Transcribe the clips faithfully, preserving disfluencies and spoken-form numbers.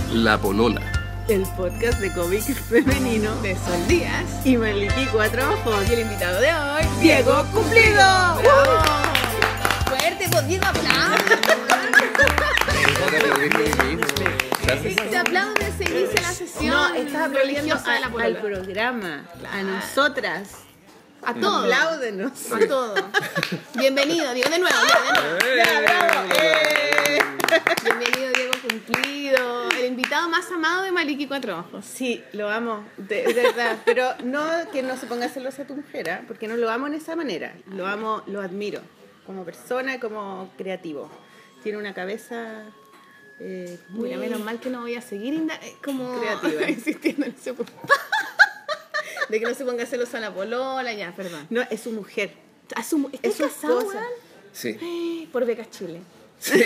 La Polola, el podcast de cómic femenino de Sol Díaz y Maliki Cuatro Ojos. Y el invitado de hoy, Diego Cumplido. ¡Bravo! Uh. Fuerte, pues Diego, aplausos. Te aplaude, se inicia la sesión. No, estás aplaudiendo religiosa de la al polola. programa, a nosotras. A todos. Apláudenos. A todos. Bienvenido, Diego, de nuevo, ya, de nuevo. Ya, bravo. ¡Eh! Bienvenido, Diego Cumplido, el invitado más amado de Maliki Cuatro Ojos. Sí, lo amo, de, de verdad. Pero no que no se ponga celosa tu mujer, ¿eh? Porque no lo amo en esa manera. Lo amo, lo admiro como persona, como creativo. Tiene una cabeza eh, muy... Mira, menos mal que no voy a seguir inda- como creativa, insistiendo en ese punto. De que no se ponga celosa la polola, ya, perdón. No, es su mujer. A su, Es su casado, esposa. weón? sí. Ay, por Becas Chile. sí.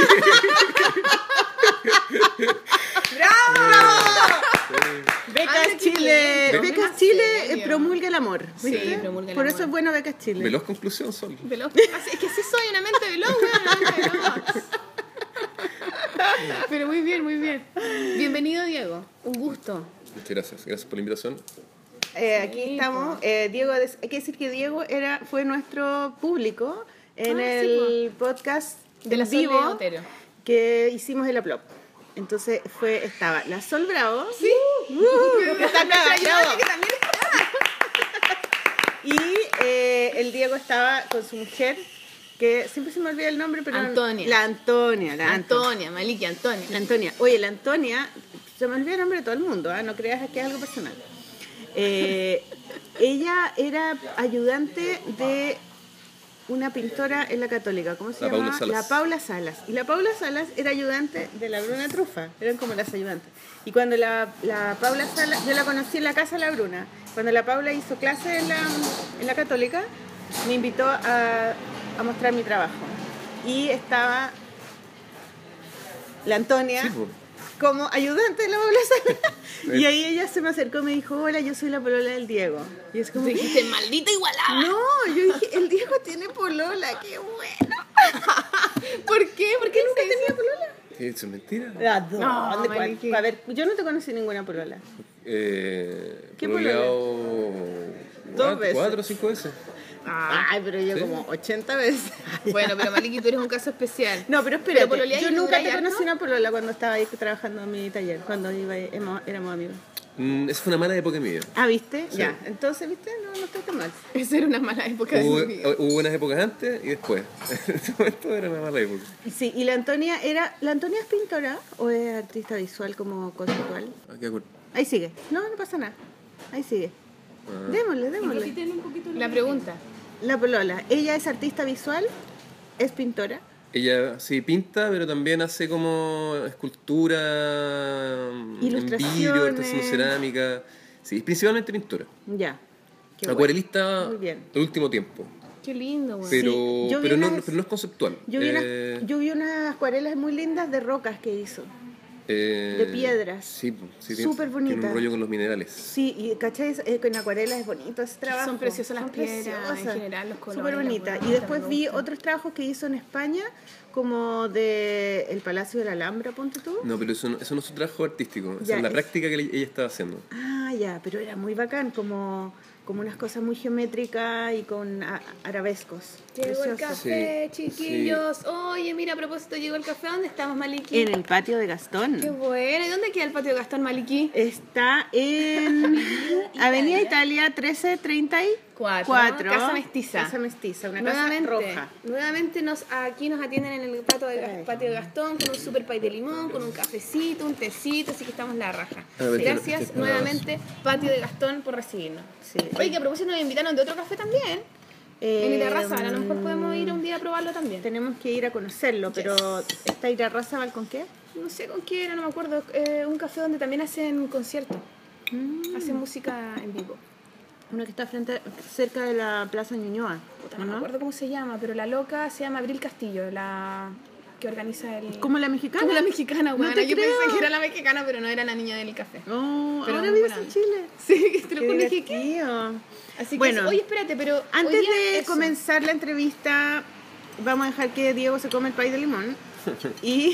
¡Bravo! Becas Ande, Chile, Chile. Becas Becas Chile Chile. eh, promulga el amor. Sí, ¿viste? promulga el Por amor. eso es bueno Becas Chile. Veloz conclusión, Sol. Veloz. Así- Es que sí soy una mente veloz, weón, una mente veloz. Pero muy bien, muy bien. Bienvenido, Diego. Un gusto. Muchas gracias. Gracias por la invitación. Eh, aquí Sí, estamos. Eh, Diego, des- hay que decir que Diego era, fue nuestro público en Ah, sí, el podcast De la en Sol de vivo Otero. que hicimos el Aplop. Entonces fue, estaba la Sol Bravo. Sí. Uh, que está acá, Nuestra ayudante bravo. que también está. Y eh, el Diego estaba con su mujer, que siempre se me olvida el nombre, pero Antonia. la Antonia, la Antonia. Antonia, Maliki, Antonia. La Antonia. Oye, la Antonia, se me olvida el nombre de todo el mundo, ¿ah? No creas que es algo personal. Eh, ella era ayudante de una pintora en la Católica, ¿cómo se La llama? Paula Salas. La Paula Salas. Y la Paula Salas era ayudante de la Bruna Trufa, eran como las ayudantes. Y cuando la, la Paula Salas, yo la conocí en la casa de la Bruna, cuando la Paula hizo clase en la, en la Católica, me invitó a, a mostrar mi trabajo. Y estaba la Antonia Sí, po. como ayudante de la Paula Salas. Y ahí ella se me acercó y me dijo, hola, yo soy la polola del Diego. Y es como, Tú dijiste, maldita igualada. no, yo dije, el Diego tiene polola, qué bueno. ¿Por qué? ¿Por qué nunca tenía polola? ¿Qué? ¿Eso es mentira? ¿A dónde? No, ¿Cuál? Maliki. A ver, yo no te conocí ninguna polola. Eh, ¿Qué pololeado Dos cuatro, veces. cuatro o cinco veces. Ay, pero yo ¿Sí? como ochenta veces. Bueno, pero Maliki, tú eres un caso especial. No, pero espérate, pololeáis yo y nunca te duráis conocí harto. una polola cuando estaba ahí trabajando en mi taller, cuando iba, éramos, éramos amigos. Mm, esa fue una mala época en mi vida. Ah, ¿viste? Sí. Ya, entonces, ¿viste? No, no estoy tan mal. Esa era una mala época Hubo, de mi vida. hubo buenas épocas antes y después. En este momento era una mala época. Y sí, y la Antonia era, ¿la Antonia es pintora o es artista visual como conceptual? Ah, qué acuerdo. Ahí sigue. No, no pasa nada. Ahí sigue. Ah. Démosle, démosle. La pregunta. La polola, ella es artista visual, es pintora. Ella sí pinta, pero también hace como escultura mm, en Ilustraciones. vidrio, está haciendo cerámica. Sí, principalmente pintura. Ya. Qué Acuarelista Muy bien. el último tiempo. Qué lindo, güey. Pero, Sí, yo vi pero, no, unas- pero no es conceptual. Yo vi, Eh, unas, yo vi unas acuarelas muy lindas de rocas que hizo. eh, de piedras. Sí, po, sí tiene- Súper Tiene bonita. un rollo con los minerales. Sí, y ¿cachai? Eh, con acuarelas es bonito ese trabajo. Son preciosas las Son piedras, preciosas. en general, los colores, Súper las bonita. bonitas, Y después me vi gustan. otros trabajos que hizo en España, como de el Palacio de la Alhambra, ponte tú. No, pero eso no, eso no es un trabajo artístico. Esa Ya, es la es- práctica que ella estaba haciendo. Ah, ya, pero era muy bacán, como, como unas cosas muy geométricas y con a- arabescos. Llegó el Precioso. café, Sí, chiquillos. Oye, mira, a propósito, llegó el café. ¿Dónde estamos, Maliki? En el patio de Gastón. Qué bueno. ¿Y dónde queda el patio de Gastón, Maliki? Está en Avenida Italia trece treinta y cuatro. Casa Mestiza. Casa Mestiza, una Nuevamente, casa roja. nuevamente nos, aquí nos atienden en el patio de, Ay. patio de Gastón con un super pay de limón, con un cafecito, un tecito, así que estamos la raja. A ver, Gracias ¿qué- qué- nuevamente, Patio de Gastón, por recibirnos. Sí. Oye, que a propósito nos invitaron de otro café también, en Eh, Irarrázaval. A lo mejor podemos ir un día a probarlo también. Tenemos que ir a conocerlo, pero ¿está Irarrázaval con qué? No sé con qué era, no me acuerdo. Eh, un café donde también hacen conciertos, Mm, hacen música en vivo. uno que está frente, cerca de la Plaza Ñuñoa. Puta, no ¿no? me acuerdo cómo se llama, pero la loca se llama Abril Castillo, la que organiza el... ¿Como la mexicana? Como la mexicana, No bueno, te yo creo. pensé que era la mexicana, pero no era la niña del café. Oh, Pero ahora muy vives buena. en Chile. Sí, te lo Qué juro, dije, ¿qué? divertido. Así que, Bueno, eso. Oye, espérate, pero hoy Antes día de eso. comenzar la entrevista, vamos a dejar que Diego se come el pay de limón. Y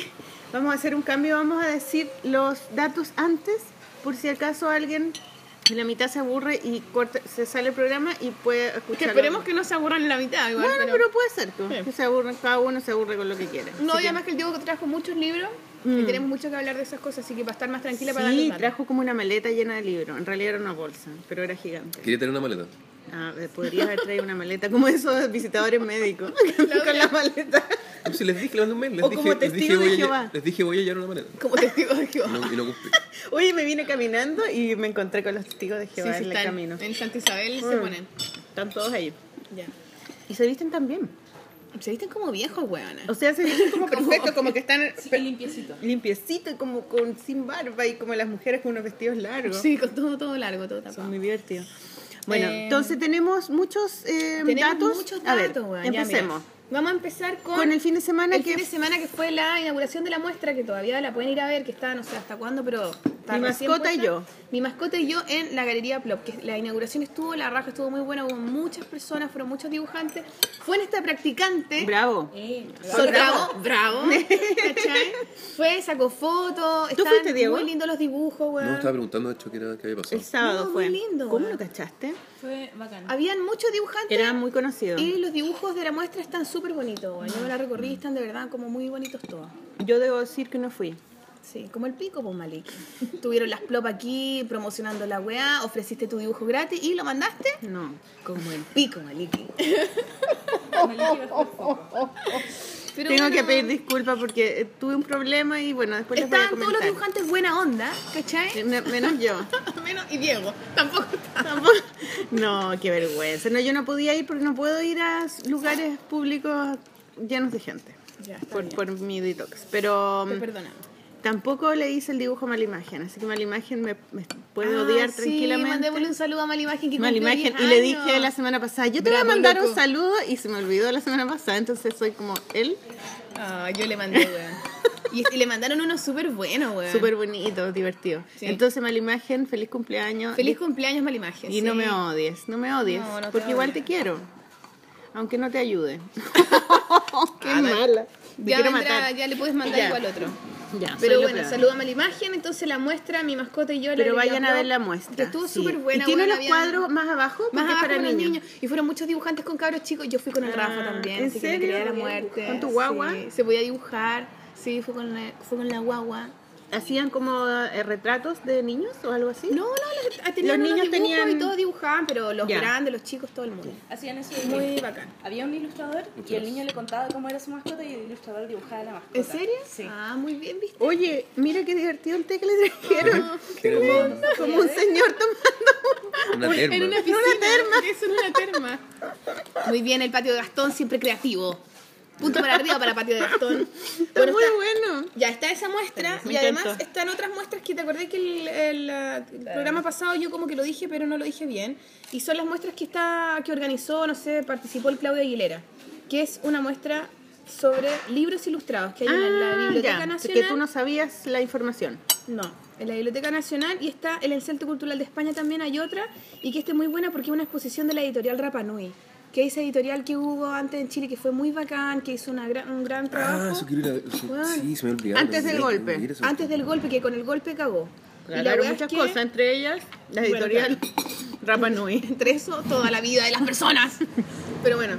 Vamos a hacer un cambio, vamos a decir los datos antes, por si acaso alguien en la mitad se aburre y corta, se sale el programa y puede escucharlo. Que esperemos que no se aburran en la mitad igual. Bueno, pero, pero puede ser, pues, sí. que se aburren, cada uno se aburre con lo que quiere. No, Así y además que el Diego trajo muchos libros Mm. y tenemos mucho que hablar de esas cosas, así que para estar más tranquila para Sí, darles datos. trajo como una maleta llena de libros. En realidad era una bolsa, pero era gigante. Quería tener una maleta. Ah, podrías haber traído una maleta como esos visitadores médicos con la maleta. No, si les dije, le mandé un mail. Les O dije, como les dije, testigo de voy a, Jehová. les dije voy a llevar una maleta. Como testigo de Jehová. Y no, y no cumplí. Oye, me vine caminando y me encontré con los testigos de Sí, Jehová sí, en el están camino. en Santa Isabel se Mm. ponen. Están todos ahí. Ya. Y se visten también. Se visten como viejos, weones. O sea, se visten como perfectos, como que están Sí, limpiecito. limpiecitos, como con sin barba y como las mujeres con unos vestidos largos. Sí, con todo, todo largo, todo Son tapado. muy divertidos. Bueno, Eh, entonces tenemos muchos eh, Tenemos datos. muchos A ver, datos, weón. Ya, empecemos. mira. Vamos a empezar con, Con el fin de semana el que fin de semana que fue la inauguración de la muestra, que todavía la pueden ir a ver, que está no sé hasta cuándo, pero está Mi recién mascota y puesta. yo. Mi mascota y yo en la Galería Plop, que la inauguración estuvo, la raja estuvo muy buena, hubo muchas personas, fueron muchos dibujantes. Fue en esta practicante. Bravo. Eh, Sol, bravo, bravo, ¿cachai? Fue, sacó fotos, ¿Tú estaban fuiste, Diego? muy lindos los dibujos, weón. No, estaba preguntando de hecho qué, era, qué había pasado. El sábado No, fue. muy lindo, ¿Cómo weón. lo cachaste? fue bacán. Habían muchos dibujantes. Era muy conocido. Y los dibujos de la muestra están súper bonitos, weón. Yo me la recorrí y están de verdad como muy bonitos todos. Yo debo decir que no fui. Sí, como el pico, pues Maliki. Tuvieron las plop aquí promocionando la weá, ofreciste tu dibujo gratis y lo mandaste No. como el pico, Maliki. Maliki bajó el foco. Pero Tengo bueno, que pedir disculpas porque eh, tuve un problema y bueno, después les voy a estaban todos los comentar. dibujantes buena onda, ¿cachai? Me- Menos yo. Menos, y Diego, tampoco está. Tampoco. No, qué vergüenza. No, yo no podía ir porque no puedo ir a lugares públicos llenos de gente. Ya, está Por, bien. por mi detox. Pero Te mm, perdonamos. tampoco le hice el dibujo a Malimagen, así que Malimagen me, me puede Ah, odiar sí, tranquilamente. mandémosle un saludo a Malimagen que Malimagen. cumplió Y le diez dije años. la semana pasada, yo te voy a Bravo, mandar loco. un saludo y se me olvidó la semana pasada, entonces soy como él, Ah, yo le mandé, weón. Y, y le mandaron uno súper bueno, weón. súper bonito, divertido. Sí. Entonces Malimagen, feliz cumpleaños. Feliz cumpleaños, Malimagen. Y no me odies, no me odies, No, no te porque igual odio. te quiero, aunque no te ayude. Qué A ver. mala. Te Ya, quiero vendrá, matar. ya le puedes mandar Ya. igual otro. Ya, Pero soy lo bueno, peor. saludo a Malimagen, entonces la muestra, mi mascota y yo. la Pero Galería vayan a Plop, ver la muestra. Que estuvo sí. súper buena. Y tiene weón, los habían- cuadros más abajo, porque más es abajo para con los niños. niños. Y fueron muchos dibujantes con cabros chicos. Yo fui con el Rafa Ah, también. ¿en así que me serio? quería la muerte. ¿Con tu guagua? Sí, se podía dibujar. Sí, fue con la, fue con la guagua. ¿Hacían como eh, retratos de niños o algo así? No, no, los, tenían Los unos niños dibujos tenían- y todos dibujaban, pero los Ya. grandes, los chicos, todo el mundo. Hacían eso de Muy que bacán. había un ilustrador y el niño le contaba cómo era su mascota y el ilustrador dibujaba la mascota. ¿En serio? Sí. Ah, muy bien, ¿viste? Oye, mira qué divertido el té que le trajeron. Qué lindo. Como un señor tomando. Una terma. En una piscina. Eso en una terma. Muy bien, el patio de Gastón, siempre creativo. Punto para arriba para el patio de Gastón. Está muy bueno. Ya está esa muestra Me y además encantó. están otras muestras que te acordé que el, el, eh, el programa pasado yo como que lo dije pero no lo dije bien y son las muestras que está que organizó, no sé, participó el Claudio Aguilera, que es una muestra sobre libros ilustrados que hay una en la Ah, Biblioteca ya, Nacional. que tú no sabías la información. No, en la Biblioteca Nacional y está en el Centro Cultural de España también hay otra y que esta es muy buena porque es una exposición de la editorial Rapa Nui, que es esa editorial que hubo antes en Chile que fue muy bacán, que hizo una gran, un gran trabajo. Ah, eso quiero ir a... eso- Bueno. Sí, se me olvidaba. Antes del golpe. Antes del golpe, que con el golpe cagó. Y la Claro, wea muchas es que, cosas, entre ellas la Bueno, editorial Rapa Nui. entre eso, toda la vida de las personas. Pero bueno,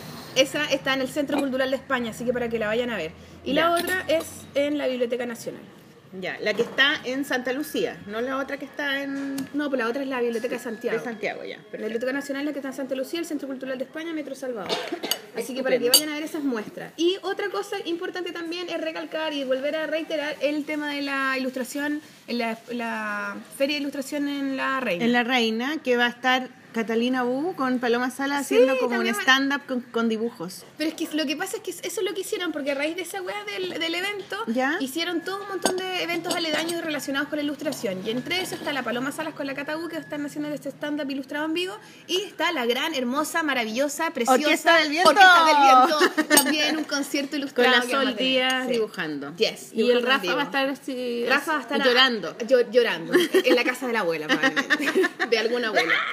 esa está en el Centro Cultural de España, así que para que la vayan a ver. Y Ya. la otra es en la Biblioteca Nacional. Ya, la que está en Santa Lucía, no la otra que está en No, pues la otra es la Biblioteca de Santiago. de Santiago, ya. La Biblioteca Nacional es la que está en Santa Lucía, el Centro Cultural de España, Metro Salvador. Así que para que vayan a ver esas muestras. Y otra cosa importante también es recalcar y volver a reiterar el tema de la ilustración, en la, la Feria de Ilustración en La Reina. En La Reina, que va a estar Catalina Bu con Paloma Sala haciendo como un también va- stand-up con, con dibujos. Pero es que lo que pasa es que eso es lo que hicieron, porque a raíz de esa weá del, del evento, ¿Ya? hicieron todo un montón de eventos aledaños relacionados con la ilustración. Y entre eso está la Paloma Salas con la Cataú, que están haciendo este stand-up ilustrado en vivo, y está la gran, hermosa, maravillosa, preciosa Orquesta del Viento. Orquesta del Viento, también un concierto Con ilustrado. la que Sol vamos a tener. Díaz Sí. dibujando. Yes, Y el dibujando en Rafa vivo. va a estar así, Rafa va a estar llorando. a- llo- llorando en la casa de la abuela, probablemente. De alguna abuela.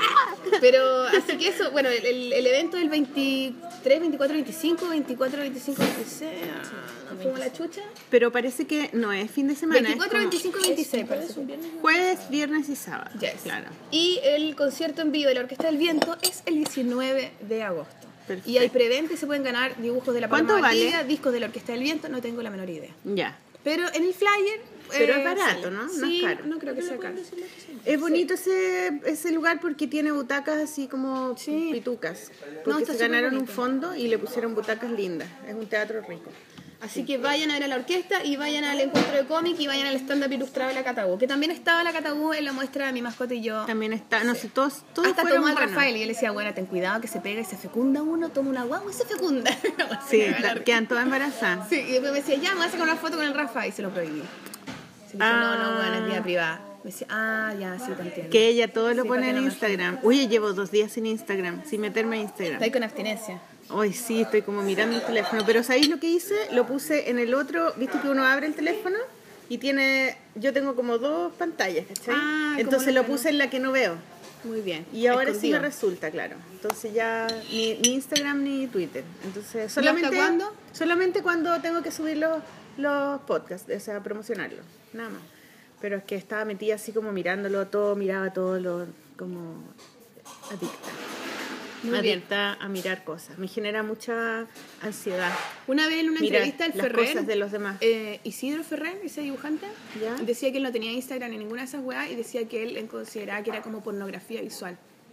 Pero así que eso, bueno, el, el, el evento del veintitrés, veinticuatro, veinticinco, veinticuatro, veinticinco, veintiséis, nos fuimos la chucha. Pero parece que no es fin de semana. veinticuatro, es como veinticinco, veintiséis, parece. jueves, viernes y sábado. Yes. Claro. Y el concierto en vivo de la Orquesta del Viento es el diecinueve de agosto. Perfecto. Y hay preventa y se pueden ganar dibujos de la ¿Cuánto Paloma vale? Valdivia, discos de la Orquesta del Viento, no tengo la menor idea. Ya. Pero en el flyer... Pero eh, es barato, sale. ¿no? No Sí, es caro. no creo que sea caro. Es bonito ese, ese lugar porque tiene butacas así como Sí. pitucas. No, Porque está se súper ganaron un bonito. fondo y le pusieron butacas lindas. Es un teatro rico. Así que vayan a ver a la orquesta y vayan al encuentro de cómic y vayan al stand-up ilustrado de la Catabú, que también estaba la Catabú en la muestra de Mi Mascota y Yo. También está, no sé, todos, todos Hasta fueron tomó al buenos. Rafael y yo le decía, bueno, ten cuidado que se pega y se fecunda uno, toma una guagua y se fecunda. Sí, ta- quedan todas embarazadas. Sí, y después me decía, ya, me voy a sacar una foto con el Rafa y se lo prohibí. Se le dije, no, no, bueno, es vida privada. Me decía, ah, ya, sí, te entiendo. Que ella todo lo Sí, pone para en que no me Instagram. Oye, llevo dos días sin Instagram, sin meterme a Instagram. Está ahí con abstinencia. Hoy sí, estoy como mirando el teléfono. Pero ¿sabéis lo que hice? Lo puse en el otro. ¿Viste que uno abre el teléfono? Y tiene. Yo tengo como dos pantallas, ¿cachai? Ah, como Entonces lo lo puse en la que no veo. Muy bien. Y ahora sí Escondido. me resulta, claro. Entonces ya ni, ni Instagram ni Twitter. Entonces solamente. hasta cuándo? Solamente cuando tengo que subir los, los podcasts, o sea, promocionarlos. Nada más. Pero es que estaba metida así como mirándolo todo, miraba todo lo. Como. Adicta. Muy bien. adicta a mirar cosas. Me genera mucha ansiedad. Una vez en una Mirar entrevista el las Ferrer, cosas de los demás. eh, Isidro Ferrer, ese dibujante, ¿Ya? decía que él no tenía Instagram ni ninguna de esas weas y decía que él consideraba que era como pornografía visual.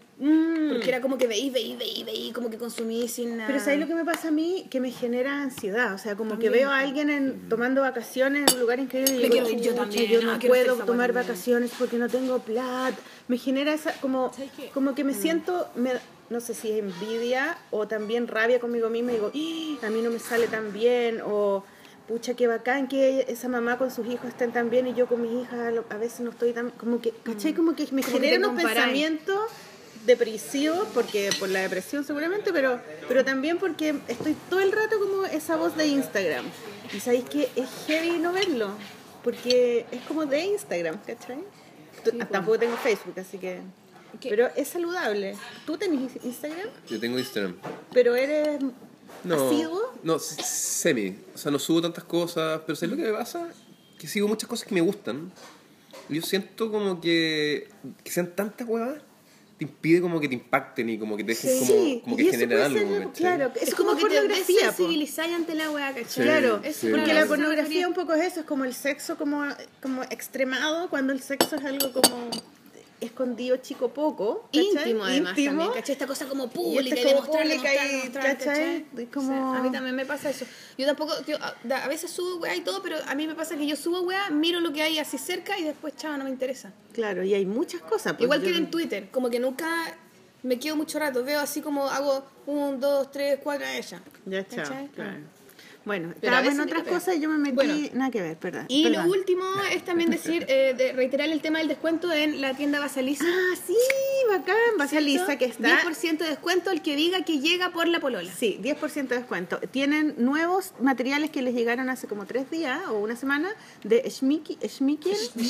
Mm. Porque era como que veí, veí, veí, veí, como que consumí sin nada. Pero ¿sabes lo que me pasa a mí? Que me genera ansiedad. O sea, como También. que veo a alguien en, tomando vacaciones en un lugar increíble y Me digo, quiero ir yo "Chucha, también, yo no, no quiero hacer puedo esa tomar hueá también". vacaciones porque no tengo plata". Me genera esa, como, como que me siento, me, no sé si es envidia o también rabia conmigo misma. Y digo, "Ah, a mí no me sale tan bien", o pucha, qué bacán que esa mamá con sus hijos estén tan bien y yo con mis hijas a lo- a veces no estoy tan... Como que, ¿cachai? Como que me Como que genera te unos comparáis. pensamientos depresivos, porque por la depresión seguramente, pero, pero también porque estoy todo el rato como esa voz de Instagram. Y sabéis que es heavy no verlo, porque es como de Instagram, ¿cachai? Tú- Sí, pues. tampoco tengo Facebook, así que... ¿Qué? Pero es saludable. ¿Tú tenés Instagram? Yo tengo Instagram. Pero eres No, asiduo. no, s- semi. O sea, no subo tantas cosas, pero ¿sabes lo que me pasa? Que sigo muchas cosas que me gustan. Y yo siento como que, que sean tantas huevas, te impide como que te impacten y como que te dejen como, Sí, como y que eso generar puede algo. ser, ¿cachai? claro, es, Es como, como que te pornografía, po. desensibilizáis ante la wea, ¿cachai? Sí, Claro, sí, Eso, bueno. porque Claro, la eso pornografía un poco es eso, es como el sexo como, como extremado, cuando el sexo es algo como escondido chico poco, ¿cachai? íntimo además Íntimo. también, ¿cachai? Esta cosa como Y pública este y, como demostrar, pública demostrar, y, demostrar, ¿cachai? ¿cachai? Es como- Sí, a mí también me pasa eso. Yo tampoco, yo, a, da- a veces subo weá y todo, pero a mí me pasa que yo subo weá, miro lo que hay así cerca y después, chava, no me interesa. Claro, y hay muchas cosas. pues, Igual yo- que en Twitter, como que nunca me quedo mucho rato, veo así como hago un, dos, tres, cuatro a ella. Ya, chao. ¿Cachai? Claro. Bueno, Pero a estábamos en veces otras ni lo cosas y yo me metí... Bueno. Nada que ver, perdón. Y perdón. lo último es también decir, eh, de reiterar el tema del descuento en la tienda Basaliza. Ah, sí, bacán. Basaliza, que está... diez por ciento de descuento el que diga que llega por la polola. Sí, diez por ciento de descuento. Tienen nuevos materiales que les llegaron hace como tres días o una semana de Schminky, Schminky,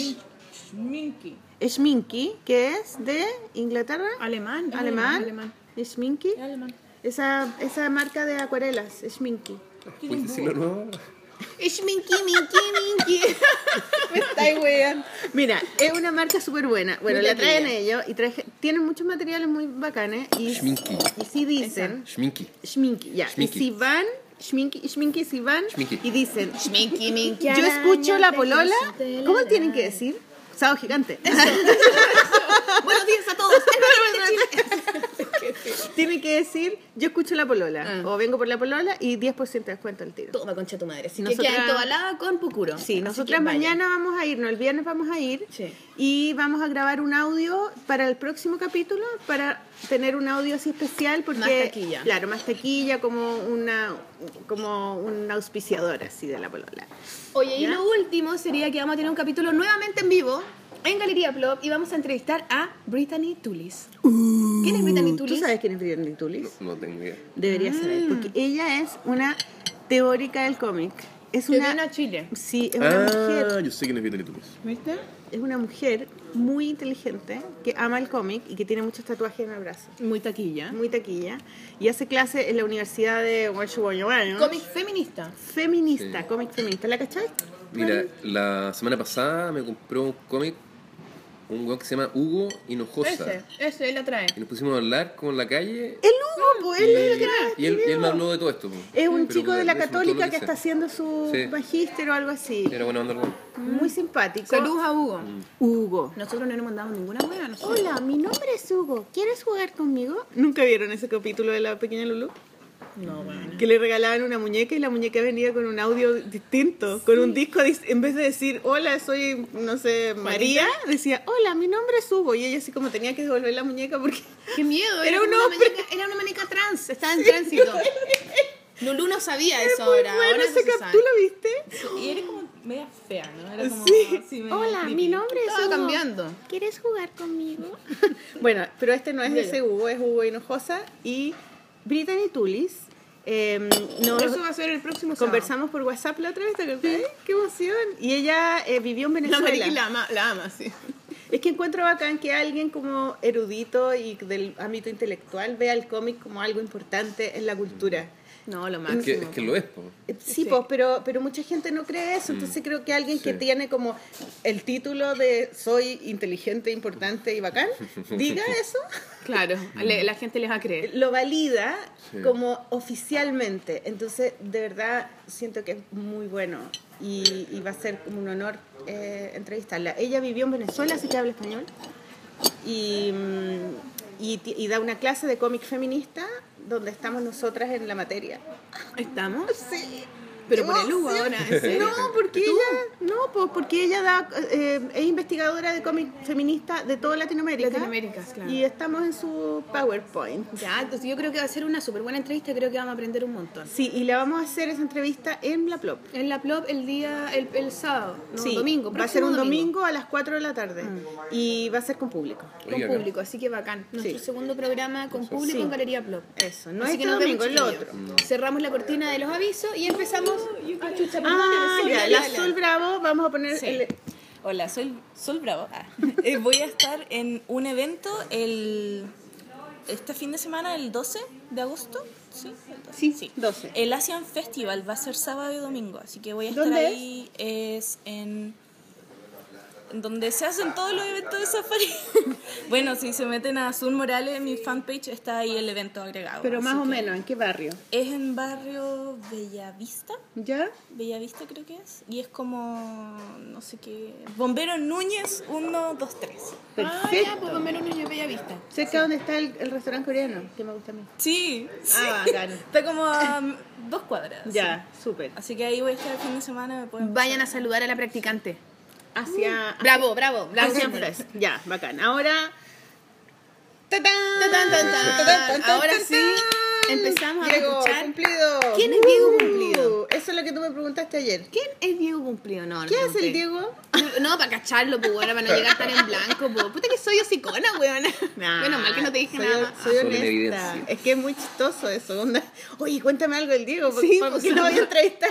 Schminky, que es de Inglaterra, Alemán. alemán, Alemán. Schminky, Alemán. esa, esa marca de acuarelas, Schminky. ¿Puedes decirlo nuevo? Schminky, minky, minky. Me estáis weando. Mira, es una marca súper buena. Bueno, Muy la traen taquilla. ellos y traje, tienen muchos materiales muy bacanes. Y, Schminky. y sí dicen, Schminky. Schminky, ya. Schminky. Y si van, Schminky, Schminky, si van Schminky. y dicen, Schminky, minky. yo escucho la polola, ¿cómo tienen que decir? Sábado gigante. Buenos días a todos. Tienen que decir, yo escucho la polola, Ah. o vengo por la polola y diez por ciento de descuento al tiro. Toma, concha tu madre. Así Nosotras- que queda entobalada con Pucuro. Sí, Así nosotras que vayan. mañana vamos a ir, no, el viernes vamos a ir Sí. y vamos a grabar un audio para el próximo capítulo, para tener un audio así especial porque Más taquilla. claro, más taquilla, como una como un auspiciador así de la polola. Oye, y ¿Ya? lo último sería que vamos a tener un capítulo nuevamente en vivo en Galería Plop y vamos a entrevistar a Brittany Tulis. ¿Quién es Brittany ¿Tú Tulis? sabes quién es Brittany Tulis? No tengo idea. Deberías saber, porque ella es una teórica del cómic. Es Que una... viene a Chile. Sí, es una mujer... Ah, yo sé quién es Vitaly Tulis. ¿Viste? Es una mujer muy inteligente que ama el cómic y que tiene muchos tatuajes en el brazo. Muy taquilla. Muy taquilla. Y hace clase en la Universidad de Guachuayoayo. Cómic feminista. Feminista, Sí. cómic feminista. ¿La cachai? Mira, la semana pasada me compró un cómic, un weón que se llama Hugo Hinojosa. Ese, ese, él la trae. Y nos pusimos a hablar como en la calle. El Hugo, pues Y, él es el que la y él, y él me escribió. habló de todo esto. po. Es un Pero chico de la eso, todo Católica lo que sé. está haciendo su Sí. magíster o algo así. Era buena onda el weón. Muy simpático. Saludos a Hugo. Hugo. Nosotros no nos mandamos ninguna wea, no sé. Hola, mi nombre es Hugo. ¿Quieres jugar conmigo? ¿Nunca vieron ese capítulo de la pequeña Lulu? No, bueno. Que le regalaban una muñeca y la muñeca venía con un audio distinto, con un disco, dis- en vez de decir, hola, soy, no sé, María, decía, hola, mi nombre es Hugo. Y ella así como tenía que devolver la muñeca porque... Qué miedo, Era era, un una hombre. muñeca, era una muñeca trans, estaba en tránsito. Lulu no sabía eso ahora. Bueno, ahora ese sí se cap- sabe. ¿tú lo viste? Y era como media fea, ¿no? Era como Sí. así, medio Hola, creepy. mi nombre es Estaba Hugo. cambiando. ¿Quieres jugar conmigo? Bueno, pero este no es Ya, ese ya. Hugo, es Hugo Hinojosa y Brittany Tulis. Eh, nos Eso va a ser el próximo sábado. conversamos por WhatsApp la otra vez, ¿te acordás? ¡Qué emoción! Y ella eh, vivió en La Venezuela. Mariqui la ama, la ama, sí. Es que encuentro bacán que alguien como erudito y del ámbito intelectual vea el cómic como algo importante en la cultura. No, lo Es máximo. que, es que lo es, po. Eh, Sí, Sí. pues, pero, pero mucha gente no cree eso. Entonces creo que alguien que Sí. tiene como el título de soy inteligente, importante y bacán, diga eso, Claro, le- la gente les va a creer. lo valida Sí. como oficialmente. Entonces, de verdad, siento que es muy bueno y, y va a ser como un honor eh, entrevistarla. Ella vivió en Venezuela, así que habla español. Y, mm, y, ti- y da una clase de cómic feminista donde estamos nosotras en la materia. ¿Estamos? Sí. Pero ¡Qué por el Hugo emoción! ahora, ¿en serio? No, porque ella, no, pues porque ella da, eh, es investigadora de cómic feminista de toda Latinoamérica. Latinoamérica, claro. Y estamos en su PowerPoint. Ya, entonces yo creo que va a ser una súper buena entrevista, creo que vamos a aprender un montón. Sí, y le vamos a hacer esa entrevista en la Plop. En la Plop el día, el, el sábado, no, Sí, domingo. va a ser un próximo domingo a las cuatro de la tarde. Y va a ser con público. Con Oiga, acá. público, así que bacán. Nuestro Sí. segundo programa con público Sí. en Galería Plop. Eso, no Así es que este nos vemos, domingo, el chiquillos. otro. Cerramos la cortina de los avisos y empezamos. Ah, chucha, perdón, Ah, Sol, ya, dale, la dale. Sol Bravo, vamos a poner Sí. el... Hola, soy Sol Bravo. Ah. Eh, voy a estar en un evento el este fin de semana, el doce de agosto. Sí, el doce. Sí, Sí. doce. El Asian Festival va a ser sábado y domingo, así que voy a estar ¿Dónde ahí. Es en en donde se hacen todos los eventos de Safari. Bueno, si se meten a Azul Morales, en mi fanpage está ahí el evento agregado. Pero más así o que menos, ¿en qué barrio? Es en barrio Bellavista. ¿Ya? Bellavista creo que es. Y es como, no sé qué. Bombero Núñez uno dos tres. Ah, ya, Perfecto. pues Bombero Núñez Bellavista. Cerca donde está el, el restaurante coreano, que me gusta a mí. Sí, sí. Ah, bacán. Está como a um, dos cuadras. Ya, súper. Así que ahí voy a estar el fin de semana. Me pueden Vayan a saludar a la practicante. Hacia... Bravo, bravo, bravo. Asian siempre. Fest. Ya, bacán. Ahora... ¡Tatán! Tan, tan, tan, tan. ¡Tatán, tan, Ahora tan, sí, tan! empezamos a Diego escuchar. Cumplido. ¿Quién es Diego Uh, Cumplido? Eso es lo que tú me preguntaste ayer. ¿Quién es Diego Cumplido? No, no ¿Qué hace pregunté. el Diego? No, no, para cacharlo, pues, bueno, para no llegar tan en blanco, pues. Puta que soy hocicona, weón. Bueno, mal que no te dije soy, nada. Soy Solo en honesta. evidencia. Es que es muy chistoso eso. Onda. Oye, cuéntame algo del Diego, porque, Sí, porque pues, lo voy no. a entrevistar.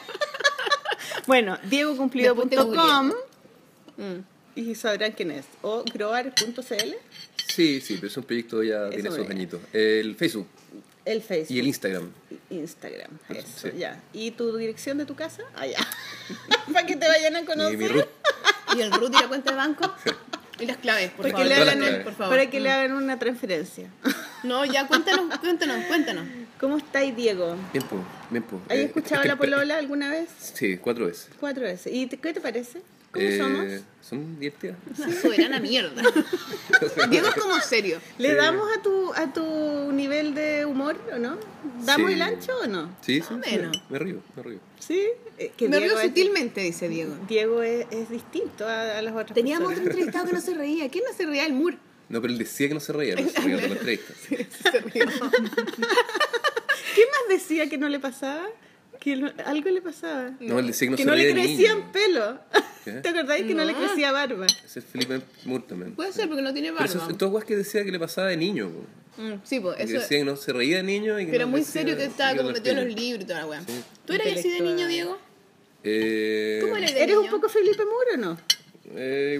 Bueno, diego cumplido punto com Mm. y sabrán quién es. O groar punto c l, Sí, sí, pero es un proyecto ya Eso tiene sus es. añitos. El Facebook el Facebook. y el Instagram. Instagram, eso, Sí. ya. ¿Y tu dirección de tu casa? Allá. Para que te vayan a Y conocer. mi root. Y el root y la cuenta de banco. Y las claves, por Para favor. que, le Todas hagan, las el- claves. por favor. para que le hagan una transferencia. No, ya cuéntanos, cuéntanos, cuéntanos. ¿Cómo estáis, Diego? Bien, po, bien, po. ¿Has Eh, escuchado este- la este- polola alguna vez? Sí, cuatro veces. Cuatro veces. ¿Y te- qué te parece? ¿Cómo Eh, somos? Son divertidas. Una soberana mierda. Diego es como serio. ¿Le Sí. damos a tu, a tu nivel de humor o no? ¿Damos Sí. el ancho o no? Sí, sí. o menos. sí, Me río, me río. Sí. Eh, que Me río Diego es- sutilmente, dice Diego. Diego es, es distinto a, a las otras Teníamos otro personas. entrevistado que no se reía. ¿Quién no se reía? El Mur. No, pero él decía que no se reía, pero se reía de la entrevista. Se rió. ¿Qué más decía que no le pasaba? Que no- algo le pasaba. No, él decía que no que se no reía le de crecían niño. pelo. ¿Qué? ¿Te acordáis que no, le No. crecía barba? Ese es Felipe Moore también. Puede ser porque no tiene Pero eso barba. es todo guas que decía que le pasaba de niño. Po. Mm, sí, pues Que eso. decía que no se reía de niño y que Pero no muy decía- serio que estaba que como no metido en los explica. libros y toda la weá. Sí. ¿Tú eras así de niño, Intelectual. Diego? Eh, ¿Cómo eres de ¿Eres un niño? poco Felipe Muro o no? eh,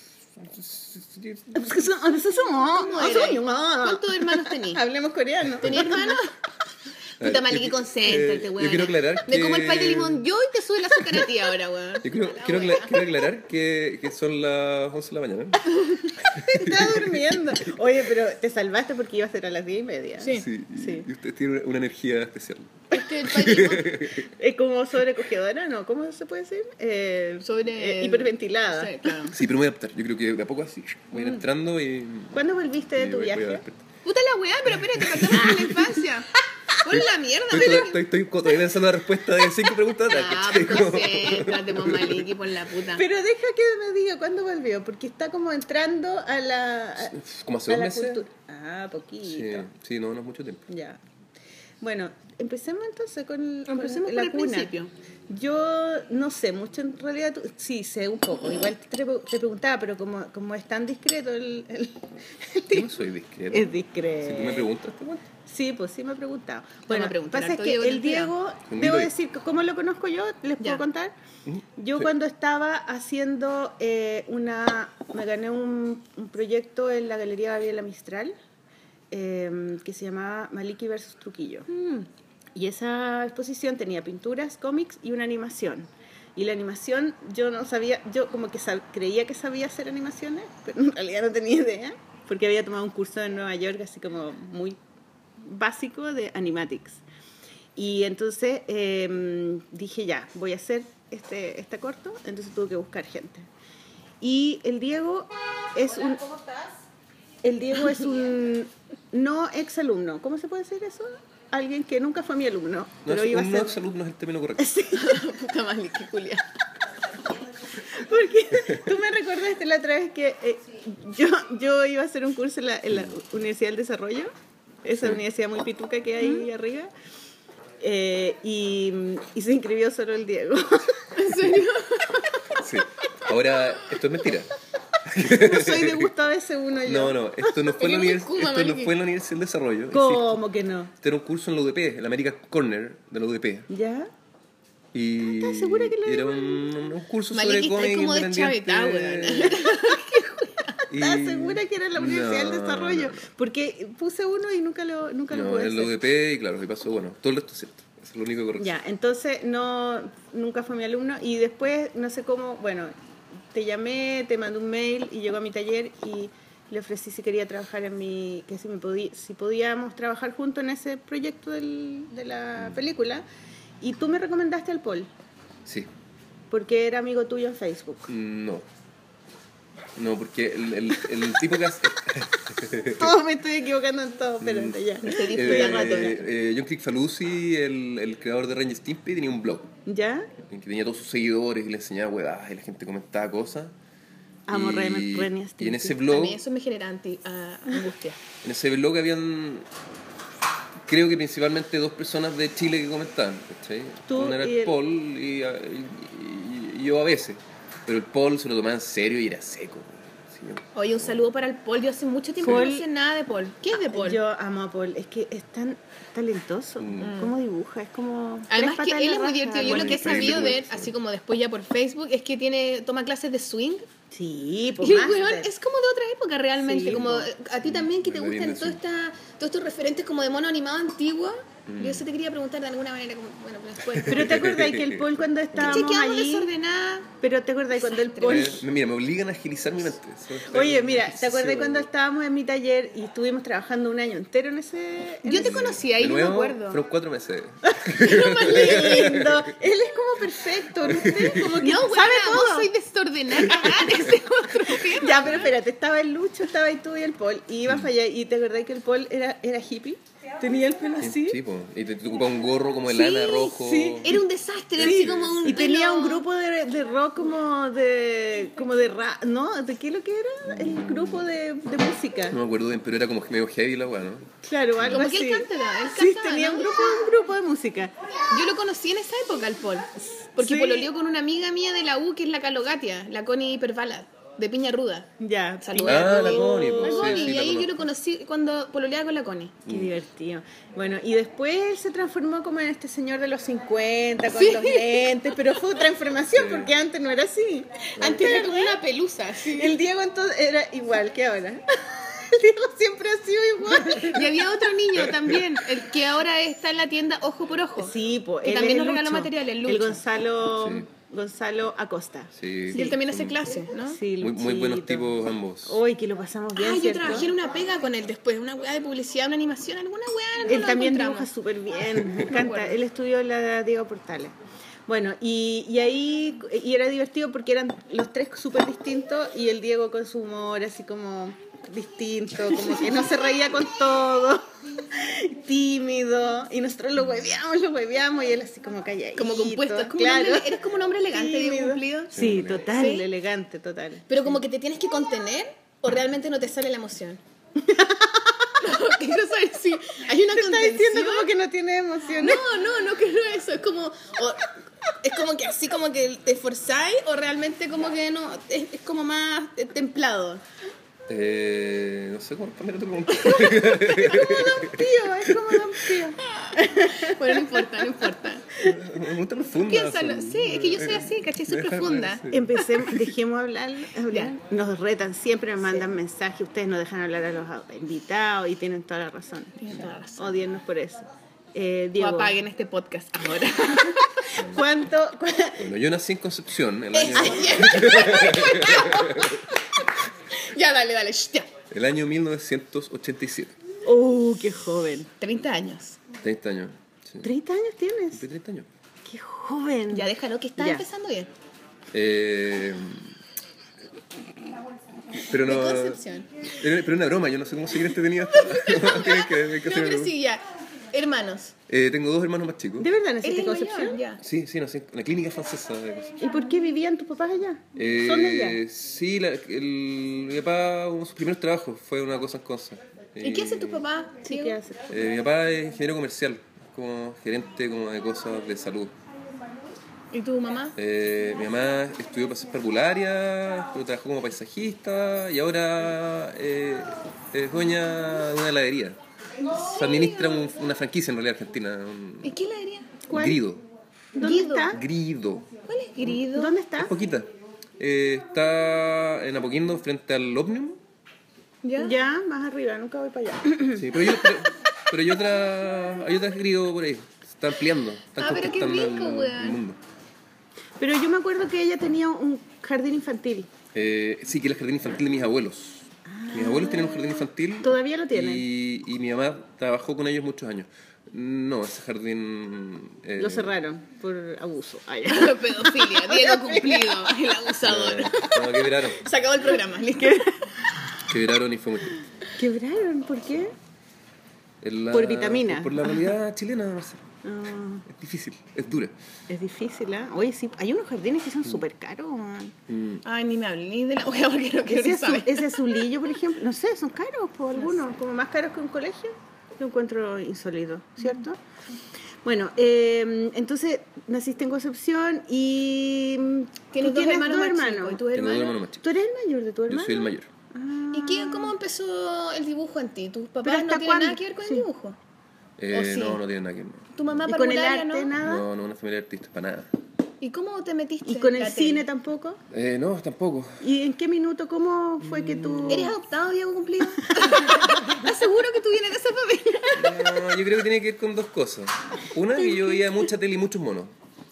¿Cómo eres? ¿Cuántos hermanos tenías? Hablemos coreano. ¿Tenías hermanos? Puta, Maliki, yo- concéntrate, eh, weón. yo quiero aclarar Me que- como el pay de limón yo y te sube la azúcar a ti ahora, weón. Yo quiero, quiero, acla- quiero aclarar que, que son las once de la mañana. Estaba durmiendo. Oye, pero te salvaste porque iba a ser a las diez y media. Sí. Sí, y, Sí. y usted tiene una, una energía especial. Es que el pay de limón... Es como sobrecogedora, ¿no? ¿Cómo se puede decir? Eh, Sobre... eh, hiperventilada. Sí, claro. Sí, pero me voy a adaptar. Yo creo que de a poco así voy a ir entrando y. ¿Cuándo volviste de y tu voy- voy a viaje? despertar. Puta la weá, pero espérate, partamos con la infancia. Pon la mierda, Estoy, pero... estoy, estoy, estoy todavía pensando la respuesta de cinco preguntas. Ah, ¿cachai? pues Como- concéntrate, pues Maliki, por la puta. Pero deja que me diga cuándo volvió, porque está como entrando a la, a, Como hace a dos la meses. cultura. Ah, poquito. Sí, sí, no, no es mucho tiempo. Ya. Bueno, empecemos entonces con, con Empecemos la por el cuna. principio. Yo no sé mucho en realidad, tú- sí, sé un poco. Igual te, te preguntaba, pero como, como es tan discreto el... el- Yo no soy discreto. es discreto. Si tú me preguntas, te cuento. Sí, pues sí me he preguntado. Vamos Bueno, a preguntar pasa es harto que Diego el Tentera. Diego, Un debo día. decir, ¿cómo lo conozco yo? ¿Les puedo Ya. contar? Yo Sí. cuando estaba haciendo eh, una... Me gané un, un proyecto en la Galería Gabriela Mistral eh, que se llamaba Maliki versus Trujillo. Y esa exposición tenía pinturas, cómics y una animación. Y la animación, yo no sabía, yo como que sab- creía que sabía hacer animaciones, pero en realidad no tenía idea, porque había tomado un curso en Nueva York así como muy básico de animatics. Y entonces eh, dije, ya, voy a hacer este, este corto, entonces tuve que buscar gente. Y el Diego es un... ¿Cómo estás? El Diego es un no ex alumno. ¿Cómo se puede decir eso? Alguien que nunca fue mi alumno, No, pero es- iba a un ser... no exalumno es el término correcto. Sí, Puta Maliki, Julia. porque tú me recordaste la otra vez que eh, yo, yo iba a hacer un curso en la, en la Universidad del Desarrollo, esa Sí. universidad muy pituca que hay ahí arriba, eh, y, y se inscribió solo el Diego. Sí. Ahora, esto es mentira. No soy de Gustavo ese uno yo. No, no, esto no fue, en la, Eres univers- muy Kuma, esto no Maliki. fue en la Universidad del Desarrollo. ¿Cómo que no? Este era un curso en la U D P, en la America Corner de la U D P. ¿Ya? Y ¿Estás segura que lo y era digo? un, un curso Maliki, sobre estás cómic como independiente. deschavetado, ¿Estás Y- segura que era la Universidad No, del Desarrollo? no, no. Porque puse uno y nunca lo, nunca lo No, pude en la hacer. U D P y claro, y pasó, bueno, todo el resto es cierto. Eso es lo único correcto. Ya, entonces no, nunca fue mi alumno y después no sé cómo, bueno, te llamé, te mandé un mail y llegó a mi taller y le ofrecí si quería trabajar en mi, que si me podía, si podíamos trabajar juntos en ese proyecto del, de la película y tú me recomendaste al Paul Sí. porque era amigo tuyo en Facebook. No. No, porque el, el, el tipo que hace... Todo me estoy equivocando en todo, pero ya. Te di eh, la ratona. eh, John Crick-Faluzzi, el, el creador de Ren y Stimpy, tenía un blog ¿Ya? en que tenía todos sus seguidores y le enseñaba huevadas y la gente comentaba cosas. Amo y, Ren- Ren y y Stimpy. en ese A blog, mí eso me genera anti, ah, angustia. en ese blog habían, creo que principalmente dos personas de Chile que comentaban, ¿cachai? Tú Uno era y el el- Paul y, y- y yo a veces, pero el Paul se lo tomaba en serio y era seco. Sí, Oye, un saludo para el Paul. Yo hace mucho tiempo Paul- que no sé nada de Paul. ¿Qué es de Paul? Yo amo a Paul, es que es tan talentoso, Mm. cómo dibuja, es como... Además tres que patas en él la es muy raja. divertido. Yo Bueno, lo que he increíble, sabido de él, bueno, sí. así como después ya por Facebook, es que tiene toma clases de swing. Sí, pues Y el más weón de- es como de otra época realmente, Sí, como po. a ti también que te Me viene gustan así. toda esta, todos estos referentes como de mono animado antiguo. Mm. Yo eso te quería preguntar de alguna manera, como, bueno, pero después. Pero te acuerdas que el Paul cuando estábamos Chequeamos allí... desordenada. Pero te acuerdas cuando el Paul... Me- mira, me obligan a agilizar mi mente. Eso es- Oye, mira, ¿te acuerdas Sí, cuando estábamos en mi taller y estuvimos trabajando un año entero en ese...? en Yo ese- te conocí ahí, de no nuevo, me acuerdo. fueron cuatro meses. Lo más lindo. Él es como perfecto, ¿no? Usted como que No, sabe sabe todo. vos soy desordenada. cagar, ese es otro tema. Ya, pero espérate, estaba el Lucho, estaba ahí tú y el Paul, y ibas para allá, y te acordás que el Paul era, era hippie, tenía el pelo así, Sí, po. Y te, te ocupaba un gorro como de Sí, lana rojo. sí. Era un desastre, era Sí, así como un y tenía pelo- un grupo de, de rock como de, como de rap, ¿no? ¿De qué es lo que era? El grupo de, de música, No me acuerdo bien, pero era como medio heavy la weá, ¿no? claro, algo Como que así. él cantaba, él Sí, cantaba, tenía ¿no? un grupo, un grupo de música. Yo lo conocí en esa época, al Paul. Porque Sí. pololeó con una amiga mía de la U, que es la Calogatia, la Connie Pervala. de Piña Ruda. Ya, Saludos. Ah, la Connie, pues, La sí, Connie, sí, y la ahí yo conozco. lo conocí cuando pololeaba con la Connie. Qué divertido. Bueno, y después él se transformó como en este señor de los cincuenta, con Sí. los lentes, pero fue transformación porque antes no era así. Antes era como una pelusa, así. El Diego entonces era igual que ahora. El Diego siempre ha sido igual. Y había otro niño también, el que ahora está en la tienda Ojo por Ojo. Sí, pues. Que también nos regaló material, el Lucho. El Gonzalo, Sí. Gonzalo Acosta. Sí. Y él también hace clases, ¿no? Sí, Muy, muy buenos Luchito. tipos ambos. Hoy que lo pasamos bien, Ah, yo ¿cierto? trabajé en una pega con él después, una weá de publicidad, una animación, alguna weá. no Él lo también encontramos. dibuja súper bien, me Me encanta. acuerdo. Él estudió en la Diego Portales. Bueno, y, y ahí y era divertido porque eran los tres súper distintos y el Diego con su humor así como distinto, como que no se reía con todo, tímido, y nosotros lo hueveamos, lo hueveamos y él así como calladito. Como compuesto, es como claro. un hombre, eres como un hombre elegante, Diego Tímido. Cumplido. Sí, total, ¿Sí? elegante, total. Pero como que te tienes que contener o realmente no te sale la emoción. Quiero saber si hay una Te está contención. diciendo como que no tiene emociones. No, no, no que no es eso. Es como, o- es como que así como que te esforzáis o realmente como que no, es, es como más eh, templado. Eh, no sé cómo responder a tu pregunta. Tío, es como Don Pío. Bueno, no importa, no importa. Me pregunta profunda. Piénsalo. son- Sí, es que yo soy así, ¿cachai? Soy Déjame- profunda. sí. Empecemos, dejemos hablar, hablar. Ya. Nos retan, siempre me mandan mensajes, ustedes no dejan hablar a los invitados y tienen toda la razón. Tienes toda la razón. Odiennos por eso. Eh, O Diego, apaguen este podcast ahora. ¿cuánto? cu- Bueno, yo nací en Concepción el año, Ya, dale, dale. shh, Ya. el año mil novecientos ochenta y siete. ¡Uh, qué joven! treinta años. treinta años. Sí. ¿treinta años tienes? Cumplí treinta años. ¡Qué joven! Ya, déjalo que está Ya. empezando bien. Eh, pero no. De Concepción. Pero, pero una broma, yo no sé cómo seguir entretenido. Tienen que, hay que No, hacer pero algo. sí, ya. Hermanos. Eh, tengo dos hermanos más chicos. ¿De verdad ¿Eres naciste el en mayor? Concepción? Ya. Sí, sí, nací en la clínica francesa de Concepción. ¿Y por qué vivían tus papás allá? Eh, ¿Son de allá? Sí, la- el, mi papá, uno de sus primeros trabajos fue una cosa en cosa. ¿Y qué hace tu papá? Sí, Diego? ¿qué haces? Eh, mi papá es ingeniero comercial, como gerente como de cosas de salud. ¿Y tu mamá? Eh, mi mamá estudió para ser parvularia, pero trabajó como paisajista y ahora eh, es dueña de una heladería. Se administra un- una franquicia en realidad argentina. Un, ¿Y qué le diría? ¿Cuál? Grido. ¿Dónde Guido. está? Grido. ¿Cuál es Grido? ¿Dónde está? Es poquita. Eh, está en Apoquindo frente al Omnium. ¿Ya? Ya, más arriba, nunca voy para allá. Sí, pero, yo, pero, pero hay otra, hay otras Grido por ahí. Se está ampliando. Están Ah, pero qué conquistando rico, el, weón. el mundo. Pero yo me acuerdo que ella tenía un jardín infantil. Eh, sí, que es el jardín infantil de mis abuelos. Mis abuelos tienen un jardín infantil. ¿Todavía lo tienen? Y, y mi mamá trabajó con ellos muchos años. No, ese jardín... eh, Lo cerraron por abuso. Ay, Pedofilia, Diego Cumplido, el abusador. eh, no, quebraron. Se acabó el programa, listo. Quebraron y fue muy triste. ¿Quebraron? ¿Por qué? En la- Por vitamina. Por, por la realidad chilena, no sé. Ah, Es difícil, es dura. es difícil, ¿ah? Oye, sí, hay unos jardines que son súper caros. man. Mm. Ay, ni me hables, ni de la wea porque no quiero Ese, ni azu- saber. ese azulillo, por ejemplo, no sé, son caros por algunos, como más caros que un colegio. Lo encuentro insólito, ¿cierto? Bueno, eh, entonces naciste en Concepción y Tienes tú dos hermanos más chicos, ¿y tus Tengo dos hermanos? hermanos más chicos. ¿Tú eres el mayor de tu Yo hermano? soy el mayor. Ah. ¿Y qué, cómo empezó el dibujo en ti? ¿Tus ¿Pero papás hasta no tienen cuándo? nada que ver con Sí. el dibujo? Eh, ¿O sí? No, no tiene nada que ver. ¿Tu mamá ¿Y con el parvularia, arte no? nada? No, no, una familia de artistas, para nada. ¿Y cómo te metiste ¿Y con en el la cine tele? tampoco? Eh, no, tampoco. ¿Y en qué minuto, cómo fue que tú...? ¿Eres adoptado, Diego Cumplido? Aseguro que tú vienes de esa familia. No, yo creo que tiene que ver con dos cosas. Una, que yo veía mucha tele y muchos monos.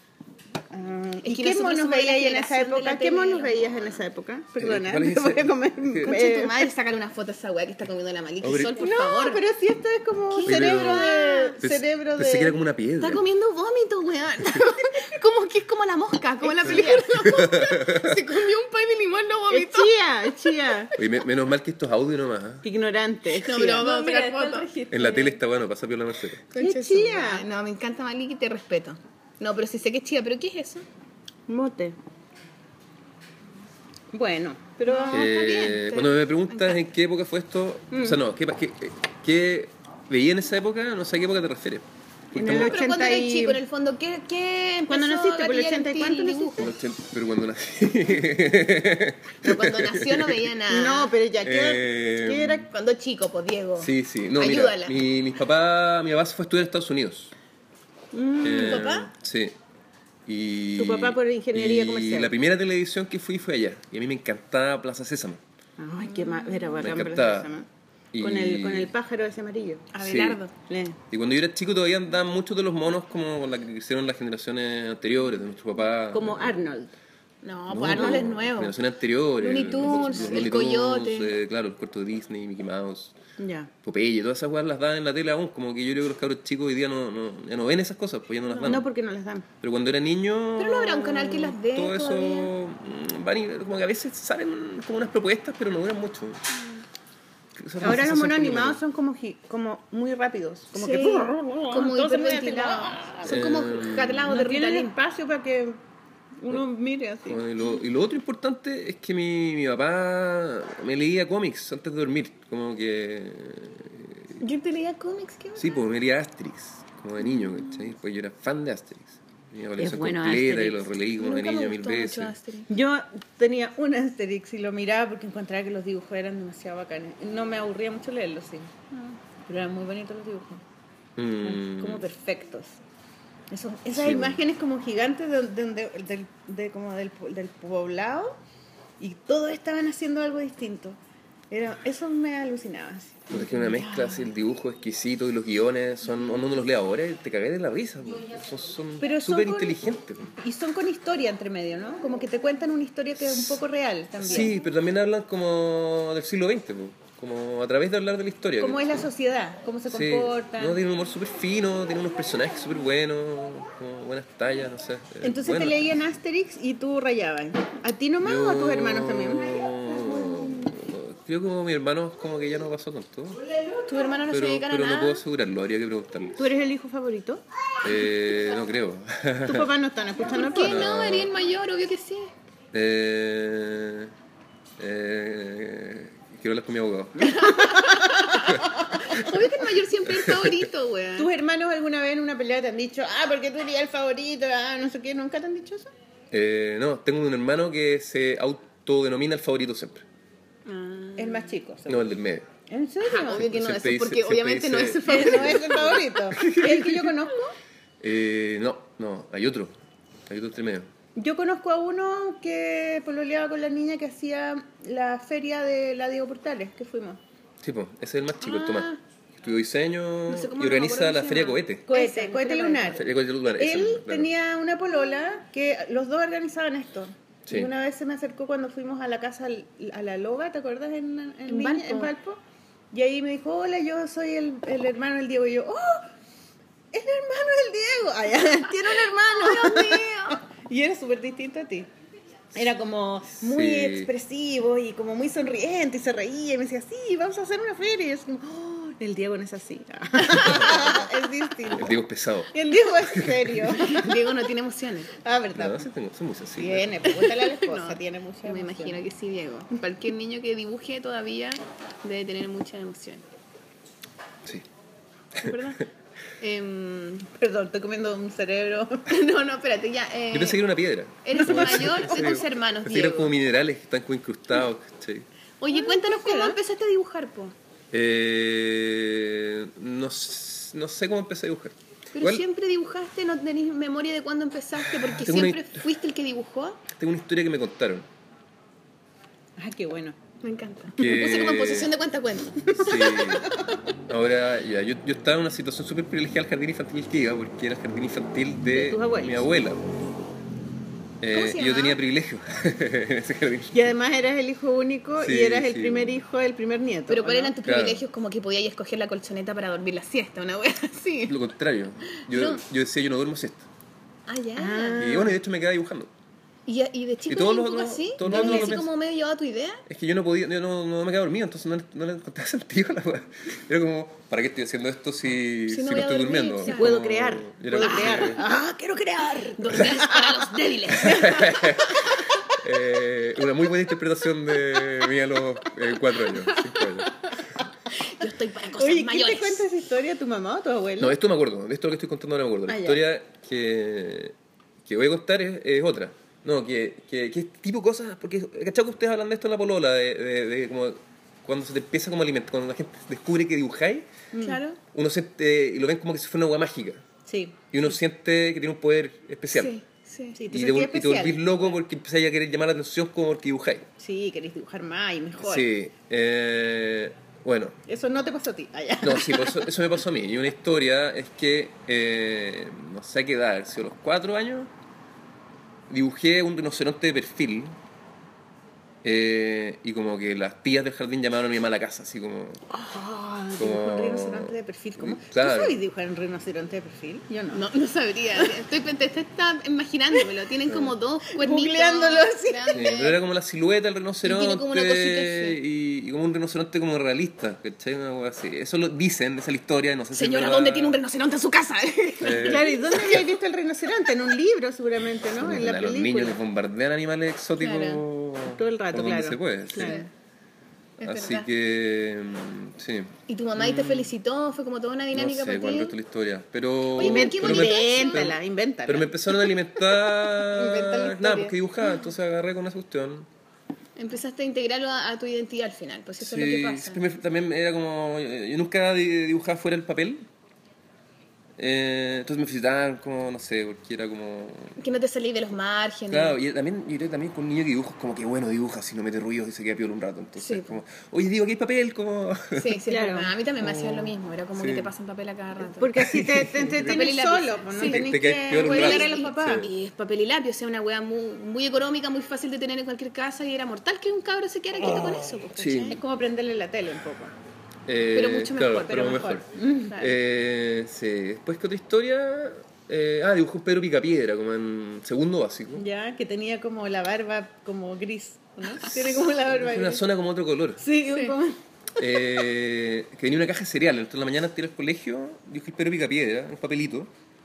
Ah, Es ¿Y que qué nosotros monos somos la veías en esa generación de la época? ¿Qué tele. monos veías en esa época? Perdona, ¿cuál es te voy ese? a comer... Conche eh, tu madre, sácale una foto a esa weá que está comiendo la Maliki Hombre. Sol, por no, favor. pero si esto es como Oye, cerebro pero- de... Pensé- cerebro de... Pensé que era como una piedra. Está comiendo vómito, weón. Como que es como la mosca, como la película de la mosca. Se comió un pay de limón, no Es vomitó. chía, es chía. Oye, me- menos mal que esto es audio nomás. ¿eh? Ignorante, es No, chía. pero vamos a mira, sacar está el fotos. registro. En la tele está bueno, pasa piola Mercedes. Concha ¡Qué su chía! madre. No, me encanta Maliki, te respeto. No, pero sí sé que es chía, pero ¿qué es eso? Mote. Bueno, pero... No. está Eh, bien, está cuando bien. me preguntas en qué época fue esto, o sea, no, ¿qué, qué, qué veía en esa época? No sé a qué época te refieres. En el Pero cuando ochenta eres y... chico, en el fondo, ¿qué, qué ¿Cuándo empezó naciste? a ¿Por el gatillar en ochenta y ti cuánto el naciste? dibujo? El ochenta pero cuando nací... Pero cuando nació no veía nada. No, pero ya, ¿qué, Eh, ¿qué era? Cuando chico, pues Diego. Sí, sí. No, Ayúdala. mira, mi, mis papás, mi papá se fue a estudiar a Estados Unidos. Mm, Eh, ¿Tu papá? Sí. Y, Tu papá por ingeniería y comercial. la primera televisión que fui fue allá. Y a mí me encantaba Plaza Sésamo. Ay, qué más, era bacán. Me pero encantaba. se llama. Y- Con, el, con el pájaro ese amarillo. Abelardo. Le- Y cuando yo era chico todavía andaban muchos de los monos como con la que hicieron las generaciones anteriores, de nuestro papá. Como Arnold. No, pues Arnold es nuevo. Generaciones anteriores. Looney los- Tunes, los el Looney Tunes, Coyote. eh, claro, el corto de Disney, Mickey Mouse, Ya. Popeye, todas esas cosas las dan en la tele aún. Como que yo creo que los cabros chicos hoy día no, no, ya no ven esas cosas, pues ya no las dan. No, porque no las dan. Pero cuando era niño. Pero no habrá un canal que las dé Todo eso. todavía. mm, Van y, como que a veces salen como unas propuestas, pero no duran mucho. Esa es la Ahora los sensación monos que yo animados tengo. son como, gi- como muy rápidos. Como Sí, que... como Todos se hiperventilados. Son como Eh, catalados No de tienen Ritalin. espacio para que uno mire así. Bueno, y, lo, y lo otro importante es que mi, mi papá me leía cómics antes de dormir. Como que. Yo te leía cómics, ¿qué? Sí, pues me leía Asterix, como de niño, ¿cachai? Pues yo era fan de Asterix. Tenía la colección bueno completa y Asterix. lo releí como de Nunca me niño mil gustó mucho veces. Asterix. Yo tenía un Asterix y lo miraba porque encontraba que los dibujos eran demasiado bacanes. No me aburría mucho leerlos, sí. Pero eran muy bonitos los dibujos. Mm, Como perfectos. Esos- esas Sí, imágenes como gigantes de, de- de- del, de- como del, del poblado y todos estaban haciendo algo distinto. Era, eso me alucinaba. así. es que una mezcla así, el dibujo exquisito y los guiones son. Uno los lee ahora y te cagué de la risa. po. Son Pero son súper con- inteligentes. po. Y son con historia entre medio, ¿no? Como que te cuentan una historia que es un poco real también. Sí, pero también hablan como del siglo veinte, po. Como a través de hablar de la historia. Cómo es la ¿cachai? sociedad, cómo se Sí, comportan. no, tiene un humor súper fino, tiene unos personajes súper buenos, como buenas tallas, no sé. eh, Entonces bueno. te leían Asterix y tú rayabas. ¿A ti nomás o a tus hermanos también? Creo que como mi hermano como que ya no pasó tanto. ¿Tus hermanos no se Pero, dedican pero a no puedo nada? asegurarlo, habría que preguntarle. ¿Tú eres el hijo favorito? Eh, no creo. Tus papás no están escuchando el ¿Qué? podcast. No, eres el mayor, obvio que sí. eh, eh, quiero hablar con mi abogado. Obvio que el mayor siempre es el favorito, weón. ¿Tus hermanos alguna vez en una pelea te han dicho, ah, porque tú eres el favorito, ah, no sé qué, nunca te han dicho eso? Eh, no, tengo un hermano que se autodenomina el favorito siempre. El más chico. seguro. No, el del medio. ¿En serio? Ah, obvio que no, Siempre eso, porque dice- obviamente no siempre es el dice- favorito. No es el favorito. ¿El que yo conozco? Eh, no, no, hay otro. Hay otro entre medio. Yo conozco a uno que pololeaba con la niña que hacía la feria de la Diego Portales, que fuimos. Sí, pues, ese es el más chico, el Ah. Tomás. Estudió diseño No sé cómo, y no me organiza acuerdo la cómo se Feria llama. Cohete. Cohete, Ese, cohete la lunar. Feria Cohete Lunar, ese Él mismo, claro. tenía una polola que los dos organizaban esto. Sí. Y una vez se me acercó cuando fuimos a la casa, al- a la Loga, ¿te acuerdas? En, en, En Viña, Valpo. en Valpo. Y ahí me dijo, hola, yo soy el, el hermano del Diego. Y yo, ¡oh! ¡El hermano del Diego! Ah, ya, tiene un hermano. ¡Dios mío! Y era súper distinto a ti. Era como muy Sí. expresivo y como muy sonriente y se reía y me decía, sí, vamos a hacer una feria. Y es como, oh, el Diego no es así. Es distinto. El Diego es pesado. El Diego es serio. Diego no tiene emociones. Ah, No, ¿verdad? sí tengo, son muy sensibles. Tiene, pregúntale a la esposa, No, tiene mucha Me emoción. imagino que sí, Diego. Cualquier niño que dibuje todavía debe tener mucha emoción. Sí. ¿Verdad? Em, Perdón, estoy comiendo un cerebro. no, no, espérate, ya. eh, Yo pensé que era una piedra. ¿Eres el mayor Sí. de tus hermanos, Pensé que eran como Diego? minerales que están como incrustados. ¿cachai? Oye, cuéntanos cómo ¿será? empezaste a dibujar, po. Eh, no, s- no sé cómo empecé a dibujar. Pero Igual siempre dibujaste, no tenés memoria de cuándo empezaste, porque Tengo una siempre fuiste el que dibujó. tengo una historia que me contaron. Ah, qué bueno. Me encanta. Que- Me puse como en posición de cuenta cuenta. Sí. Ahora, ya, yo, yo estaba en una situación súper privilegiada al jardín infantil que iba, porque era el jardín infantil de, De tus abuelos. mi abuela. Eh, ¿Cómo se y yo llamaba? tenía privilegio en ese jardín. Y además eras el hijo único Sí, y eras el sí. primer hijo, el primer nieto. Pero ¿o ¿cuáles no? eran tus Claro. privilegios? Como que podías escoger la colchoneta para dormir la siesta, una wea así. Lo contrario. Yo, No. yo decía, yo no duermo siesta. Ah, ya. Ah. Y bueno, y de hecho me quedaba dibujando. ¿Y, y de chico Y todos eras un los poco otros- así? todos los ¿Eras otros así lo como medio llevado a tu idea? Es que yo no podía, yo no, no me quedaba dormido, entonces no, le- no le encontraba sentido a la weá. Era como, ¿para qué estoy haciendo esto si, Si si no no, voy a estoy dormir, durmiendo? sí. Es Puedo como- crear, y era puedo como- crear. ¡Ah, quiero crear! Dormir es para los débiles. Eh, una muy buena interpretación de mí a los eh, cuatro años, cinco años. Yo estoy para cosas Oye, ¿quién mayores. te cuenta esa historia? ¿Tu mamá o tu abuelo? No, esto me acuerdo, de esto lo que estoy contando ahora me acuerdo. La Ah, ya. historia que, que voy a contar es, es otra. No, que, que, que este tipo de cosas, porque ¿cachai que ustedes hablan de esto en la polola? De, de, de como cuando se te empieza como a alimentar, cuando la gente descubre que dibujáis, Claro. uno siente, y lo ven como que si fuera una hueá mágica. Sí. Y uno siente que tiene un poder especial. Sí, sí. Sí, te Y te, sentís vol- y te especial. volvís loco porque empezáis a querer llamar la atención como porque dibujáis. Sí, querés dibujar más y mejor. Sí. Eh, bueno, Eso no te pasó a ti. Ah, ya. no, sí, pues eso, eso me pasó a mí. Y una historia es que, eh, no sé a qué edad, si a los cuatro años, dibujé un rinoceronte de perfil. Eh, y como que las tías del jardín llamaron a mi mamá a la casa, así como... Ah, Como- dibujó un rinoceronte de perfil. ¿Cómo? Claro. ¿Tú sabes dibujar un rinoceronte de perfil? Yo no. No, no sabría. Estoy, te, te está imaginándomelo. Tienen como dos cuernitos. Googleándolo así. Sí, grandes. pero era como la silueta del Y rinoceronte tiene como una cosita así. y, y como un rinoceronte como realista, ¿cachai? Una cosa así. Eso lo dicen, esa es la historia, no sé si es Señora, verdad. ¿dónde tiene un rinoceronte en su casa? Eh, Claro, ¿y dónde habías visto el rinoceronte? En un libro, seguramente, ¿no? En la a los película. niños les bombardean animales exóticos Claro. Todo el rato, por donde claro. se puede. sí. Claro. Es Así verdad. que, mm, sí, Y tu mamá ahí te felicitó, fue como toda una no dinámica sé para cuál es ti. el resto de la historia. Pero, Oye, Invent- qué pero, bonito me, eso. invéntala, invéntala. pero me empezaron a Inventa la alimentar. historia. Nada, porque dibujaba, entonces agarré con esa cuestión. Empezaste a integrarlo a, a tu identidad al final, pues eso Sí, es lo que pasa. siempre me- también era como. Yo nunca di- dibujaba fuera el papel. Eh, entonces me felicitaban como, no sé, porque era como... Que no te salís de los márgenes. Claro, y también, yo creo que también con un niño que dibuja, es como que bueno dibuja, si no mete ruidos y se queda piola un rato. Entonces, Sí. como, oye, digo, aquí hay papel, como... Sí, sí, Claro. claro. A mí también me hacían lo mismo, era como Sí. que te pasan papel a cada rato. Porque así te, te, te Papel y tienes lápiz. solo, pues no Sí. tenés Te que caes peor un poder rato. a los papás. Sí. Y es papel y lápiz, o sea, una weá muy, muy económica, muy fácil de tener en cualquier casa y era mortal que un cabro se quedara quieto con eso. Pues, Sí. ¿cachai? Es como prenderle la tele un poco. Eh, Pero mucho mejor, claro, pero mejor. Claro. Eh, sí, después que otra historia... Eh, ah, dibujó un Pedro Picapiedra, como en segundo básico. Ya, que tenía como la barba como gris, ¿no? Tiene como la barba Es una gris. zona como otro color. Sí, Sí. como... Eh, que tenía una caja de cereal. Entonces, en la mañana tiré al colegio, dibujé Pedro Picapiedra, un papelito.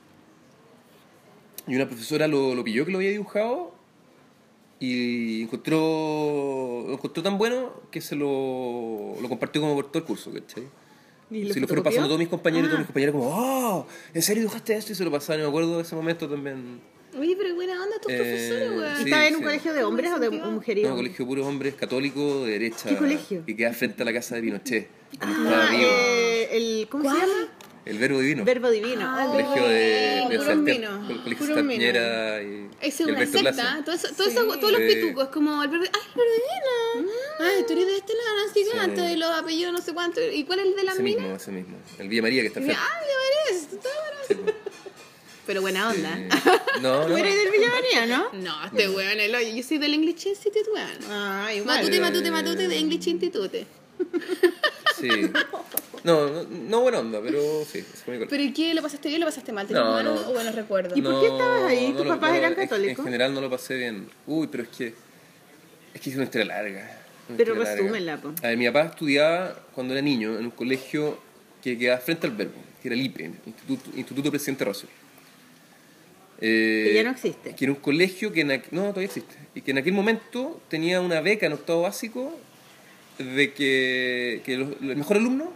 Y una profesora lo, lo pilló que lo había dibujado y encontró, lo encontró tan bueno que se lo, lo compartió como por todo el curso, ¿cachai? ¿Y Si lo fueron fotocopió? pasando todos mis compañeros y todos Ah. mis compañeros como, ¡oh! ¿En serio dibujaste esto? Y se lo pasaban y me acuerdo de ese momento también. Oye, pero buena onda tus Eh, profesores, ¿Y weón. sí. estaba en un colegio de hombres o de sentido? mujeres? No, colegio de puros hombres católicos de derecha. ¿Qué colegio? Que queda frente a la casa de Pinochet. cuando estaba Ah, vivo. eh, el, ¿cómo ¿Cuál? se llama? El Verbo Divino. Verbo Divino. Ah, Oh, Colegio de, Puro de Sebastián- vino. el colegio Puro Santa vino. Piñera y, Esa es y una Alberto secta, Plaza. ¿eh? todo eso, todo eso- todos los Sí. pitucos, como el verde, ay, el verde Ay, tú eres de este lado, así que antes de los apellidos no sé cuánto. ¿Y cuál es el de las Ese minas? mismo, ese mismo. El Villa María que está Y al mira, frente. ah, ya verás, todo Sí, pues. pero buena onda. Eh, no, Tú no. eres del Villamaría, ¿no? No, este weón, el hoyo. Yo soy del English Institute, weón. Ah, igual. Matute, Eh, matute, matute de English Institute. Sí. No, no, no buena onda, pero sí. ese fue mi colegio. ¿Pero y qué? ¿Lo pasaste bien? ¿Lo pasaste mal? ¿Tenías No, malos no. o buenos recuerdos? ¿Y por qué estabas ahí? ¿Tus lo- papás no, eran en- católicos? En general no lo pasé bien. Uy, pero es que. Es que es una historia larga. una Pero historia larga. resúmenla, po. A ver, mi papá estudiaba cuando era niño en un colegio que quedaba frente al Verbo, que era el I P E, Instituto, Instituto Presidente Russell. Eh, Que ya no existe. Que era un colegio que en aqu- no, todavía existe. Y que en aquel momento tenía una beca en octavo básico de que, que los- el mejor alumno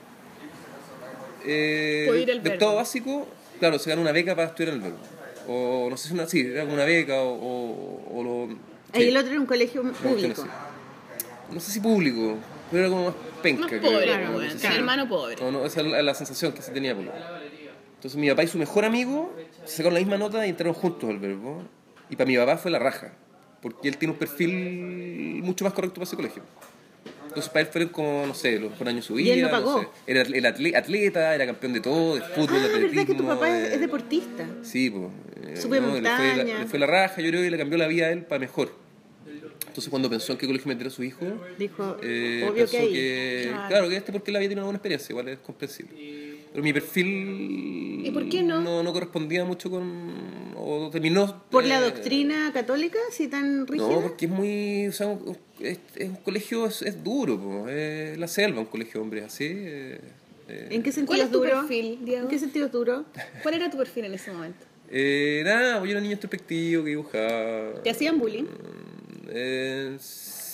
eh, Puede ir al de octavo Verbo. básico, claro, se gana una beca para estudiar en el Verbo. O no sé si una, sí, era como una beca o, o, o lo... Ahí sí, el otro era un colegio no, público. sí. No sé si público, pero era como más penca. Más creo, pobre, no claro, weón. sé si- Sí, hermano pobre. no, no, esa es la, la sensación que se tenía por lo menos. Entonces mi papá y su mejor amigo sacaron la misma nota y entraron juntos al Verbo. Y para mi papá fue la raja, porque él tiene un perfil mucho más correcto para ese colegio. Entonces para él fueron como, no sé, los mejores años de su Y vida. él no no pagó. sé. Era el atle- atleta, era campeón de todo, de fútbol, Ah, de atletismo. verdad que tu papá es, de- es deportista. Sí, pues. Sube le, fue la, montaña. le fue la raja, yo creo que le cambió la vida a él para mejor. Entonces cuando pensó en qué colegio meter a su hijo, Dijo, eh, obvio pensó que ahí. que, Claro. claro, que este porque él había tenido una buena experiencia, igual es comprensible. Pero mi perfil ¿Y por qué no? no, no correspondía mucho con... o terminó... ¿Por la eh, doctrina católica, si tan rígida? No, porque es muy... O sea, un- es, es un colegio, es, es duro, po, es la selva, un colegio de hombres así. eh, eh, ¿En qué sentido ¿Cuál es es tu duro? perfil, Diego? ¿En qué sentido es duro? ¿Cuál era tu perfil en ese momento? eh, nada, yo era un niño introspectivo que dibujaba... ¿Te hacían bullying? Eh, sí,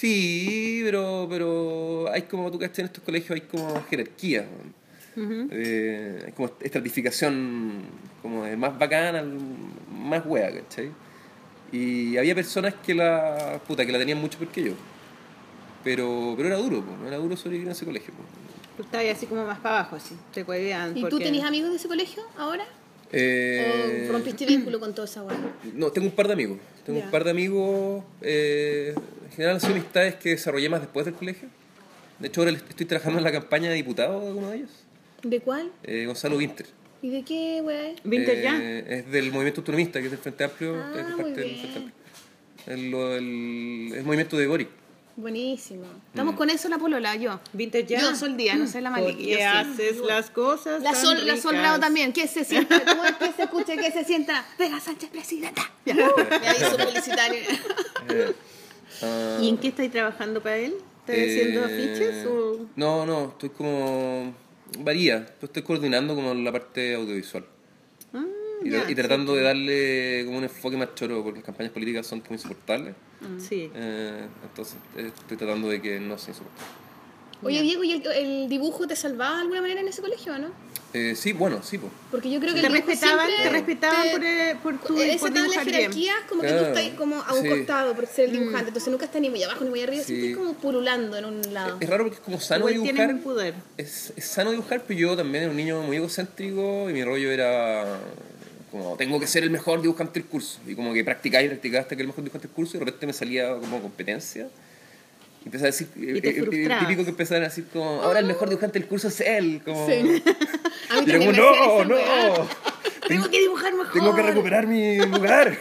Sí, pero, pero hay como, tú cachai, en estos colegios hay como jerarquías. Uh-huh. eh, hay como estratificación como de más bacana al más wea, ¿cachai? Y había personas que la puta que la tenían mucho peor que yo. Pero, pero era duro, po, era duro sobrevivir en ese colegio. Po. Tú estabas así como más para abajo, así, te cuidaban. ¿Y porque... tú tenías amigos de ese colegio ahora? Eh... ¿O rompiste vínculo con toda esa weá? No, tengo un par de amigos. Tengo yeah. un par de amigos. Eh, en general han sido amistades que desarrollé más después del colegio. De hecho, ahora estoy trabajando en la campaña de diputado de uno de ellos. ¿De cuál? Eh, Gonzalo Winter. ¿Y de qué, güey? ¿Winter eh, ya? Es del movimiento autonomista, que es del Frente Amplio. Ah, es muy parte bien. del Frente Amplio. El, el, el movimiento de Boric. Buenísimo. Estamos Mm. con eso la polola, yo. ¿Vintage ya? Yo Sol Díaz, no sé la ¿Por Maliki. qué haces las cosas La tan Sol, la Sol ricas? Bravo también. ¿Qué se sienta? ¿Cómo es que se escuche? ¿Qué se sienta? Vega Sánchez, presidenta. Ya, ya hizo publicitario. Eh, ah, ¿Y en qué estáis trabajando para él? ¿Estás eh, haciendo afiches o...? No, no, estoy como... Varía, yo estoy coordinando como la parte audiovisual. Ah, Y, ya, y tratando sí, de darle como un enfoque más choro, porque las campañas políticas son como insoportables. Sí. Eh, entonces eh, estoy tratando de que no sea insoportable. Oye, Diego, ¿y el, el dibujo te salvaba de alguna manera en ese colegio o no? Eh, sí, bueno, sí, pues. Porque yo creo que ¿Te el dibujo respetaban, siempre te respetaban te- por, eh, por tu esa por tabla de dibujar bien? jerarquías, como que Claro, tú estás como a un sí. costado por ser el dibujante, entonces nunca estás ni muy abajo ni muy arriba, Sí. siempre es como pululando en un lado. Es raro porque es como sano Igual tienes dibujar. un poder. Es, es sano dibujar, pero yo también era un niño muy egocéntrico y mi rollo era como tengo que ser el mejor dibujante del curso. Y como que practicaba y practicaba hasta que el mejor dibujante del curso y de repente me salía como competencia. Y empezaba a decir, Y te eh, eh, frustrabas. típico que empezaban a decir como, ahora el mejor dibujante del curso es él. Como, Sí. A mí y yo también como, me no, hacía esa no, weá. tengo, Tengo que dibujar mejor. tengo que recuperar mi lugar.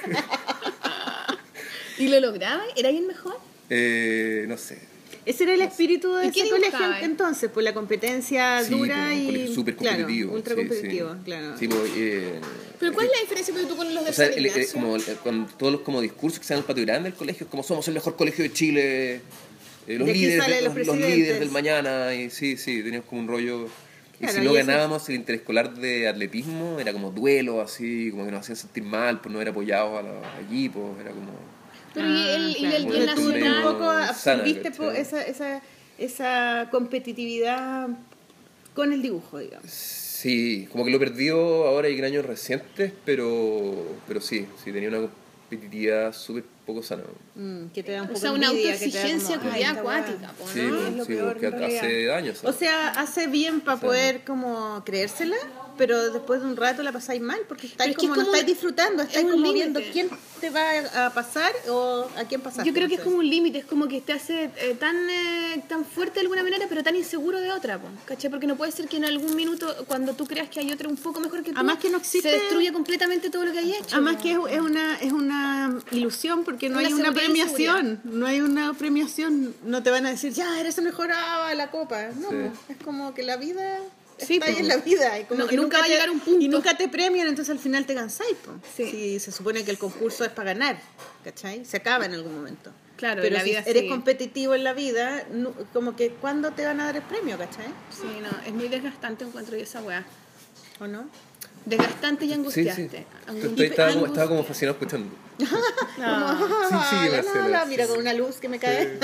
¿Y lo lograba? ¿Era bien mejor? eh, no sé. Ese era el espíritu de ¿Y qué ese colegio dibujaba, eh? entonces, pues la competencia Sí, dura pues, un y colegio súper competitivo. claro, ultra sí, competitivo, sí. claro. Sí, pues, eh, ¿Pero cuál es la diferencia entre tú con los de O sea, San el- el- Ignacio? como el- con todos los como discursos que se dan en el patio grande del colegio, es como somos el mejor colegio de Chile, eh, los, De aquí líderes, salen de- los los, los presidentes. líderes del mañana, y sí, sí, teníamos como un rollo. Y Claro, si no y eso- ganábamos el interescolar de atletismo, era como duelo, así, como que nos hacían sentir mal por no haber apoyado a los equipos, era como... Pero y el, y claro. el, y el Entonces tú medio nacional... un poco sana, absorbiste po- ¿cachai? esa, esa, esa competitividad con el dibujo, digamos. Sí, como que lo perdió ahora y en años recientes, pero, pero sí, sí, tenía una competitividad súper poco sana. Mm, que te da un O poco sea, una envidia, que te da autoexigencia como, culiá "Ay, esta weá". acuática, po, Sí, ¿no? pues, es lo sí, peor, porque en realidad. hace daños. O sea, hace bien para Sí. poder como creérsela, pero después de un rato la pasáis mal porque estáis Pero es que como, es no como estáis un- disfrutando, es estáis un como límite. viendo quién te va a pasar o a quién pasaste. Yo creo que es no sé. como un límite, es como que te hace eh, tan eh, tan fuerte de alguna manera, pero tan inseguro de otra, po, ¿cachai? Porque no puede ser que en algún minuto, cuando tú creas que hay otro un poco mejor que tú, Además que no existe- se destruya completamente todo lo que hay hecho. Además po. que es, es una es una ilusión porque no Una hay una seguridad y premiación, no hay una premiación, no te van a decir ya eres el mejor a la copa, no, Sí. es como que la vida Sí, está ahí po. en la vida y como No, que nunca va a te- llegar un punto. y nunca te premian, entonces al final te cansáis, po. Sí. Si se supone que el concurso es para ganar, ¿cachai? Se acaba en algún momento. Claro, pero la si vida eres sigue. competitivo en la vida, no- como que ¿cuándo te van a dar el premio, cachai? Sí, no, es muy desgastante encuentro yo esa weá. ¿O no? Desgastante y Sí, sí. angustiante. Estoy- estoy- estaba, como, estaba como Angustia. fascinado escuchando. No. Sí, sí, Ah, Marcela, no, la sí. mira con una luz que me cae.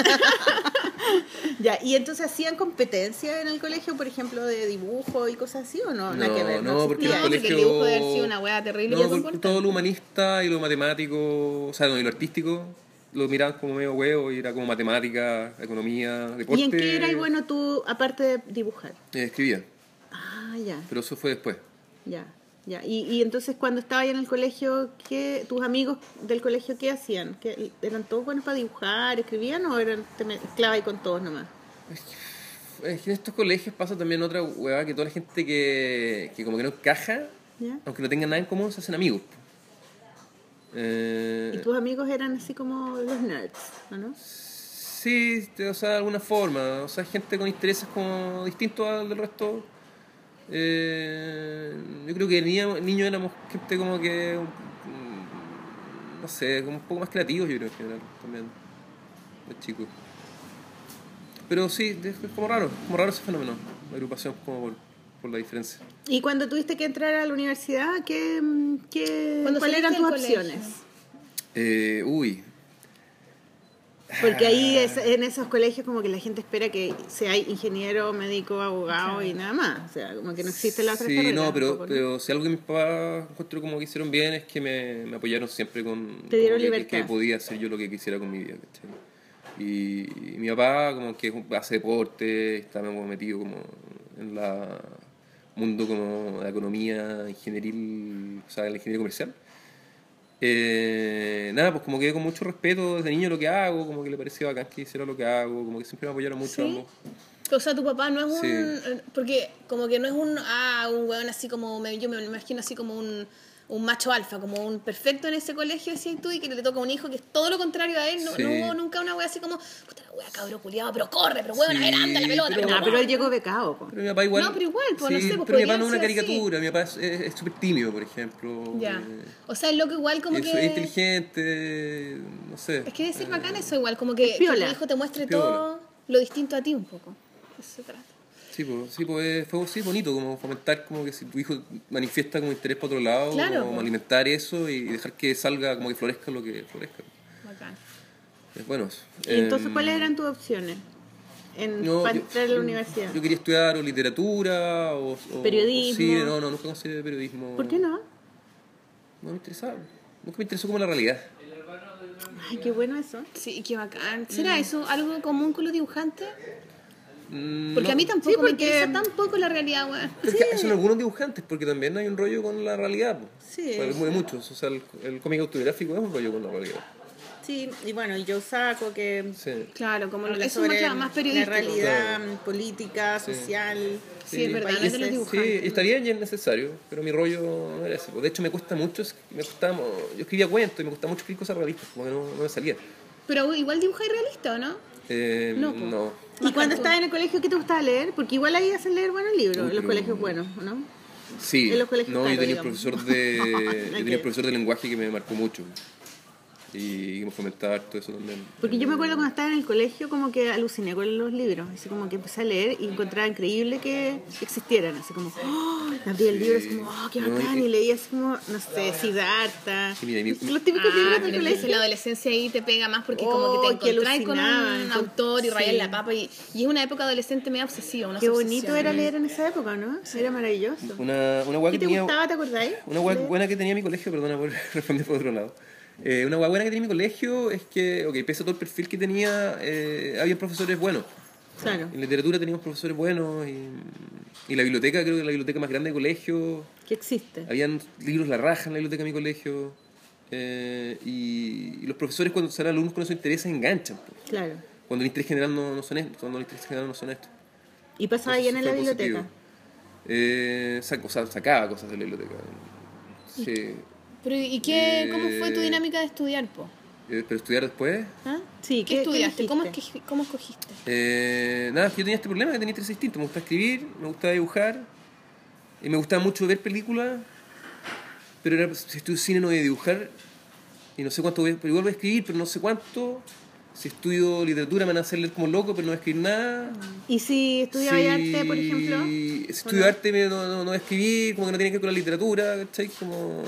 Ya, y entonces hacían competencia en el colegio, por ejemplo, de dibujo y cosas así, o no? Nada No, que ver. no, porque No, el porque colegio... el dibujo debe haber sido una weá terrible. No, y por- desconfortante. todo lo humanista y lo matemático, o sea, no, y lo artístico, lo miraban como medio huevo y era como matemática, economía, deporte. ¿Y en qué eras bueno tú, aparte de dibujar? Eh, escribía, Ah, ya, pero eso fue después. ya, ya. Y, y entonces cuando estabas ahí en el colegio, ¿qué, tus amigos del colegio qué hacían? ¿Qué, ¿Eran todos buenos para dibujar, escribían o eran, te mezclabas ahí con todos nomás? Es que en estos colegios pasa también otra hueá, que toda la gente que, que como que no encaja, ¿Ya? aunque no tengan nada en común, se hacen amigos. Eh, ¿Y tus amigos eran así como los nerds, ¿o no? Sí, o sea, de alguna forma. O sea, gente con intereses como distintos al del resto. Eh, yo creo que de niño, niño éramos gente como que, mm, no sé, como un poco más creativos, yo creo, en general, también, de chicos. Pero sí, es como raro, como raro ese fenómeno, la agrupación, como por, por la diferencia. Y cuando tuviste que entrar a la universidad, ¿qué, qué, Cuando ¿cuáles eran saliste tus del colegio. opciones? Eh, uy. Porque ahí es, en esos colegios como que la gente espera que sea ingeniero, médico, abogado y nada más. O sea, como que no existe la otra Sí, carrera. no, pero, tampoco, ¿no? pero si algo que mis papás encuentro como que hicieron bien es que me, me apoyaron siempre con... Te dieron como que- libertad. Que, podía hacer yo lo que quisiera con mi vida, ¿cachai? Y, y mi papá como que hace deporte, está como metido como en la mundo como de la economía ingenieril, o sea, en la ingeniería comercial. Eh, nada, pues como que con mucho respeto desde niño lo que hago, como que le parecía bacán que hiciera lo que hago, como que siempre me apoyaron mucho ¿Sí? ambos. O sea, tu papá no es un... Sí. eh, Porque como que no es un... Ah, un weón así como... me- Yo me imagino así como un, un macho alfa, como un perfecto en ese colegio, decías tú, y que le toca un hijo que es todo lo contrario a él. No, Sí. no hubo nunca una wea así como... Puta la wea, cabro culiado, pero corre, pero weón, a ver, Sí, anda la pelota. pero- pero No, pero él llegó becado. Po. Pero mi papá igual... No, pero igual, pues, no sí, sé, pues, pero mi papá podría no es una ser así. caricatura, mi papá es es- es súper tímido, por ejemplo. Ya. eh, O sea, el loco igual como es, que... es inteligente, no sé. Es que decir eh, bacán eso igual, como que, Es que piola. tu hijo te muestre Piola. todo lo distinto a ti un poco. Eso se trata. Sí, pues, sí, pues eh, fue sí, bonito como fomentar como que si tu hijo manifiesta como interés para otro lado, Claro, como pues. alimentar eso y dejar que salga, como que florezca lo que florezca. Bacán. Es bueno. eso. ¿Y entonces Em, cuáles eran tus opciones en, no, para yo- entrar a la universidad? Yo quería estudiar o literatura o, o Periodismo. o cine, no, no, nunca consideré periodismo. ¿Por qué no? No me interesaba. Nunca me interesó como la realidad. Ay, qué bueno eso. Sí, qué bacán. ¿Será eso algo común con los dibujantes? Mm, Porque no. a mí tampoco Sí, me porque- interesa tampoco la realidad, weón. Pero es que son algunos dibujantes, porque también hay un rollo con la realidad. Po. Sí. Pues, muy muchos. O sea, el, el cómic autobiográfico es un rollo con la realidad. Sí, y bueno, y yo saco que Sí. Claro, como habla eso es sobre más, más periodístico. la realidad Claro. política, Sí. social. Sí, es verdad, no es de los países. dibujantes. Sí, está bien y es necesario, pero mi rollo no era ese. De hecho, me cuesta mucho, me costaba, yo escribía cuentos y me costaba mucho escribir cosas realistas, como que no, no me salía. Pero igual dibujáis realista, ¿o no? Eh, No, po. no. ¿Y cuando estabas en el colegio qué te gustaba leer? Porque igual ahí hacen leer buenos libros, Uy, en los pero- colegios buenos, ¿no? Sí, En los colegios no, yo caros, tenía un digamos. profesor de, yo Nada tenía que- un profesor de lenguaje que me marcó mucho y me fomentaba harto eso también. Porque yo me acuerdo cuando estaba en el colegio como que aluciné con los libros, así como que empecé a leer y encontraba increíble que existieran, así como, oh, abrí el Sí. libro, así como, oh, qué No, bacán, y- y leía así como, no sé, Siddhartha, Sí, mira, mi- los típicos Ah, libros del pero colegio. entonces la adolescencia ahí te pega más porque como Oh, que te que encontrás con un alucinaban, con- autor y rayas sí. la papa y, y es una época adolescente medio obsesiva, una Qué obsesión. bonito era leer en esa época, ¿no? Era maravilloso. Una, una guay ¿Qué que te tenía, gustaba, te acordáis? una guay Leer. buena que tenía mi colegio, perdona por responder por otro lado. Eh, una guay buena que tenía mi colegio es que, ok, pese a todo el perfil que tenía, eh, había profesores buenos. Claro, En literatura teníamos profesores buenos y, y la biblioteca, creo que la biblioteca más grande del colegio. que existe. Habían libros la raja en la biblioteca de mi colegio. eh, y, y los profesores cuando salen alumnos con eso interés se enganchan. Po. Claro. Cuando el interés general no, no son estos, cuando el interés general no son estos. ¿Y pasaba Entonces, bien en la fue biblioteca? positivo. Eh, sac- o sea, sacaba cosas de la biblioteca. Sí. Pero ¿y qué, Eh, cómo fue tu dinámica de estudiar, po? Eh, pero estudiar después. ¿Ah? Sí, ¿Qué, ¿qué- estudiaste? qué ¿Cómo, elegiste? esque- ¿Cómo escogiste? Eh, nada, yo tenía este problema que tenía tres distintos. Me gustaba escribir, me gustaba dibujar. Y me gustaba mucho ver películas. Pero era, si estudio cine no voy a dibujar. Y no sé cuánto voy a... Pero igual voy a escribir, pero no sé cuánto. Si estudio literatura me van a hacer leer como loco, pero no voy a escribir nada. ¿Y si estudiaba Si- arte, por ejemplo? Si estudio no? arte me- no, no, no voy a escribir, como que no tiene que ver con la literatura, ¿cachai? Como...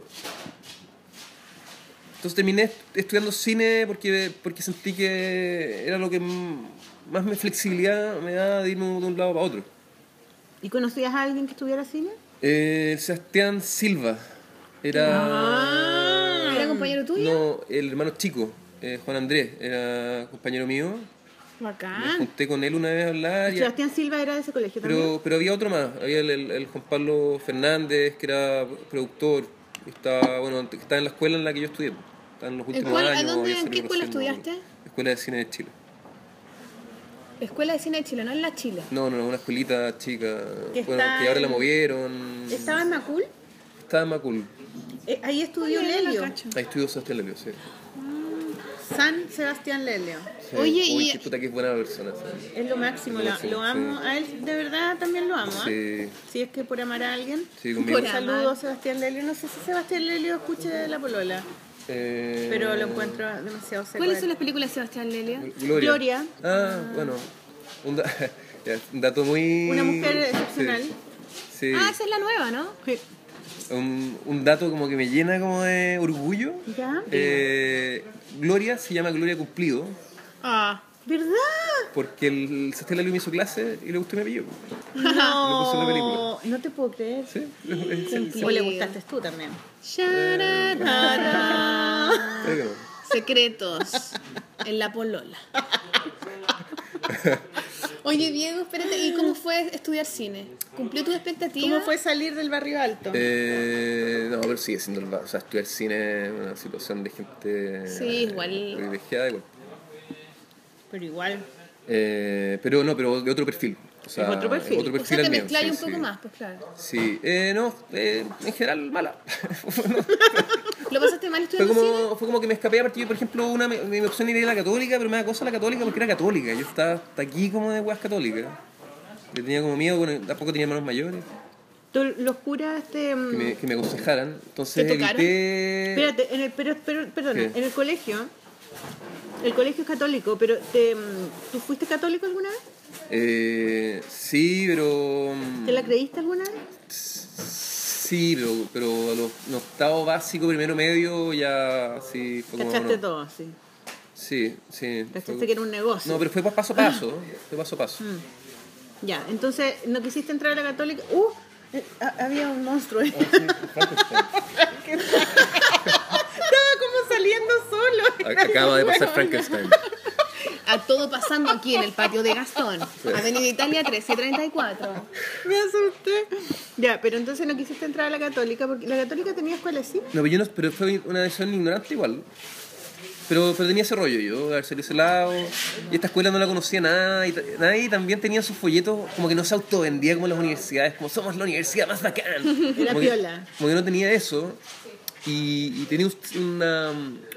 Entonces terminé estudiando cine porque, porque sentí que era lo que m- más me flexibilidad me da de irme de un lado para otro. ¿Y conocías a alguien que estudiara cine? Eh, Sebastián Silva era... Ah. ¿Era compañero tuyo? No, el hermano chico, eh, Juan Andrés, era compañero mío. Me Bacán. junté con él una vez a hablar. y- Sebastián Silva era de ese colegio también. Pero, pero había otro más, había el, el- el Juan Pablo Fernández, que era productor, estaba, bueno, que estaba en la escuela en la que yo estudié, estaba en los últimos cuál- a años. dónde- había en qué salido escuela recién, estudiaste? ¿no? Escuela de Cine de Chile. Escuela de Cine de Chile, no en la Chile. No, no, no, una escuelita chica, Que bueno, está que ahora la en- movieron. ¿Estaba en Macul? Estaba en Macul, Eh, ahí estudió Oye, no la Lelio. cacho. ahí estudió Sebastián Lelio, sí. San Sebastián Lelio. Sí. Oye, Uy, y- qué puta que es buena persona. sí. Es lo máximo, Lo lo, máximo, lo amo. sí. A él de verdad también lo amo. ¿ah? Sí, Si es que por amar a alguien. sí, conmigo. Por Un amar. saludo a Sebastián Lelio. No sé si Sebastián Lelio escuche la polola, Eh, pero lo encuentro demasiado seco. ¿Cuáles son las películas de Sebastián Lelio? Gloria. Gloria. Ah, bueno, un, da- ya, un dato muy... Una mujer excepcional. Sí. Sí. Ah, esa es la nueva, ¿no? Un, un dato como que me llena como de orgullo. ¿Ya? Eh, Gloria se llama Gloria Cumplido Ah, ¿Verdad? Porque el Sebastián Lalú me hizo clase y le gustó mi apellido. No, Lo puso en la película. no te puedo creer. ¿Sí? Es- es- es- O le gustaste tú también. Shararara. creo que no. Secretos en la polola. Oye, Diego, espérate, ¿y cómo fue estudiar cine? ¿Cumplió tus expectativas? ¿Cómo fue salir del barrio alto? Eh, no, pero sigue siendo el bar. O sea, estudiar cine es una situación de gente Sí, igual. privilegiada. Igual. Pero igual. Eh, pero no, pero de otro perfil. O sea, Es otro perfil. Otro O perfil sea, te al mío, mezcláis sí, un poco sí. más, pues claro. Sí, eh, no, eh, en general mala. ¿Lo pasaste mal Fue estudiando cine? como, fue como que me escapé a partir, por ejemplo, una, mi, mi opción era ir a la católica, pero me da cosa la católica porque era católica. Yo estaba hasta aquí como de weas católicas. Yo tenía como miedo, bueno, tampoco tenía hermanos mayores Tú, los curas te... que me, que me aconsejaran. Entonces ¿Te tocaron? evité... Espérate, en el, pero, pero, perdona, ¿Qué? en el colegio, el colegio es católico, pero te, ¿tú fuiste católico alguna vez? Eh, sí, pero... ¿Te la creíste alguna vez? Sí, pero, pero a los en octavo básico, primero medio, ya sí fue como... Cachaste no. todo, sí. Sí, sí. Cachaste fue- que era un negocio. No, pero fue paso a paso, fue paso a paso. Ya, entonces, ¿no quisiste entrar a la católica? ¡Uh! eh, ha- había un monstruo ahí. Estaba como saliendo solo. A- Acaba de pasar Frankenstein. A todo pasando aquí en el patio de Gastón. Avenida Italia trece treinta y cuatro. Me asusté. Ya, pero entonces no quisiste entrar a la católica, porque la católica tenía escuela así. No, pero, yo no, pero fue una decisión ignorante igual. Pero, pero tenía ese rollo yo, de haber salido ese lado. Y esta escuela no la conocía nada. Y ta- nadie también tenía sus folletos, como que no se autovendía como las universidades, como somos la universidad más bacán. Era Como que- piola. Como que no tenía eso. Y, y tenía una,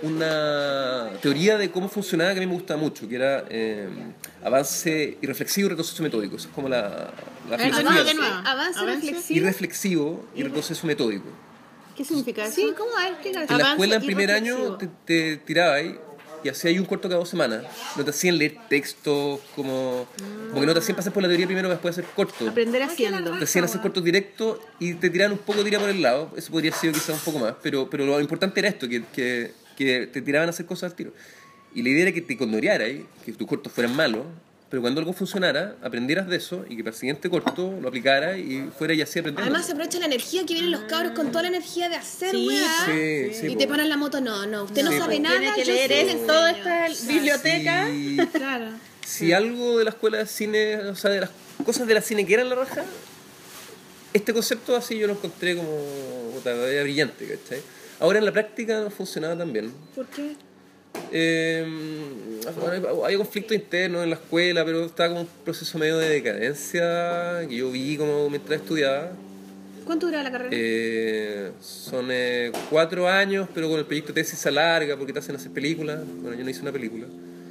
una teoría de cómo funcionaba que a mí me gustaba mucho, que era eh, avance irreflexivo y retroceso metódico. Eso es como la, la Ah, filosofía. no, Avance, de nuevo. avance Avance. reflexivo. Irreflexivo y retroceso metódico. ¿Qué significa eso? Sí, ¿cómo? A ver, explícame. En la Avance escuela en y primer reflexivo. año te, te tirabas ahí y hacías ahí un corto cada dos semanas. No te hacían leer textos, como, como que no te hacían pasar por la teoría primero para después hacer corto. Aprender Ay, qué haciendo. la Te hacían hacer cortos directos y te tiraban un poco de tira por el lado. Eso podría ser quizás un poco más, pero, pero lo importante era esto, que, que, que te tiraban a hacer cosas al tiro. Y la idea era que te condorearas, que tus cortos fueran malos, pero cuando algo funcionara, aprendieras de eso y que para el siguiente corto lo aplicaras y fuera y así aprendiendo. Además se aprovecha la energía que vienen los cabros con toda la energía de hacer, Sí, weá. sí, sí, y po. te paran la moto, no, no, usted no Sí, sabe po. nada, Tiene que yo leer sí le en toda enseño. esta biblioteca. Sí. Claro. Si algo de la escuela de cine, o sea, de las cosas de la cine que eran la raja, este concepto así yo lo encontré como puta, era brillante, ¿cachai? Ahora en la práctica no funcionaba tan bien. ¿Por qué? Eh, bueno, hay conflictos internos en la escuela, pero estaba como un proceso medio de decadencia que yo vi como mientras estudiaba. ¿Cuánto duraba la carrera? Eh, son eh, cuatro años, pero con el proyecto de tesis se alarga porque te hacen hacer películas. Bueno, yo no hice una película.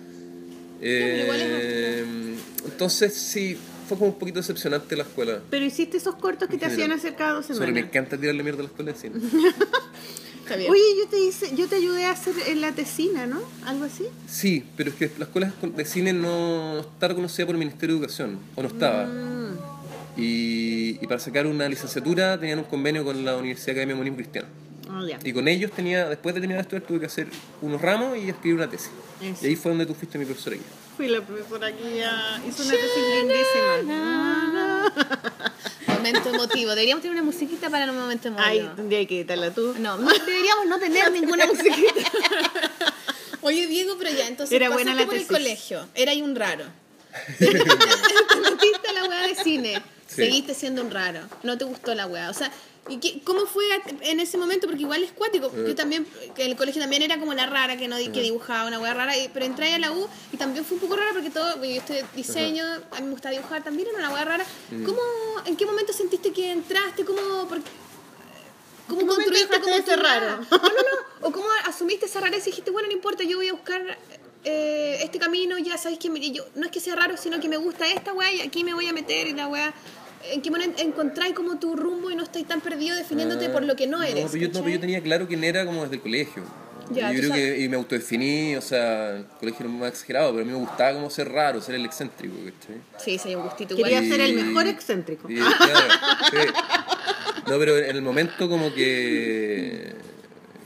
pero igual es Eh, entonces sí, fue como un poquito decepcionante la escuela. Pero hiciste esos cortos que En te hacían general. hacer cada dos Sobre me semanas. encanta tirarle mierda a la escuela de cine. Está bien. Oye, yo te hice, yo te ayudé a hacer en la tesina, ¿no? Algo así. Sí, pero es que la escuela de cine no está reconocida por el Ministerio de Educación, o no estaba. Mm. Y, y para sacar una licenciatura tenían un convenio con la Universidad Academia Monismo Cristiano. Oh, ya. Y con ellos tenía, después de terminar de estudiar, tuve que hacer unos ramos y escribir una tesis. Eso. Y ahí fue donde tú fuiste mi profesora guía. Fui la profesora que ya hizo una tesis lindísima. Momento emotivo. Deberíamos tener una musiquita para un momento emotivo. Ay, tendría que quitarla tú. No, no, deberíamos no tener ninguna musiquita. Oye, Diego, pero ya, entonces Era pasaste buena la por el tesis. colegio. Era ahí un raro. Te metiste a la weá de cine. Sí. Seguiste siendo un raro. No te gustó la weá. O sea, ¿y qué- ¿cómo fue en ese momento? Porque igual es cuático. Yo también, que en el colegio también era como la rara, que no di- que dibujaba una weá rara. y- Pero entré a la U y también fue un poco rara porque todo, yo estudié diseño, a mí me gusta dibujar también, era una weá rara. ¿Cómo, en qué momento sentiste que entraste? ¿Cómo, por- ¿Cómo ¿En qué momento construiste dejaste como de tu ser weá? raro? No, no, no. O cómo asumiste esa rareza y dijiste, bueno, no importa, yo voy a buscar eh, este camino, ya sabéis que me- yo, no es que sea raro, sino que me gusta esta weá y aquí me voy a meter y la weá. ¿En qué momento encontráis como tu rumbo y no estáis tan perdido definiéndote por lo que no eres? No, pero yo, no, pero yo ¿cachai? tenía claro quién era como desde el colegio. Ya, Y tú yo creo sabes. que y me autodefiní, o sea, el colegio era más exagerado, pero a mí me gustaba como ser raro, ser el excéntrico, ¿cachai? Sí, sí, hay un gustito igual. Quería ser el mejor excéntrico. Y, claro, sí. No, pero en el momento como que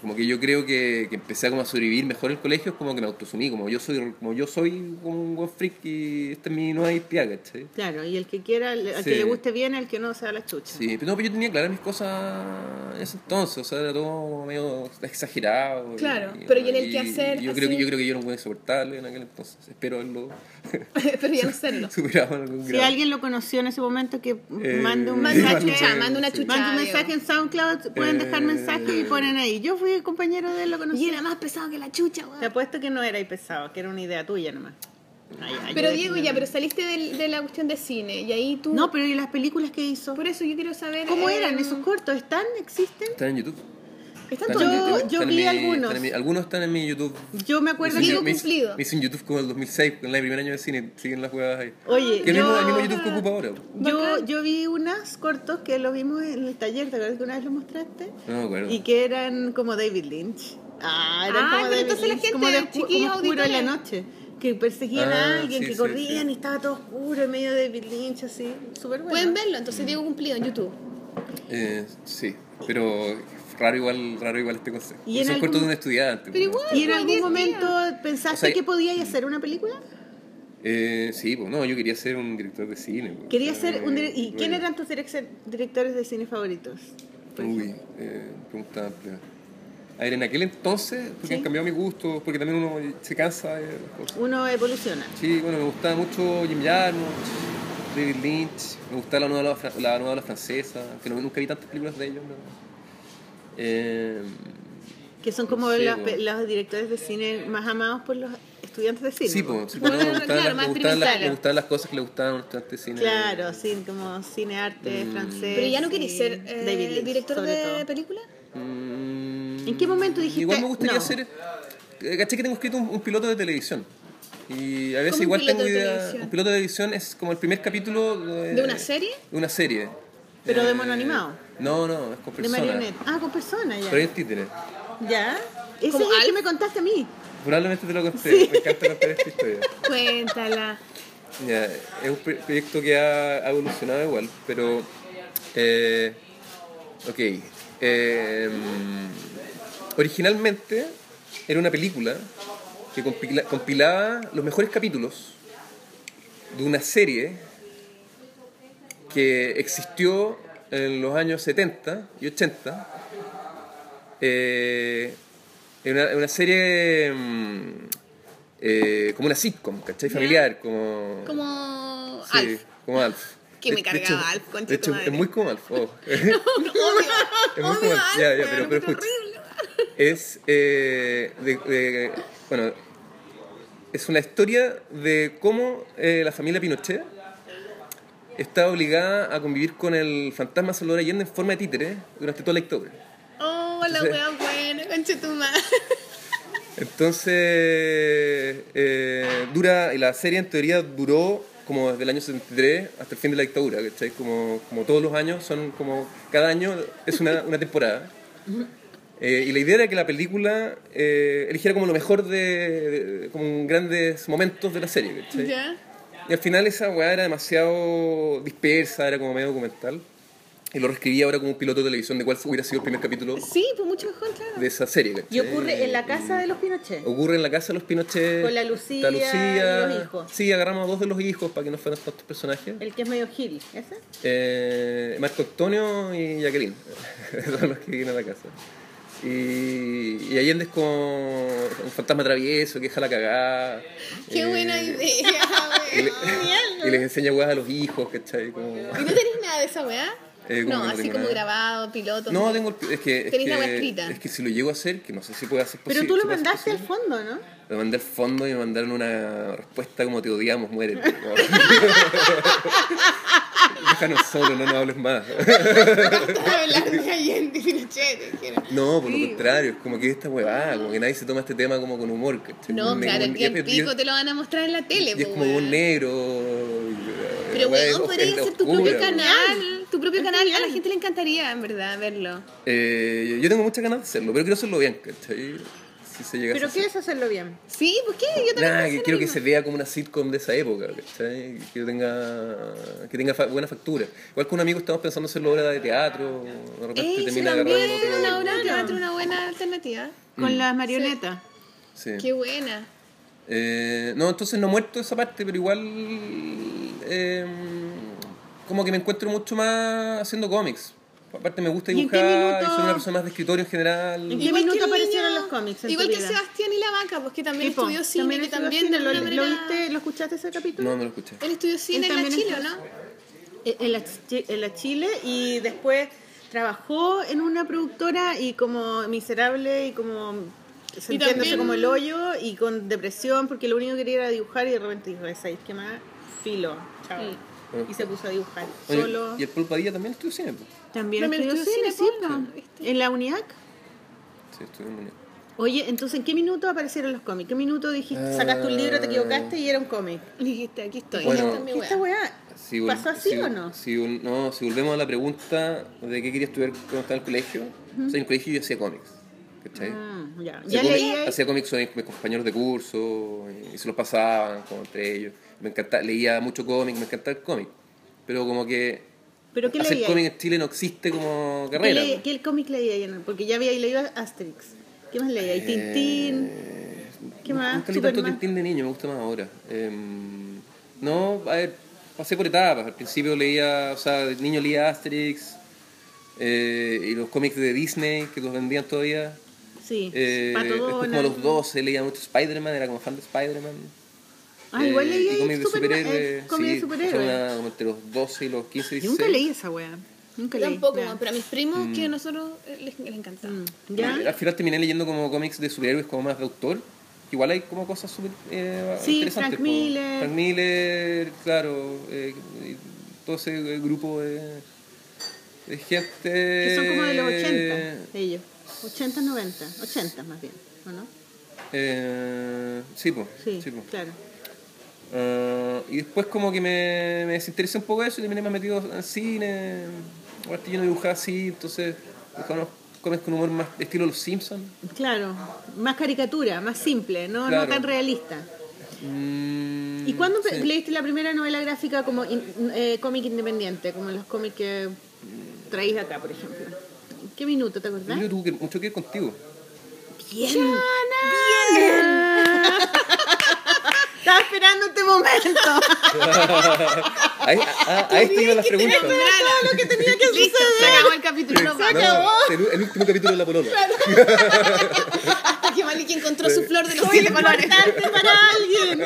Como que yo creo que, que empecé a, como a sobrevivir mejor en el colegio, es como que me autosumí, como yo soy como yo soy como un buen freak y esta es mi nueva identidad, ¿cachai? Claro, y el que quiera, al Sí. que le guste bien, al que no, se da la chucha. Sí, pero no, pero yo tenía claras mis cosas en ese entonces, o sea, era todo medio exagerado. Claro, pero ¿y en el quehacer, Yo creo, que, así? yo creo que yo era un buen insoportable en aquel entonces, espero haberlo Pero ya no serlo. superado en algún Si grado. alguien lo conoció en ese momento, que Eh, mande un Manda una mensaje. chucha, manda una Sí. chucha. Manda un Diego. mensaje en SoundCloud, pueden dejar Eh, mensajes y ponen ahí. Yo fui compañero de él, lo Y conocí. era más pesado que la chucha, Te weón. apuesto que no era ahí pesado, que era una idea tuya nomás. Ay, ay, Pero yo Diego, defino- ya, pero saliste del- de la cuestión de cine y ahí tú... No, pero ¿y las películas que hizo? Por eso yo quiero saber... ¿Cómo eh, eran esos cortos? ¿Están? ¿Existen? Están en YouTube. ¿Están Están todos en Yo- YouTube, yo están en vi mi- algunos. están en mi- algunos están en mi YouTube. Yo me acuerdo Me hice- Diego que... me hice- cumplido. Me hice un YouTube como el dos mil seis, en el primer año de cine, siguen las jugadas ahí. Oye, Que el mismo, yo- el mismo YouTube que ocupa ahora. Yo, yo vi unos cortos que los vimos en el taller, ¿te acuerdas que una vez los mostraste? No me acuerdo. Y que eran como David Lynch. Ah, eran Ah, como pero David entonces la Lynch, gente, como de oscu- chiquillos como oscuro en la auditores. noche. Que perseguían Ah, a alguien, sí, que sí, corrían sí. y estaba todo oscuro en medio de David Lynch, así. Súper bueno. Pueden verlo, entonces Diego cumplido en YouTube. Eh, sí, pero raro igual, raro igual este concepto. Y en Son algún- cortos de un estudiante. Pero pues, igual. ¿Y en Pues, algún diez momento días. pensaste O sea, que podías hacer una película? Eh, sí, pues no, yo quería ser un director de cine. pues, Querías o sea, ser un dire- ¿Y bueno. quién eran tus direc- directores de cine favoritos? por Uy, ejemplo? eh, pregunta amplia. A ver, en aquel entonces, porque Sí. han cambiado mis gustos, porque también uno se cansa de las cosas. Uno evoluciona. Sí, bueno, me gustaba mucho Jim Jarmusch, David Lynch, me gustaba la nueva ola, fra- la nueva ola francesa, que no, nunca vi tantas películas de ellos. ¿no? Eh, Que son como No sé, los, po. pe- los directores de cine más amados por los estudiantes de cine. sí, po. pues, sí, pues, no, me, Claro, gustaban claro, las, más me, gustaban las, experimentales. me gustaban las cosas que le gustaban a un estudiante de cine. Claro, sí, como cine arte Mm. francés. Pero ya no y querés ser eh, David Lynch, director sobre de todo. película. Mm, ¿En qué momento dijiste, Igual me gustaría no? hacer. eh, Caché que tengo escrito un, un piloto de televisión. Y a veces ¿Cómo un igual piloto tengo de idea. televisión? Un piloto de televisión es como el primer capítulo. De, ¿De una serie? De una serie. Pero de Eh, mono animado. No, no, es con De personas. marioneta. Ah, con personas ya. Pero hay en títere. ¿Ya? Ese ¿Como es el que Alf? me contaste a mí. Probablemente te lo conté. Me encanta contar esta historia. Cuéntala. Ya, es un pro- proyecto que ha, ha evolucionado igual, pero. Eh, ok. eh, originalmente era una película que compila- compilaba los mejores capítulos de una serie que existió en los años setenta y ochenta. Eh, en una, una serie mm, eh, como una sitcom, ¿cachai? Ya. Familiar, como... Como Sí, Alf. como Alf. Que me De- de cargaba hecho- Alf, concha De tu hecho, madre. es muy como Alf. oh. Odio, Es muy odio como a Alf. Ya, ya, Alf, pero, weón, pero es escucha. horrible. Es, eh, de, de- bueno, es una historia de cómo eh, la familia Pinochet está obligada a convivir con el fantasma Salvador Allende en forma de títere durante toda la dictadura. Oh, la Entonces- wea buena, concha tu madre. Entonces, eh, dura, y la serie en teoría duró como desde el año setenta y tres hasta el fin de la dictadura, ¿cachai? Como, como todos los años, son como, cada año es una, una temporada. Eh, y la idea era que la película eh, eligiera como lo mejor de, de- como grandes momentos de la serie, ¿cachai? ¿Ya? Y al final esa weá era demasiado dispersa, era como medio documental. Y lo reescribí ahora como un piloto de televisión de cuál hubiera sido el primer capítulo Sí, pues mucho mejor, claro. de esa serie, ¿cachai? Y ocurre en la casa de los Pinochet. Ocurre en la casa de los Pinochet. Con la Lucía la Lucía, y los hijos. Sí, agarramos a dos de los hijos para que no fueran tantos personajes. El que es medio Gil, ¿ese? Eh, Marco Antonio y Jacqueline. Son los que vienen a la casa. Y, y Allende es como un fantasma travieso que deja la cagada. Qué Eh, buena idea, Y, le- weón. y les enseña weas a los hijos, ¿cachai? Como, ¿Y no tenés nada de esa weá? Eh, ¿cómo no, que no así tengo como nada? grabado, piloto. no, así. tengo el- es que, es Tenés la wea que, escrita. es que si lo llego a hacer, que no sé si puede hacer Pero posi- tú lo si puede ser mandaste al posible. fondo, ¿no? Lo mandé al fondo y me mandaron una respuesta como te odiamos, muérete. Déjanos solo, no nos hables más. Estaba hablando de Allende y Pinochet, dijeron. No, por lo contrario, es como que esta huevada, como que nadie se toma este tema como con humor. ¿cachai? No, Un ne- claro, un- el día y- y- el pico te lo van a mostrar en la tele, Y es po, como weón. un negro. y- Pero la hueá weón, es- podrías es hacer tu oscura, propio weón. canal. Tu propio Es canal, a la genial. gente le encantaría, en verdad, verlo. Eh, yo tengo muchas ganas de hacerlo, pero quiero hacerlo bien, ¿cachai? si se llega a ¿Pero hacer. qué es hacerlo bien? Sí, pues qué, yo también Nada, pensé que lo quiero que mismo. se vea como una sitcom de esa época, ¿cachai? Que tenga, que tenga fa- buena factura. Igual que un amigo estamos pensando hacer obra de teatro, de repente Ey, sí, termina también agarrando otro... una obra de Claro. teatro, una buena alternativa. Con Mm. las marionetas. Sí. Qué buena. Eh, no, entonces no muerto esa parte, pero igual eh, como que me encuentro mucho más haciendo cómics. Aparte me gusta ¿Y en qué dibujar, y minuto- soy una persona más de escritorio en general. ¿En qué Igual minuto que el aparecieron niño- los cómics en Igual tu que vida? Sebastián y la Vaca, pues que también Sí, po, estudió cine, que estudió también cine. de ¿Lo, alguna lo manera... viste? ¿Lo escuchaste ese capítulo? No, no lo escuché. Él estudió cine Él en la también Chile, ¿o estudió- no? En la, Chi- en la Chile y después trabajó en una productora y como miserable y como sintiéndose también- como el hoyo y con depresión porque lo único que quería era dibujar y de repente dijo, ¿sabéis qué más? Filo, chao. Sí. Y se puso a dibujar Oye, solo. Y el Paul Padilla también estudió cine, pues. También, También estudió estudió cine, cine, sí, Paul, po. ¿viste? En la UNIAC. Sí, estudió en Unión. Oye, entonces, ¿en qué minuto aparecieron los cómics? ¿Qué minuto dijiste, sacaste un libro, te equivocaste y era un cómic? Y dijiste, aquí estoy, Bueno. esta es mi ¿Qué esta weá. weá? Si vol- ¿Pasó así si- o no? Si, vol- no, si volvemos a la pregunta de qué quería estudiar cuando estaba en el colegio, o sea, en el colegio yo hacía cómics, ¿cachai? Mm, ya, Hacía ya cómics- leí ahí. Hacía cómics con mis compañeros de curso y se los pasaban como entre ellos. Me encantaba, leía mucho cómic, me encantaba el cómic. Pero como que ¿Pero qué hacer leí cómic ahí? en Chile no existe como ¿Qué, carrera. leí- qué cómic leí ahí? Porque ya había leído Asterix. ¿Qué más leí ahí? Tintín. Eh, ¿Qué más? Nunca leí tanto Superman. Tintín de niño, me gusta más ahora. Em, no, a ver, pasé por etapas. Al principio leía, o sea, de niño leía Asterix eh, y los cómics de Disney que los vendían todavía. Sí, Eh, Pato después como a Donald. los doce leía mucho Spider-Man, era como fan de Spider-Man. Ah, igual Eh, leí y ahí cómics de Superman, superhéroes. eh, cómics de sí, superhéroes. fue una- como entre los doce y los quince, Yo dieciséis. nunca leí esa weá. Nunca Yo leí. tampoco, ya. pero a mis primos que a nosotros eh, les, les encantaba. Mm, ¿Ya? ¿Ya? Al final terminé leyendo como cómics de superhéroes como más de autor. Igual hay como cosas súper eh, Sí, interesantes. Frank po. Miller. Frank Miller, claro. eh, y todo ese eh, grupo de, de gente... Que son como de los ochenta, ellos. ochenta, noventa. ochenta más bien, ¿o no? Eh, sí, pues. Sí, Sí, po. claro. Ah, y después como que me, me desinteresé un poco de eso y terminé más metido en el cine. Ahora estoy lleno de dibujar así, entonces dibujaba unos cómics con humor más estilo Los Simpsons. Claro, más caricatura, más simple, no, Claro. no tan realista. Mm, ¿Y cuándo sí. leíste la primera novela gráfica como in- eh, cómic independiente, como los cómics que traéis acá, por ejemplo? ¿En qué minuto te Yo acordás? creo que tuvo que- mucho que ver contigo. Bien. Bien. Estaba esperando este momento. Ahí, a, a esto iban las preguntas. Todo lo que tenía que Listo, se suceder. acabó el capítulo. Nos vamos. No, el, el último capítulo de La Polola. Hasta que Maliki encontró su flor de los Soy siete colores. importante para alguien.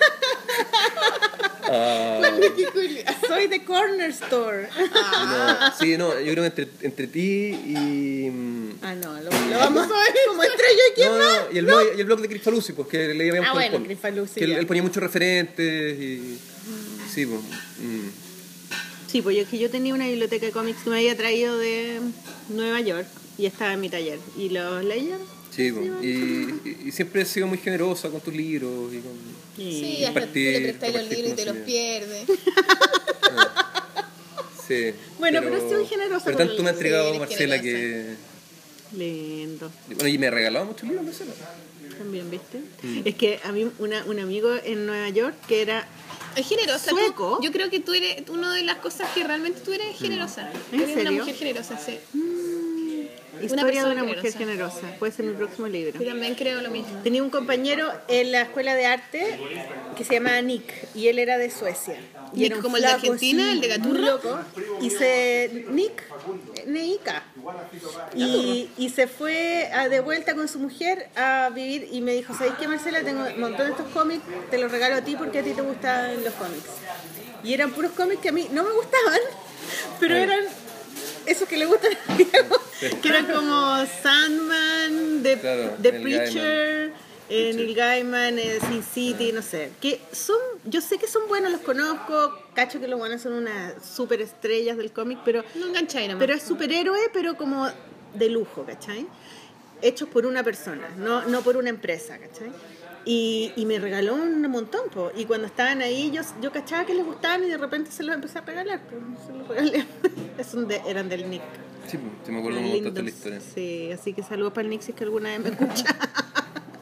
Ah, Soy de Corner Store. no, sí, no, yo creo que entre, entre ti y... mm, Ah, no, lo, lo vamos a ver como estrella y quién No, más. no, y el, blog, y el blog de Crifalusi, pues que le habíamos Ah, por el bueno, cómic. Crifalusi, Que él, ya. él ponía muchos referentes y... Sí, pues... mm. Sí, pues yo, es que yo tenía una biblioteca de cómics que me había traído de Nueva York y estaba en mi taller. ¿Y los leía? Sí, pues, y, y- y siempre he sido muy generosa con tus libros y con... Sí, hasta tú Compartir- le prestáis los compartir libros y te los conocimiento. pierdes. Sí, Bueno, pero estoy muy generosa Pero con tanto me ha el- entregado sí, eres Marcela que... generosa. Lindo. Bueno, y me ha regalado muchos libros, Marcela. También, ¿viste? Es que a mí una, un amigo en Nueva York que era... Es generosa. tú- Sueco. yo creo que tú eres una de las cosas que realmente tú eres generosa. ¿En Eres una serio? mujer generosa, sí. Historia de persona una mujer generosa. generosa. Puede ser mi próximo libro. Yo también creo lo mismo. Tenía un compañero en la escuela de arte que se llamaba Nick y él era de Suecia. Y Nick era un como el de flaco, Argentina, así, el de Gaturro. muy loco. Y se. Nick, Neika. Y, y se fue a- de vuelta con su mujer a vivir y me dijo: ¿Sabes qué, Marcela? Tengo un montón de estos cómics, te los regalo a ti porque a ti te gustan los cómics. Y eran puros cómics que a mí no me gustaban, pero eran esos que le gustan a Diego, que eran como Sandman, The, Claro, The Neil Preacher, eh, Neil Gaiman, eh, Sin City, no sé. Que son, yo sé que son buenos, los conozco, cacho que los buenos son unas super estrellas del cómic, pero, No engancháis nomás. pero es superhéroe, pero como de lujo, ¿cachai? Hechos por una persona, no, no por una empresa, ¿cachai? Y, y me regaló un montón, po. Y cuando estaban ahí, yo, yo cachaba que les gustaban y de repente se los empecé a regalar, pues se los regalé. Esos de- eran del Nick. Sí, pues, sí me acuerdo Eran cómo contaste la lindos. historia. Sí, así que saludos para el Nick si es que alguna vez me escucha.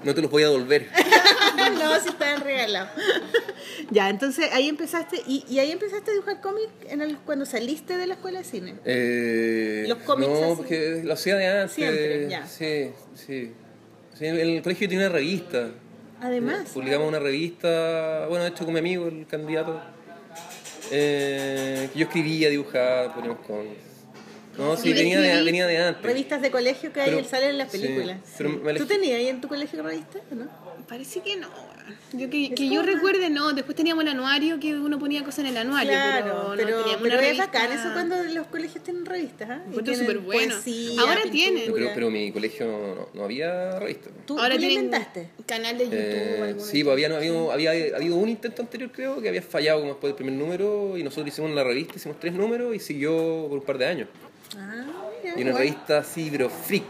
No te los voy a devolver. No, si estaban regalados. Ya, entonces ahí empezaste, y, y ahí empezaste a dibujar cómics en el, cuando saliste de la escuela de cine. Eh, Los cómics No, así. porque lo hacía de antes. Siempre, ya. Sí, sí. Sí, en el colegio tenía una revista. Además. Publicamos una revista, bueno, de hecho con mi amigo, el candidato. Eh, que yo escribía, dibujaba, poníamos cómics. No, sí, Y venía de, escribí venía de antes. Revistas de colegio que hay, Pero- salen en las sí, películas. pero Sí. me ¿Tú elegí- tenías ahí en tu colegio revistas o no? Parece que no. Yo que, Es que yo como- recuerde, no. Después teníamos el anuario, que uno ponía cosas en el anuario, Claro, pero, no pero, teníamos pero una es revista. bacán eso cuando los colegios tienen revistas, ¿ah? Y Encuentro tienen súper bueno. poesía, Ahora pintura. tienen. Pero, pero en mi colegio no, no había revista. ¿Tú, Ahora tú la tienen inventaste? canal de YouTube. Eh, alguna sí, pues había, no, había, había habido un intento anterior, creo, que había fallado como después del primer número, y nosotros hicimos la revista, hicimos tres números y siguió por un par de años. Ah, mira, Y una bueno. revista así, pero freak.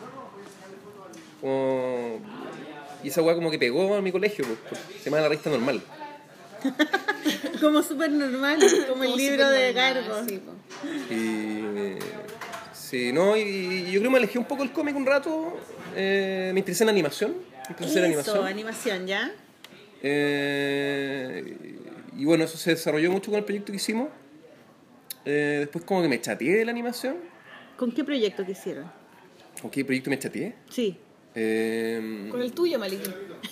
Como... Y esa weá como que pegó a mi colegio, pues, porque se llama la revista normal. Como súper normal, como el Como libro súper de normal, Garbo. sí, po. Y... Sí, no, y, y yo creo que me alejé un poco el cómic un rato. Eh, me interesé en animación. Me empecé a hacer Eso, animación. animación, ¿ya? Eh, y bueno, eso se desarrolló mucho con el proyecto que hicimos. Eh, después como que me chateé de la animación. ¿Con qué proyecto que hicieron? ¿Con qué proyecto me chateé? Sí. Eh, Con el tuyo, Maliki.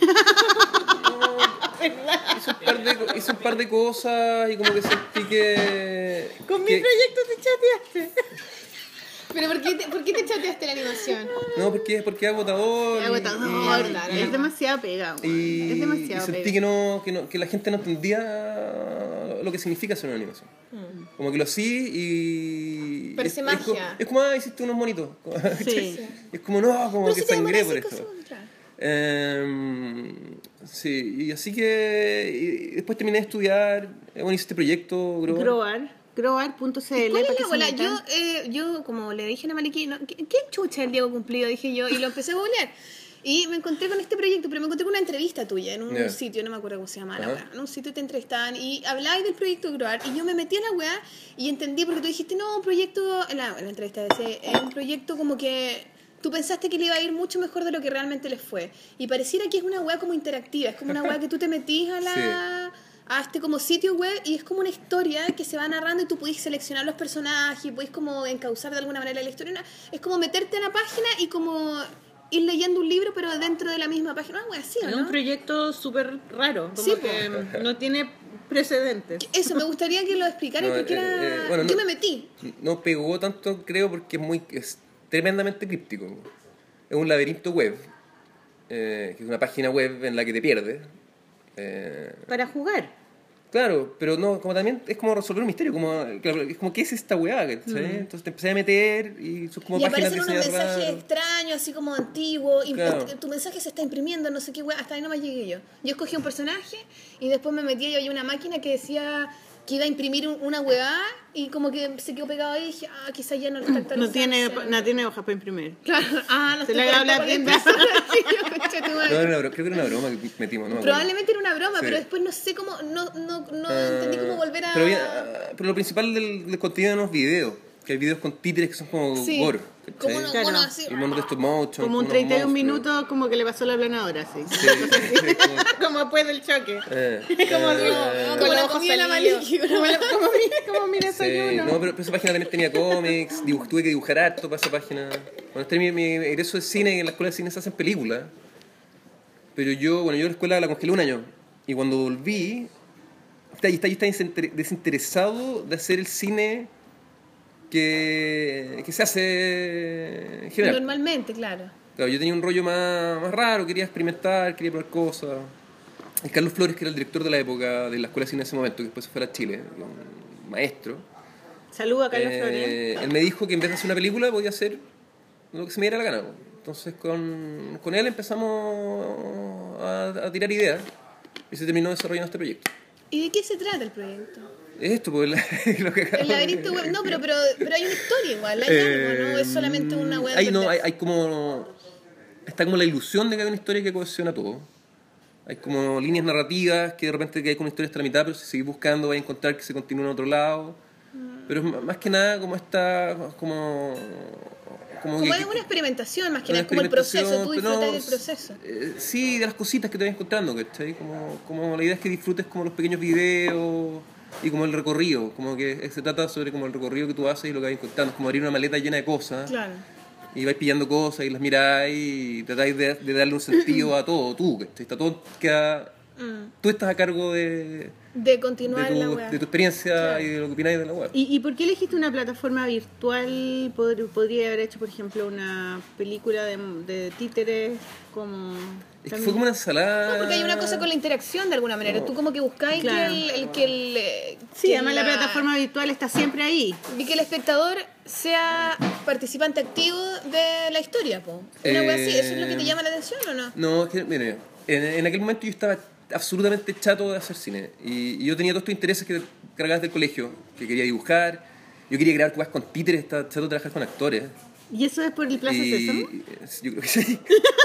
hice, un par de, co- hice un par de cosas y como que sentí que... Con que- mi proyecto te chateaste. ¿Pero por qué te, por qué te chateaste la animación? No, porque, porque es agotador. Es y- agotador, y- claro. y- Es demasiado pegado. Y, Es demasiado y sentí pegado. que, no, que, no, que la gente no entendía lo que significa hacer una animación. Como que lo sí y... Parece es, es como, magia. es como, ah, hiciste unos monitos. Sí. Es como, no, como Pero que si te sangré demoras por cinco esto. segundos, claro. Eh, sí, y así que y después terminé de estudiar, eh, bueno, hice este proyecto, Grover. Groar. Groar.cl. ¿Cuál para es que la se bola? metan. Yo, eh, yo, como le dije a Maliki, ¿no? ¿qué, qué chucha el Diego cumplido? Dije yo, y lo empecé a googlear. Y me encontré con este proyecto, pero me encontré con una entrevista tuya en un Yeah. sitio, no me acuerdo cómo se llama la Ajá. weá. En un sitio te entrevistaban y hablabas del proyecto Groar. Y yo me metí a la weá y entendí, porque tú dijiste, no, un proyecto, en la, en la entrevista decía, es un proyecto como que tú pensaste que le iba a ir mucho mejor de lo que realmente les fue. Y pareciera que es una weá como interactiva, es como una weá que tú te metís a la... a este como sitio web y es como una historia que se va narrando y tú podés seleccionar los personajes y podés como encauzar de alguna manera la historia. Una- es como meterte en la página y como ir leyendo un libro pero dentro de la misma página. Ah, bueno, así, ¿o Es no? un proyecto súper raro. Como Sí, que no tiene precedentes. Eso, me gustaría que lo explicaras No, porque eh, era... eh, bueno, yo no- me metí. No pegó tanto, creo, porque es muy es tremendamente críptico. Es un laberinto web, eh, que es una página web en la que te pierdes. Eh, Para jugar. Claro, pero no, como también es como resolver un misterio, como, claro, es como, ¿qué es esta weá? ¿Cachai? Entonces te empecé a meter y son como Y páginas aparecen unos diseñadas mensajes raras. extraños, así como antiguos, y Claro. este- tu mensaje se está imprimiendo, no sé qué, wea, hasta ahí nomás llegué yo. Yo escogí un personaje y después me metí y había una máquina que decía que iba a imprimir un- una weá y como que se quedó pegado ahí y dije, ah, quizás ya no lo está No actualizando. tiene, no tiene hojas para imprimir. Claro, ah, no Se estoy le con haga la con tienda. impresora, sí, yo, concha tu madre. No, era una bro- creo que era una broma que metimos, no me acuerdo. Probablemente era una broma, Sí. pero después no sé cómo, no, no, no Ah, entendí cómo volver a... Pero, había- ah, pero lo principal del, del contenido eran los videos, que hay videos con títeres que son como Sí, gore. ¿cachai? como unos Claro. monos así. Y monos de stop motion. Como un unos treinta y un monstruos. minutos, como que le pasó la planadora, así. Sí, sí, como- Como después del choque. eh, Como eh, digo, Como la ojos comida de la salidos. Maliki, Como, la- como mi, como mi Sí, desayuno. no, pero, pero esa página también tenía cómics, dibuj- tuve que dibujar harto para esa página. Bueno, este es mi, mi egreso de cine, y en la escuela de cine se hacen películas. Pero yo, bueno, yo la escuela la congelé un año. Y cuando volví, está- yo estaba, yo estaba desinter- desinteresado de hacer el cine que, que se hace en general. Normalmente, claro. Claro, yo tenía un rollo más, más raro, quería experimentar, quería probar cosas. Y Carlos Flores, que era el director de la época de la escuela de cine en ese momento, que después se fue a Chile, un maestro. Saluda a Carlos Eh, Flores. él me dijo que en vez de hacer una película podía hacer lo que se me diera la gana. po. Entonces con, con él empezamos a, a tirar ideas y se terminó desarrollando este proyecto. ¿Y de qué se trata el proyecto? Es esto, pues, lo que acabo El de- laberinto web, no, pero, pero, pero hay una historia igual, hay algo, ¿no? Es solamente una web. Hay, no, hay, hay como... Está como la ilusión de que hay una historia que cohesiona todo. Hay como líneas narrativas que de repente que hay como una historia hasta la mitad, pero si seguís buscando vais a encontrar que se continúa en otro lado. Pero es m- más que nada como esta... como como, Como que, es una experimentación más que una nada, como el proceso, tú experimentación, disfrutas pero del no, proceso. eh, sí, de las cositas que te vas encontrando, ¿cachai? Como, como la idea es que disfrutes como los pequeños videos y como el recorrido, como que se trata sobre como el recorrido que tú haces y lo que vas encontrando, como abrir una maleta llena de cosas. Claro. Y vais pillando cosas y las miráis y tratáis de, de darle un sentido a todo, tú, ¿cachai? Está todo queda, Mm. tú estás a cargo de, De de, continuar tu, la weá. de tu experiencia Claro. y de lo que opináis de la web. ¿Y, ¿Y por qué elegiste una plataforma virtual? Pod- Podría haber hecho, por ejemplo, una película de, de títeres como... Es que fue como una ensalada. No, porque hay una cosa con la interacción de alguna manera. No. Tú como que buscáis Claro. que el, el- que el eh, Sí, que además la plataforma virtual está siempre ahí. y que el espectador sea participante activo de la historia, po. Una wea así, ¿eso es lo que te llama la atención o no? No, es que, mire, en, en aquel momento yo estaba absolutamente chato de hacer cine. Y, y yo tenía todos estos intereses que cargabas del colegio, que quería dibujar, yo quería grabar cosas con títeres, estaba chato de trabajar con actores. ¿Y eso es por el Plaza y, Sésamo? Yo creo que sí.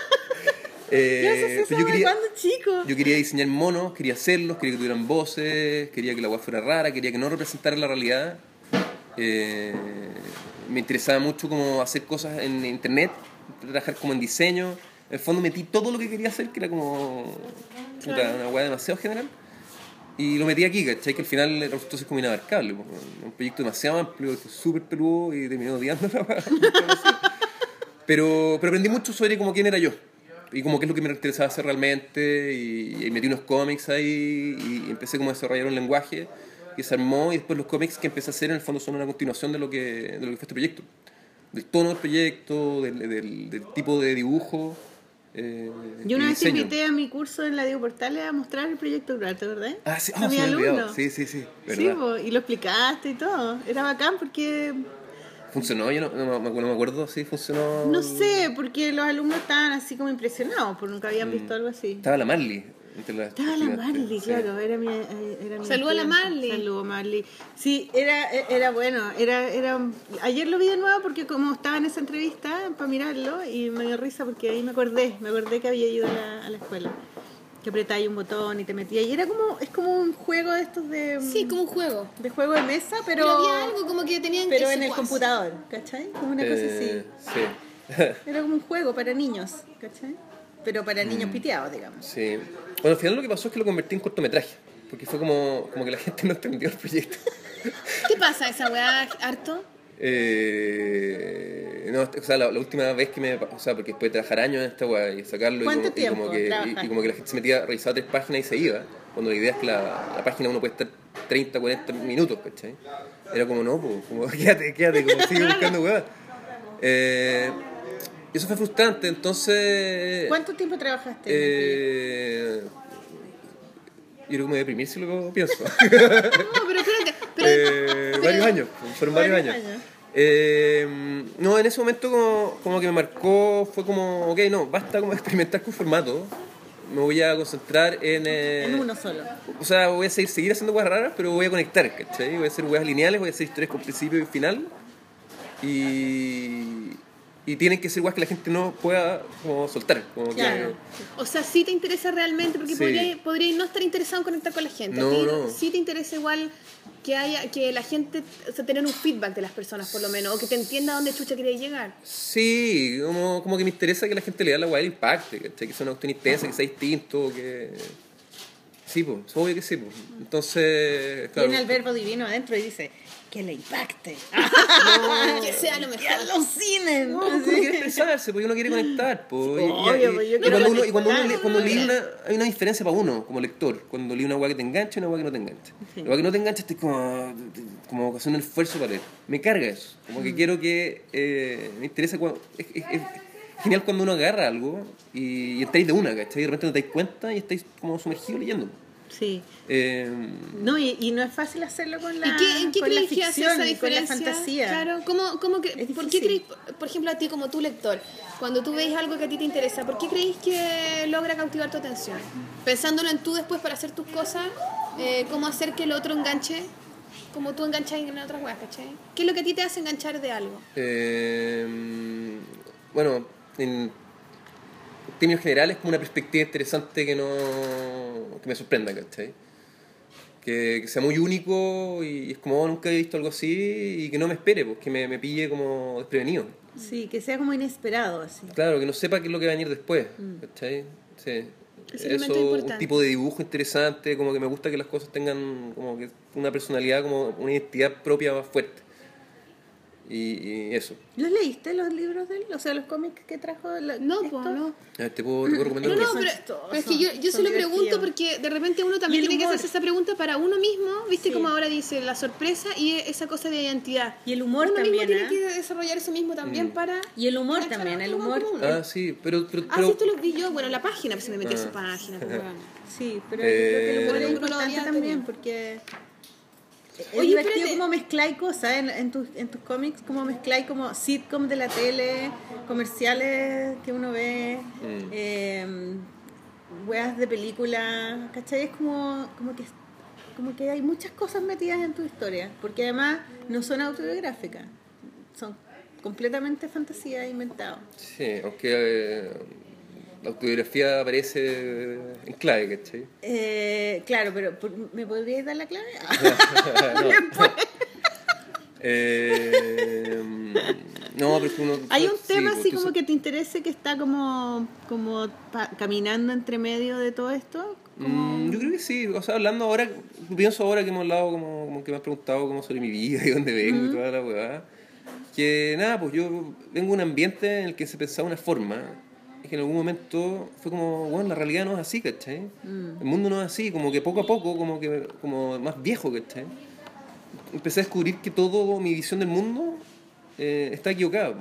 Eh, Plaza pero Sésamo, yo ¿de quería, cuándo, chico? yo quería diseñar monos, quería hacerlos, quería que tuvieran voces, quería que la web fuera rara, quería que no representara la realidad. Eh, me interesaba mucho como hacer cosas en internet, trabajar como en diseño. En el fondo metí todo lo que quería hacer, que era como puta, Claro. una web demasiado general. Y lo metí aquí, ¿cachai? Que al final resultó ser como inabarcable. pues, Un proyecto demasiado amplio, súper peludo y terminé odiando la web. Pero, pero aprendí mucho sobre como quién era yo y como qué es lo que me interesaba hacer realmente y, y metí unos cómics ahí y empecé como a desarrollar un lenguaje que se armó y después los cómics que empecé a hacer en el fondo son una continuación de lo que, de lo que fue este proyecto, del tono del proyecto, del, del, del tipo de dibujo. Eh, Yo una y vez te diseño. invité a mi curso en la Diego Portales a mostrar el proyecto Rural, ¿te acordás? Ah, sí, A oh, mi se me olvidó. alumno. Sí, sí, sí, Sí, verdad. po, y lo explicaste y todo. Era bacán porque, ¿Funcionó? Yo no, no, me- no me acuerdo si funcionó. no sé, porque los alumnos estaban así como impresionados, porque nunca habían visto algo así. Estaba la Marley. entre las Estaba la estudiantes, Marley, sí. claro, era mi, eh, era mi Saluda a la estudiante. Marley. Saludo Marley. Sí, era, era bueno, era, era, ayer lo vi de nuevo porque como estaba en esa entrevista para mirarlo y me dio risa porque ahí me acordé, me acordé que había ido a la, a la escuela, que apretabas un botón y te metías y era como, es como un juego de estos de, Sí, como un juego. de juego de mesa, pero, Pero había algo como que tenían pero que en el secuaz. computador, ¿cachai? Como una cosa Eh, así. sí. Era como un juego para niños, ¿cachai? Pero para niños Mm. piteados, digamos. Sí. Bueno, al final lo que pasó es que lo convertí en cortometraje, porque fue como, como que la gente no entendió el proyecto. ¿Qué pasa esa weá harto? Eh, no, o sea, la, la última vez que me... O sea, porque después de trabajar años en esta weá y sacarlo y ¿Cuánto como, y como tiempo que, y, trabajaste? y como que la gente se metía, revisaba tres páginas y se iba, cuando la idea es que la, la página uno puede estar treinta, cuarenta minutos, ¿cachai? Era como, no, pues, como quédate, quédate, como sigue buscando weá. Eh, y eso fue frustrante, entonces... ¿Cuánto tiempo trabajaste? Eh, yo creo que me voy a deprimir si lo pienso. No, pero espérate. Pero, Eh, pero- varios años, fueron varios, Varios años. años. Eh, no, en ese momento como, como que me marcó, fue como, ok, no, basta como experimentar con formato. Me voy a concentrar en... eh, En uno solo. O sea, voy a seguir, seguir haciendo cosas raras, pero voy a conectar, ¿cachai? Voy a hacer weas lineales, voy a hacer historias con principio y final. Y... Y tienen que ser weas que la gente no pueda como soltar. Como Claro. o sea, sí te interesa realmente, porque Sí. podrías podría no estar interesado en conectar con la gente. No, A ti no. sí te interesa igual que haya que la gente, o sea, tener un feedback de las personas por lo menos, o que te entienda a dónde chucha quería llegar. que... Sí, como, como que me interesa que la gente le dé la wea el impacto, ¿cachai? Que sea una cuestión intensa, que sea distinto, que... Sí, pues, es obvio que sí, pues. Entonces, claro... Tiene el verbo divino adentro y dice que le impacte. Que sea lo mejor. Que alucinen. No, porque uno quiere expresarse, porque uno quiere conectar. Pues, y, y- obvio, pues yo y quiero cuando uno, y cuando uno, conectar. lee- cuando lee una, hay una diferencia para uno, como lector. Cuando lee una hueá que te engancha y una hueá que no te engancha. Sí. La hueá que no te engancha, estoy como, como haciendo un esfuerzo para leer. Me carga eso. Como Mm. que quiero que. Eh, me interesa. Cuando, es, es- es genial cuando uno agarra algo y, y estáis de una, ¿cachai? Y de repente no te dais cuenta y estáis como sumergidos leyendo. Sí. Eh, No, y, y no es fácil hacerlo con la ¿Y qué, en qué con la crees que hace ficción esa y con la diferencia? fantasía. Claro, ¿cómo, cómo que, Es ¿por qué difícil. crees, por ejemplo, a ti como tu lector, cuando tú veis algo que a ti te interesa, ¿por qué creéis que logra cautivar tu atención? Pensándolo en tú después para hacer tus cosas, eh, ¿cómo hacer que el otro enganche? Como tú enganchas en otras weas, ¿cachai? ¿Qué es lo que a ti te hace enganchar de algo? Eh, bueno, en términos generales, como una perspectiva interesante que no que me sorprenda, ¿cachai? Que, que sea muy único y es como, oh, nunca he visto algo así y que no me espere, pues que me, me pille como desprevenido. Sí, que sea como inesperado, así. Claro, que no sepa qué es lo que va a venir después. ¿Cachai? Sí. Es un elemento Eso, un importante. tipo de dibujo interesante, como que me gusta que las cosas tengan como que una personalidad, como una identidad propia más fuerte. Y, y eso. ¿Los leíste los libros de él? O sea, los cómics que trajo. La, No, esto? pues no. A ver, te puedo, te puedo recomendar No, no, uno. son pero, chistosos, pero es que yo, yo se son lo pregunto divertidos. porque de repente uno Y también el tiene que humor. hacerse esa pregunta para uno mismo, ¿viste? Sí. Como ahora dice, la sorpresa y esa cosa de identidad. Y el humor uno también, mismo ¿eh? tiene que desarrollar eso mismo también Mm. para... Y el humor para también, echar el a otro humor. como uno. Ah, sí, pero... pero, Ah, pero- sí, esto lo vi yo, bueno, la página, pues se me metí a su Ah. página. Pues, bueno. Sí, pero Eh, yo creo que el humor es no lo importante había también tenido. porque es Oye, divertido espérate. como mezcláis cosas en, en, tus, en tus cómics, como mezcláis como sitcom de la tele, comerciales que uno ve, Mm. eh, weas de películas, ¿cachai? Es como, como que como que hay muchas cosas metidas en tu historia, porque además no son autobiográficas, son completamente fantasía inventados. Sí, aunque eh, la autobiografía aparece en clave, ¿cachai? Eh, claro, pero por- ¿me podríais dar la clave? No. Eh, no, pero es que uno... Hay un sí, tema pues, así tú como sa- que te interese que está como, como pa- caminando entre medio de todo esto. Mm, yo creo que sí, o sea, hablando ahora, pienso ahora que hemos hablado como, como que me has preguntado como sobre mi vida y dónde vengo y toda la huevada, que nada, pues yo vengo de un ambiente en el que se pensaba de una forma y que en algún momento fue como, bueno, la realidad no es así, ¿cachai? El mundo no es así, como que poco a poco, como que como más viejo, ¿cachai? Empecé a descubrir que toda mi visión del mundo eh, está equivocada.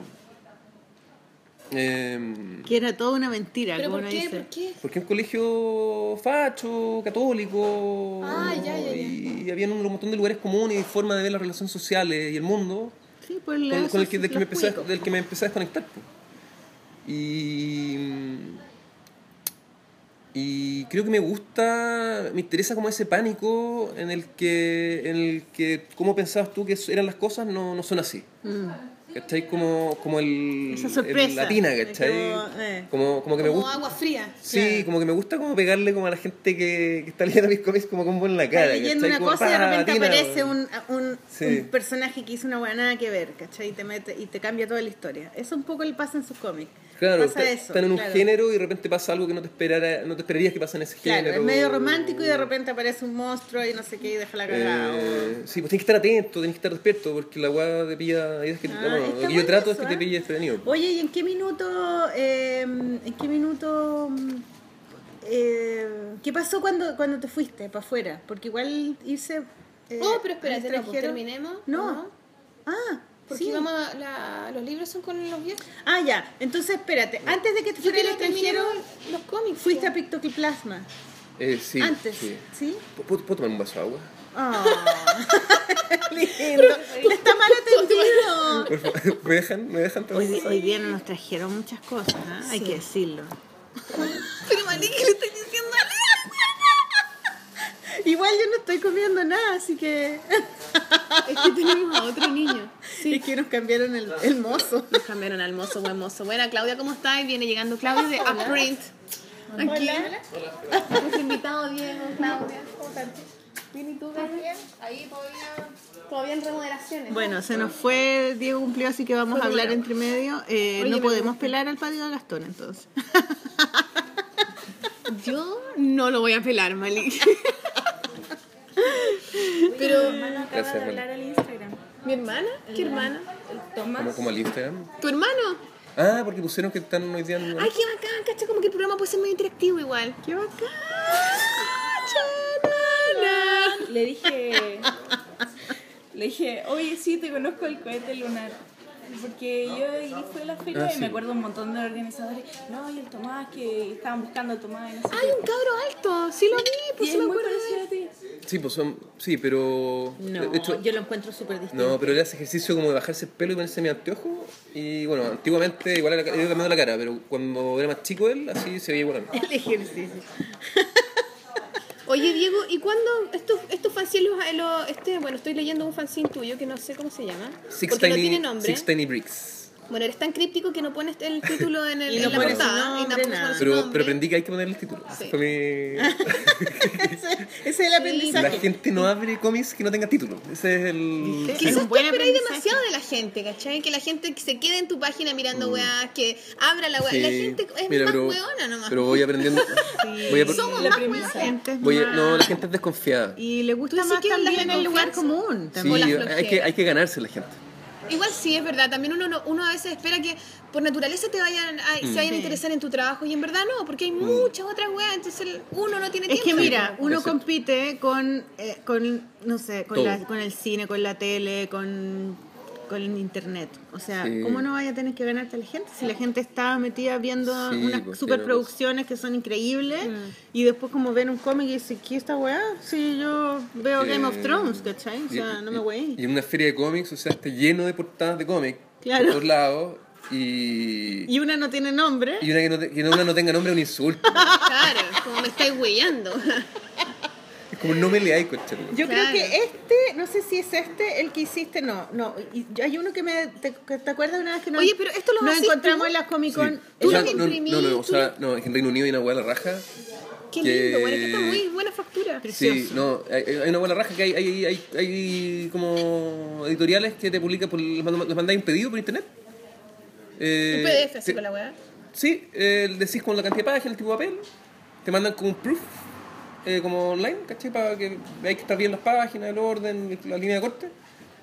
Eh, Que era toda una mentira, ¿Pero como por uno qué? dice. ¿Por qué? Porque es un colegio facho, católico, Ah, ya, ya, ya. y había un montón de lugares comunes y formas de ver las relaciones sociales y el mundo Sí, pues con, los- con el que, del, que me los empecé a, cuicos. del que me empecé a desconectar. po. Y, y creo que me gusta, me interesa como ese pánico en el que, en el que cómo pensabas tú que eran las cosas, no, no son así. Mm. ¿Cachai? Como, como el, Esa sorpresa. el latina, ¿cachai? Como, eh. Como, como que me Como gusta. agua fría. Sí, Claro. como que me gusta como pegarle como a la gente que, que está leyendo mis cómics como con en la Está cara. leyendo ¿cachai? una Como, cosa y de pa, repente latina, aparece weón. un, un, Sí. un personaje que hizo una buena nada que ver, ¿cachai? Y te, mete, y te cambia toda la historia. Eso es un poco el pasa en sus cómics. Claro, pasa está- eso, están en un claro. género y de repente pasa algo que no te esperara, no te esperarías que pase en ese Claro, género. es medio romántico y de repente aparece un monstruo y no sé qué y deja la cagada. Eh, sí, pues tienes que estar atento, tienes que estar despierto porque la weá te pilla. Es que, Ah, bueno, está lo que yo bueno trato eso, es que te ¿eh? pille desprevenido. Oye, ¿y en qué minuto, eh, en qué minuto, mm, eh, qué pasó cuando, cuando te fuiste para afuera? Porque igual irse eh, Oh, pero al espérate, no, pues, extranjero- terminemos. No. ¿o no? Ah, Porque sí. vamos a la- los libros son con los viejos. Ah, ya. Entonces, espérate. Antes de que te Yo fuera al quiero terminar extranjero, los cómics. fuiste a pues. Pictoplasma. Eh, sí, Antes, sí. ¿sí? ¿Puedo, puedo tomar un vaso de agua? Ah, lindo. Le está mal atendido. Por favor, ¿me dejan? ¿Me dejan tomar Hoy, un vaso? hoy día no nos trajeron muchas cosas, ¿ah? Hay Sí. que decirlo. Pero Malí, ¿qué le estoy diciendo? Igual yo no estoy comiendo nada, así que Es que tenemos a otro niño. es que nos cambiaron el, el mozo. Nos cambiaron al mozo, buen mozo. Buena, Claudia, ¿cómo estás? Y viene llegando Claudia de Upprint. Aquí. Hemos invitado a Diego, Claudia. ¿Cómo estás? Bien, ¿y tú, Gabriel? Ahí todavía, todavía en remodelaciones. Bueno, se nos fue Diego cumplió, así que vamos a hablar entre medio. Eh, Oye, no me podemos gusta. pelar al patio de Gastón, entonces. Yo no lo voy a pelar, Mali. Pero, Gracias, de Mali. hablar al Instagram. ¿mi hermana? ¿Qué hermana? Tomás. ¿Como, como al Instagram? ¿Tu hermano? Ah, porque pusieron que están hoy día en... Ay, qué bacán, cacha, como que el programa puede ser muy interactivo igual. ¡Qué bacán! Le dije. Le dije, oye, sí, te conozco el cohete lunar. Porque yo ahí fui a la feria Ah, y sí. me acuerdo un montón de organizadores. No, y el Tomás, que estaban buscando a Tomás. Y no sé Ay, un cabro alto, sí lo vi, qué. pues Y sí es me muy acuerdo de parecido él. a ti. Sí, pues son... Sí, pero... No, de hecho, yo lo encuentro súper distinto. no, pero él hace ejercicio como de bajarse el pelo y ponerse mi anteojo. Y bueno, antiguamente igual era, iba cambiando la cara, pero cuando era más chico él, así se veía igual a mí. El ejercicio. Oye, Diego, ¿y cuándo estos, estos fanzines, los, los- este, bueno, estoy leyendo un fanzine tuyo que no sé cómo se llama, Six porque no Tiny, tiene nombre. Six Tiny Bricks. Bueno, eres tan críptico que no pones el título en, el, Y en no la pones su portada. nombre, y tampoco nada. pones su Pero, nombre. pero aprendí que hay que ponerle el título. Ese Sí. fue mi... ese, ese es el aprendizaje. La gente no abre cómics que no tengan título. Ese es el... ¿Viste? sí. Quizás un tú buen esperáis aprendizaje. demasiado de la gente, ¿cachai? Que la gente se quede en tu página mirando weas, que abra la wea. Sí. La gente es Mira, más pero, hueona nomás. pero voy aprendiendo. Voy a, Somos La más primera hueones. gente es voy a- más- no, la gente es desconfiada. Y le gusta Tú sí más que las también de el lugar confianza. común. Sí, También. la hay flojera. que, hay que ganarse a la gente. Igual sí, es verdad. También uno, no- uno a veces espera que por naturaleza te vayan a, se vayan a Sí. interesar en tu trabajo y en verdad no, porque hay muchas otras weas, entonces el- uno no tiene Es que tiempo. mira, uno Exacto. compite con, eh, con no sé, con, Todo. la- con el cine, con la tele, con, con el internet. O sea, Sí. ¿cómo no vaya a tener que ganarte a la gente? Si la gente está metida viendo Sí, unas pues, superproducciones que son increíbles y después como ven un cómic y dicen, ¿qué esta weá? Si yo veo Game of Eh, Thrones, ¿cachai? O sea, y- no me y- weí. Y en una feria de cómics, o sea, está lleno de portadas de cómics. Claro. Por todos lados. Y... Y una no tiene nombre. Y una que, no te- que una no tenga nombre es un insulto. Claro, como me estáis weyando. Es como no me leáis, coche. Yo Claro. creo que este, no sé si es este el que hiciste, no, no. Y hay uno que me, te, que te acuerdas una vez que nos, Oye, pero esto lo nos hacís encontramos tú. en las Comic Con. Tú O sea, lo no, imprimís, no, no, o tú sea, no, en Reino Unido hay una hueá de la raja. Qué Que- lindo, bueno, que está muy buena factura. Sí, no, hay, hay una buena raja que hay, hay, hay, hay como editoriales que te publican, por, les mand- les mandáis un pedido por internet. Eh, Un P D F así te- con la wea. Sí, eh, decís con la cantidad de páginas, el tipo de papel, te mandan como un proof, eh, como online, ¿cachai? Para que veáis que está bien las páginas, el orden, la línea de corte.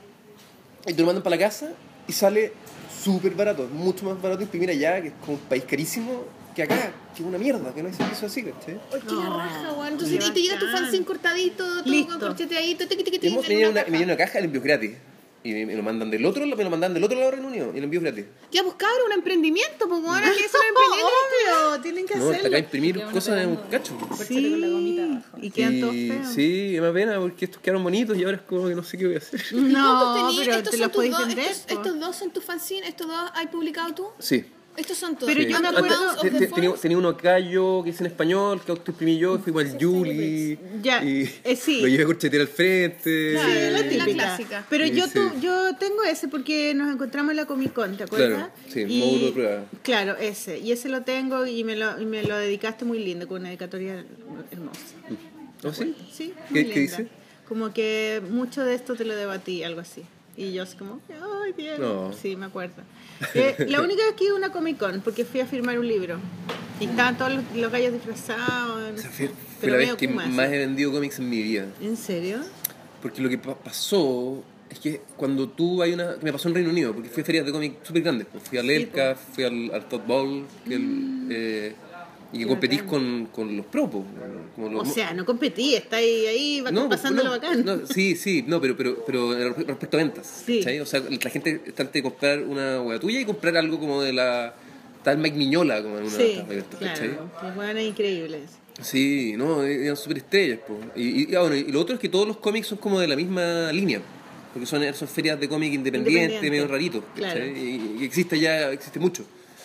Y te lo mandan para la casa y sale súper barato, mucho más barato imprimir allá, que es como un país carísimo, que acá, que es una mierda, que no hay servicio así, ¿cachai? Ay, qué la No. raja, weón. Entonces Qué y te llega tu bacán. fanzine cortadito, todo Listo. con corcheteadito, tiqui, tiqui, tiqui, Hemos en tenido una una, me caja. dieron una caja, el envío es gratis. Y me, me lo mandan del otro, me lo mandan del otro lado del Reino Unido, y el envío es gratis. Ya, pues cabrón, un emprendimiento, pues weón, aquí es un emprendimiento. Obvio, tienen que No, hasta hacerlo. acá imprimir Queda uno cosas es un pegando. cacho. Corchete con la gomita abajo. Y quedan todos Y feos. sí, es una pena porque estos quedaron bonitos y ahora es como que no sé qué voy a hacer. No, ¿Cuántos tenías? pero ¿Estos te son los tus podéis dos? vender. ¿Estos, po. estos dos son tus fanzines? ¿Estos dos hay publicado tú? Sí. Estos son todos. Pero Sí. yo me Antes- acuerdo- Antes- te- te- of the tenía, Forest. tenía uno acá yo que hice en español, que autoimprimí yo, fui igual Julie. Ya, y eh, sí. lo llevé a corchetear al frente. Claro, Sí, la la típica. clásica. Pero Sí, yo, sí. tu- yo tengo ese porque nos encontramos en la Comic Con, ¿te acuerdas? Claro, sí, módulo de prueba. Claro, ese. Y ese lo tengo y me lo, y me lo dedicaste muy lindo, con una dedicatoria hermosa. ¿Oh, sí? Sí, ¿Qué- muy qué linda. dice? Como que mucho de esto te lo debatí, algo así. Y yo así como, ay, Diego. No. Sí, me acuerdo. Eh, la única vez que iba a una Comic Con, porque fui a firmar un libro. Y estaban todos los, los gallos disfrazados. O sea, fue, fue pero la medio vez que Kuma, más sí. he vendido cómics en mi vida. ¿En serio? Porque lo que pa- pasó es que cuando tú hay una... que me pasó en Reino Unido, porque fui a ferias de cómics súper grandes. Pues fui al Elka, fui al, al Todd Ball, que el, eh, y que Qué competís bacán. con, con los propos. Como los, O sea, no competí, está ahí, ahí va no, pasándolo no, bacán. no, sí, sí, no, pero, pero, pero respecto a ventas. Sí. ¿cachai? O sea, la gente está entre comprar una hueá tuya y comprar algo como de la tal Mike Miñola, como en una de Sí, estas revistas, ¿cachai? claro. Los hueones increíbles. Sí, no, eran súper estrellas. Po. Y, y, ah, bueno, y lo otro es que todos los cómics son como de la misma línea. Porque son, son ferias de cómic independiente, Independiente. medio raritos. Claro. ¿cachai? Y, y existe ya, existe mucho.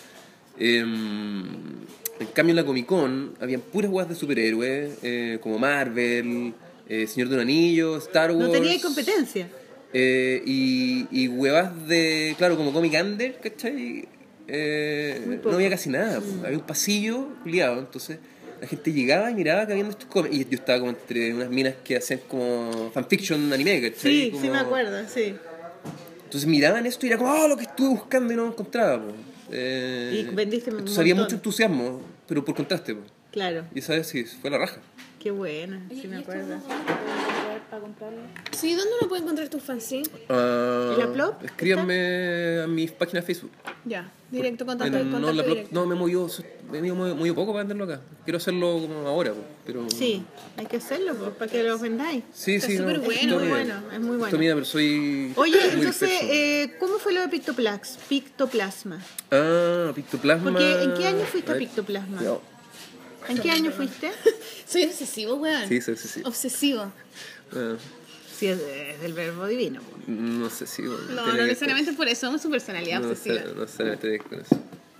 Em, en cambio en la Comic Con habían puras huevas de superhéroes, eh, como Marvel, eh, Señor de un Anillo, Star Wars. No tenía competencia. Eh, y, y huevas de, claro, como Comic Under, ¿cachai? Eh, Muy poco. no había casi nada, po. Había un pasillo liado, entonces la gente llegaba y miraba que habían estos cómics. Y yo estaba como entre unas minas que hacían como fanfiction anime, ¿cachai? Sí, Como- sí me acuerdo, sí. Entonces miraban esto y era como, oh, lo que estuve buscando y no lo encontraba. Po. Eh, Y vendiste un entonces había montón. mucho entusiasmo, pero por contraste. Po. Claro, Y esa vez sí, fue la raja. qué buena, Oye, sí me ¿y estos acuerdo. dos dónde te pueden encontrar para comprarlo? Sí, ¿dónde uno puede encontrar tus fanzines? Ah, ¿Y la Plop? Escríbanme a mi página de Facebook. Ya, directo, contacto, En- contacto no, la Plop- directo. no, me movió, me movió muy, muy poco para venderlo acá. Quiero hacerlo como ahora, po, pero... Sí, hay que hacerlo pues, para que los vendáis. sí, Está sí, súper no, bueno, esto muy mira, bueno, es muy bueno. Esto mira, pero soy Oye, muy entonces, disperso. eh, ¿cómo fue lo de Pictoplas? Pictoplasma. Ah, Pictoplasma... Porque, ¿en qué año fuiste a ver, Pictoplasma? cuidado. ¿En qué año fuiste? Soy obsesivo, weón. Sí, sí, sí, sí. Obsesivo. Ah, Sí, es, es del verbo divino. pues. no sé si... bueno, No, tiene no que- necesariamente por eso, es su personalidad No obsesiva. sé, no sé, meter con eso.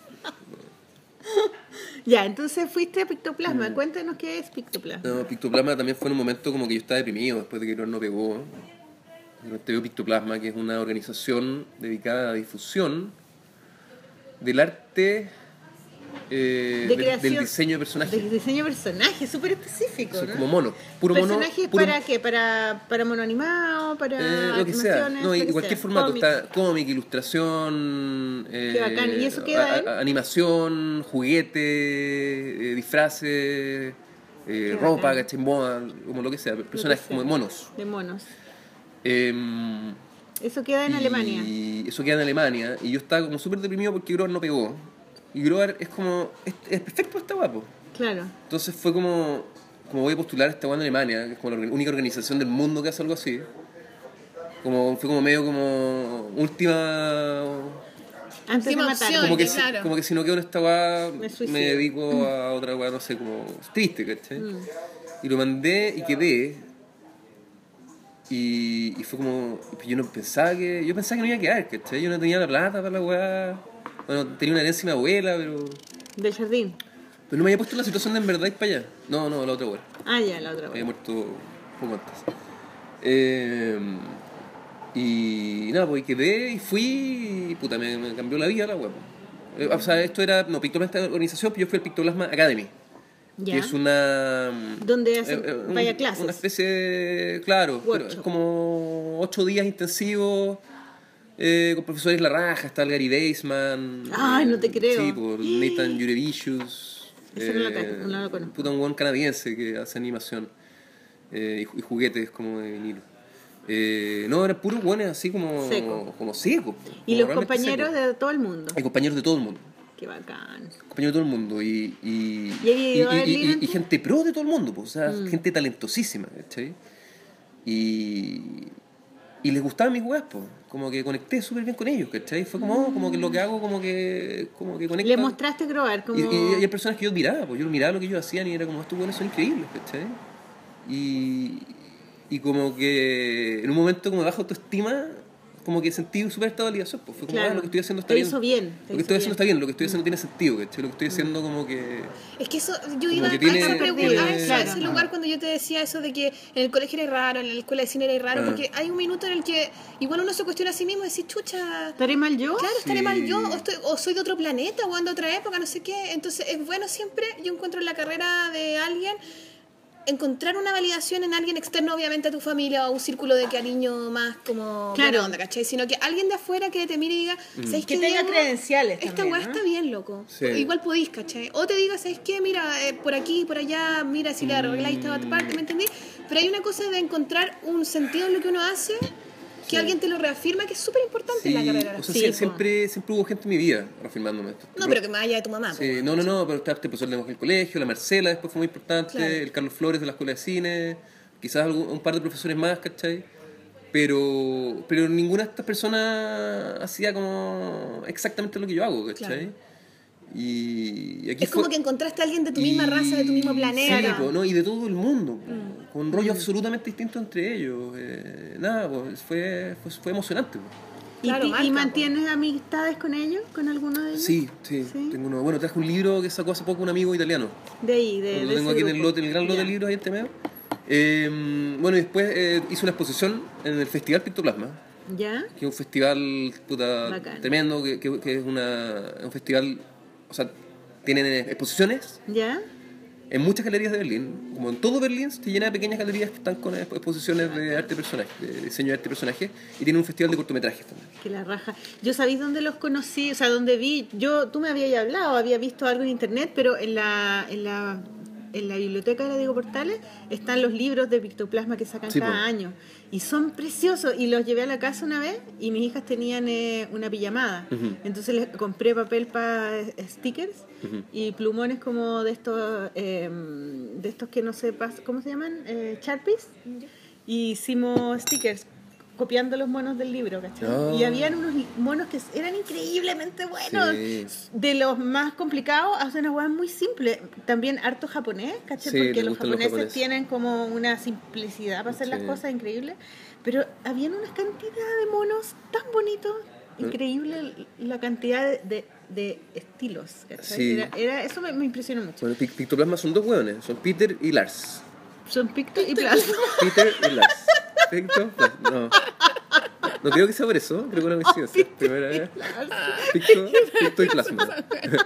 Ya, entonces fuiste a Pictoplasma. Mm. Cuéntanos qué es Pictoplasma. No, Pictoplasma también fue en un momento como que yo estaba deprimido después de que Iván no pegó. De repente veo Pictoplasma, que es una organización dedicada a difusión del arte, eh, De del- creación. del diseño de personajes. De diseño de personajes, súper específico, Son ¿no? como monos, puro mono. ¿Personajes puro- para qué? ¿Para, para mono animado? ¿Para eh, lo que sea, animaciones? no, y lo que cualquier sea? formato, Cómics. está cómic, ilustración, eh, Qué bacán. ¿Y eso queda a- en? a- animación, juguete, eh, disfraces, eh, ropa, bacán. ¿cachai? Moda, como lo que sea, personajes sea. como de monos. De monos. Em, Eso queda en y Alemania. eso queda en Alemania. Y yo estaba como súper deprimido porque Grover no pegó. Y Grover es como. Es, es perfecto, está guapo. Claro. Entonces fue como. Como voy a postular a esta guay en Alemania, que es como la uni- única organización del mundo que hace algo así. Como, fue como medio como. Última. Antes de Última matar. opción. Como que, claro. si, como que si no quedo en esta guay, Me me, suicido. dedico a otra guay, no sé, como. Triste, ¿cachai? Mm. Y lo mandé y quedé. Y, y fue como. Yo no pensaba que. Yo pensaba que no iba a quedar, ¿cachai? Yo no tenía la plata para la weá. Bueno, tenía una herencia de mi abuela, pero. Del jardín. Pero no me había puesto en la situación de en verdad ir para allá. No, no, la otra abuela. Ah, ya, la otra. Había muerto un poco antes. Eh, y nada, pues quedé y fui. Y puta, me, me cambió la vida la weá. Eh, O sea, esto era. No, Pictoplasma esta organización, pero yo fui al Pictoplasma Academy. Ya. Que es una. Donde hacen- eh, eh, un- vaya clases. Una especie de. Claro, pero es Workshop. como ocho días intensivos. Eh, con profesores La Raja, está el Gary Baseman. Ay, no te creo. Sí, por Nathan Jurevicius. Ese no lo tengo, no lo conozco. Puta, un buen canadiense que hace animación eh, y, ju- y juguetes como de vinilo. Eh, no, eran puros buenos así como Seco. como secos. Y como los realmente compañeros secos. de todo el mundo. Hay compañeros de todo el mundo. Qué bacán. Compañeros de todo el mundo. Y, y, ¿Y hay ido a y- Berlín y- y antes? gente pro de todo el mundo, pues, o sea, Mm. gente talentosísima, ¿cachai? Y, y les gustaban mis weas, pues. Como que conecté súper bien con ellos, ¿cachai? Fue como, oh, como que lo que hago, como que, como que conecta. Le mostraste Grover como... Y, y, y hay personas que yo admiraba, pues yo miraba lo que ellos hacían y era como, estos buenos son increíbles, ¿cachai? Y, y como que en un momento como de baja autoestima, como que sentí súper esta validación, pues fue como, Claro. ah, lo que estoy haciendo está Te bien. hizo bien, te Lo hizo que estoy haciendo bien. está bien, lo que estoy haciendo tiene sentido, ¿cachai? Lo que estoy haciendo como que... Es que eso, yo iba que a, tiene- esa pregunta, tiene- a ese- a ese Claro. lugar cuando yo te decía eso de que en el colegio era raro, en la escuela de cine era raro, Ah. porque hay un minuto en el que igual uno se cuestiona a sí mismo y decir, chucha, ¿Estaré mal yo? claro, estaré Sí. mal yo, o, estoy, o soy de otro planeta, o ando de otra época, no sé qué. Entonces es bueno siempre, yo encuentro en la carrera de alguien, encontrar una validación en alguien externo, obviamente a tu familia o a un círculo de cariño más como Claro. buena onda, ¿cachai? Sino que alguien de afuera que te mire y diga, ¿sabes Que qué, tenga Diego? credenciales Esta también, weá ¿no? está bien, loco. Sí. Igual podís, ¿cachai? O te diga, ¿sabes qué? Mira, eh, por aquí, por allá, mira si le arregláis esta parte, ¿me entendí? Pero hay una cosa de encontrar un sentido en lo que uno hace, que alguien te lo reafirma, que es súper importante en la Sí, carrera. o sea, Sí, sí, po. siempre, siempre hubo gente en mi vida reafirmándome esto. No, pero que más allá de tu mamá. po. Sí, no, no, no, pero está este profesor de del colegio, la Marcela después fue muy importante, Claro. el Carlos Flores de la Escuela de Cine, quizás algún- un par de profesores más, ¿cachai? Pero, pero ninguna de estas personas hacía como exactamente lo que yo hago, ¿cachai? Claro. Y, y aquí Es como fue- que encontraste a alguien de tu misma y- raza, de tu mismo planeta. Sí, po, ¿no? Y de todo el mundo, po, Mm. con rollos absolutamente distintos entre ellos. eh, nada, pues, fue, fue, fue emocionante. po. ¿Y, Claro, ti- marca, ¿Y po. mantienes amistades con ellos? ¿Con alguno de ellos? Sí, sí, Sí. tengo uno. Bueno, traje un libro que sacó hace poco un amigo italiano. De ahí, de, Lo de tengo ese aquí en el, grupo. lote, en el gran lote Ya. de libros ahí entre medio. Eh, bueno, y después eh, hice una exposición en el Festival Pictoplasma, ¿Ya? que es un festival puta, Bacán. tremendo, que, que- que es una, un festival, o sea, tienen eh, exposiciones ¿Ya? en muchas galerías de Berlín. Como en todo Berlín, se llena de pequeñas galerías que están con expo- exposiciones de arte y personaje, de diseño de arte y personaje, y tienen un festival de cortometrajes también. Que la raja. Yo sabéis dónde los conocí, o sea, dónde vi. Yo, tú me habías hablado, había visto algo en internet, pero en la, en la, en la biblioteca de la Diego Portales están los libros de Pictoplasma que sacan Sí, cada po. año. Y son preciosos. Y los llevé a la casa una vez y mis hijas tenían eh, una pijamada. Ujú. Entonces les compré papel para stickers Ujú. y plumones como de estos, eh, de estos que no sé, pas- ¿cómo se llaman? Eh, Sharpies. Y hicimos stickers copiando los monos del libro, ¿cachai? Ah. Y habían unos monos que eran increíblemente buenos. Sí. De los más complicados hacen una hueá muy simple. También harto japonés, ¿cachai? Sí, Porque le los gustan los japoneses japoneses. tienen como una simplicidad para hacer las Sí. cosas increíbles. Pero habían una cantidad de monos tan bonitos. Increíble la cantidad de, de, de estilos, ¿cachai? Sí. Era, era- eso me, me impresionó mucho. Bueno, Pic- Pictoplasma son dos hueones, son Peter y Lars. Son picto y plasma. Peter y Lars. Pictoplasma, no. no creo que sea por eso, creo que una coincidencia. Primera vez. Picto, picto y plasma.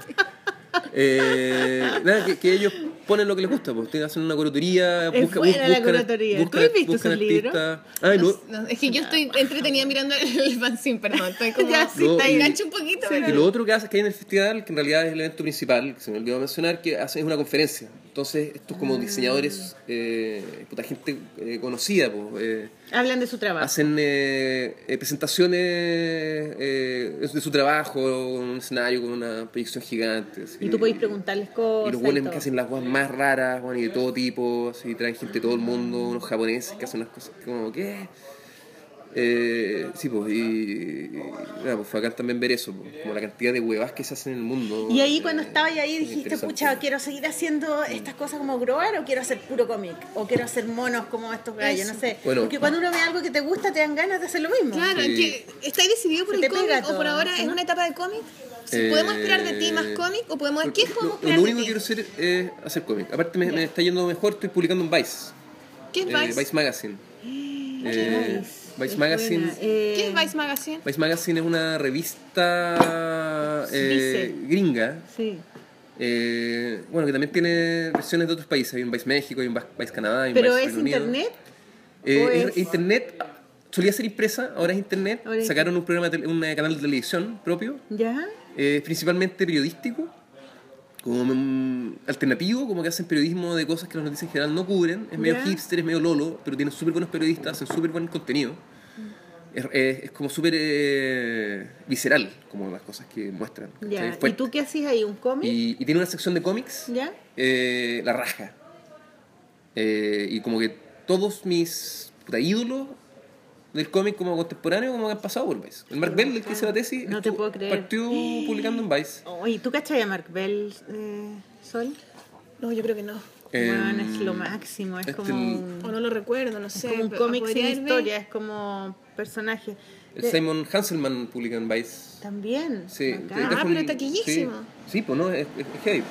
eh, nada, que, que ellos ponen lo que les gusta, pues hacen una curatoría, Es busca, buena la buscan, curatoría. buscan, ¿Tú has visto buscan esos libros? artistas. Ay, no. No, es que yo estoy entretenida mirando el fanzine, perdón. Estoy como. Ya, sí, No, está ahí. y- Engancho un poquito, pero. Y lo otro que hace que hay en el festival, que en realidad es el evento principal, que se me olvidó mencionar, que hace, es una conferencia. Entonces, estos como diseñadores, eh, puta gente eh, conocida, pues, eh, Hablan de su trabajo. hacen eh, eh, presentaciones eh, de su trabajo, un escenario con una proyección gigante. así. Y tú podés preguntarles cosas. Y los y buenos todo. que hacen las cosas más raras, bueno, y de todo tipo, así, traen gente de todo el mundo, unos japoneses que hacen unas cosas como, ¿qué? Eh, sí, pues, y, y nada, pues fue acá también ver eso, pues, como la cantidad de huevas que se hacen en el mundo. Y ahí cuando eh, estabas ahí es dijiste, interesante. pucha, quiero seguir haciendo estas cosas como grower o quiero hacer puro cómic. O quiero hacer monos como estos gallos, Eso. no sé. Bueno. Porque cuando uno ve algo que te gusta, te dan ganas de hacer lo mismo. Claro, Sí. es que ¿estáis decidido por Se el te pega cómic o por todo, ahora ¿sí? es una etapa de cómic? Si Eh, ¿Podemos esperar de ti más cómic o podemos qué Lo- podemos lo, esperar lo de único ti? que quiero hacer es hacer cómic. Aparte me, Ya. me está yendo mejor, estoy publicando en Vice. ¿Qué es eh, Vice? Vice Magazine. Eh, Vice Es Magazine. buena. Eh, ¿Qué es Vice Magazine? Vice Magazine es una revista eh, Vice. gringa. Sí. eh, bueno, que también tiene versiones de otros países. Hay un Vice México, hay un Vice Canadá, hay un Pero Vice es Reino Unido. internet. Eh, ¿O es es- internet. Solía ser impresa, ahora es internet. Ahora es Sacaron un programa, de tele- un eh, canal de televisión propio, ¿Ya? eh, principalmente periodístico, como mm, alternativo, como que hacen periodismo de cosas que las noticias en general no cubren. Es medio Ya. hipster, es medio lolo, pero tienen súper buenos periodistas, hacen súper buen contenido. Es, es- es como súper eh, visceral, como las cosas que muestran. ¿cachai? Ya. ¿Y Fuerte. tú qué hacías ahí? ¿Un cómic? Y, y tiene una sección de cómics, ¿Ya? eh, la raja. Eh, y como que todos mis puta, ídolos del cómic como contemporáneo como que han pasado por Vice. El Mark Bell, el que hizo la tesis, No te estuvo- puedo creer. partió publicando en Vice. Oye, ¿tú cachai a Mark Bell, eh, Sol? No, yo creo que no. Bueno, Em, es lo máximo. Es este como el- un, O no lo recuerdo, no es sé. como un pero cómic sin podría ver- historia. Es como personaje. El De- Simon Hanselman publica en Vice. También. Sí, Bacán. te- Ah, dejo pero un- taquillísimo. Sí, sí, pues no, es, es, es heavy.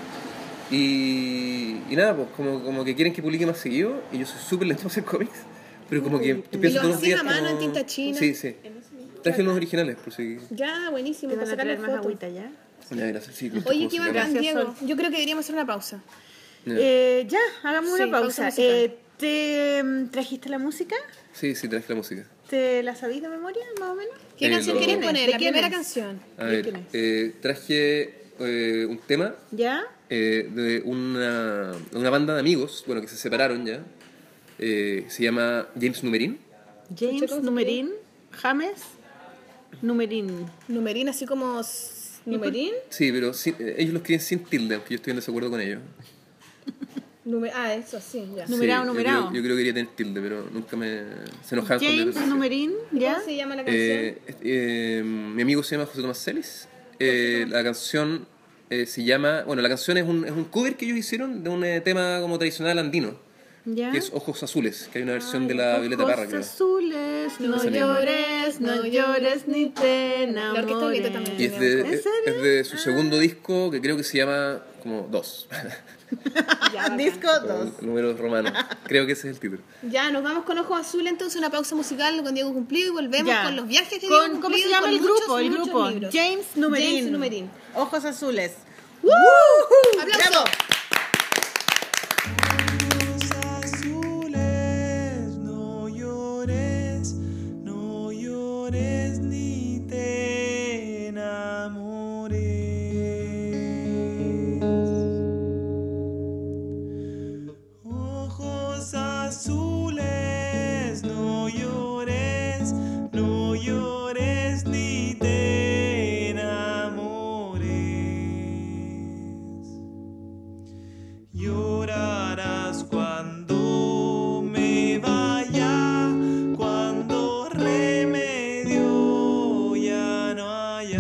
Y, y nada, pues como, como que quieren que publique más seguido. Y yo soy súper lento para hacer cómics. Pero como que Y pienso lo todos los hacen días. a mano como- en tinta china. Sí, sí. Traje unos originales, por si. Ya, buenísimo, Te para van a sacarle traer más fotos. agüita ya. Ya, gracias, sí, los Oye, tipos qué se bacán, Gracias, Diego. Sol. Yo creo que deberíamos hacer una pausa. llaman. Ya. Eh, ya, hagamos Sí, una pausa. pausa musical. Eh, ¿Te mm, trajiste la música? Sí, sí, traje la música. ¿Te la sabís de memoria, más o menos? ¿Qué Eh, canción lo- quieres ¿De poner? quién La primera es? canción. A ¿De ver, quién es? eh, traje eh, un tema ¿Ya? eh, de una, una banda de amigos, bueno, que se separaron ya. Eh, se llama James Numerin. James ¿cómo se Numerín, James Numerín. Numerín, así como. s- ¿Numerín? Sí, pero sin- eh, ellos lo escriben sin tilde, aunque yo estoy en desacuerdo con ellos. Nume- ah, eso, sí, ya. Nu- Numerado, Sí, yo numerado. creo- Yo creo que quería tener tilde, pero nunca me... Se enojaban cuando yo James lo decía. Numerín, ¿ya? ¿Cómo se llama la canción? Eh, eh, mi amigo se llama José Tomás Celis. Eh, la canción eh, se llama... Bueno, la canción es un, es un cover que ellos hicieron de un eh, tema como tradicional andino, ¿Ya? que es Ojos Azules, que hay una versión de la Violeta Parra, Ojos creo. azules, no Esa misma. llores, no llores ni te La orquesta Violeta enamores. también. Y es de, ¿En es, serio? es de su segundo disco, que creo que se llama como Dos. Ya, bacán. Disco dos. Números romanos. Creo que ese es el título. Ya, nos vamos con Ojos Azules, entonces una pausa musical con Diego Cumplido y volvemos Ya. con los viajes de Con- Diego ¿Cómo Cumplido. se llama con el muchos, grupo? El muchos grupo. libros. James Numerín. James Numerín. Ojos azules. ¡Aplauso! ¡Bravo! Azules, no llores, no llores ni te enamores. Ojos azules, no llores, no llores ni te enamores. Llorarás cuando me vaya, cuando remedio ya no haya.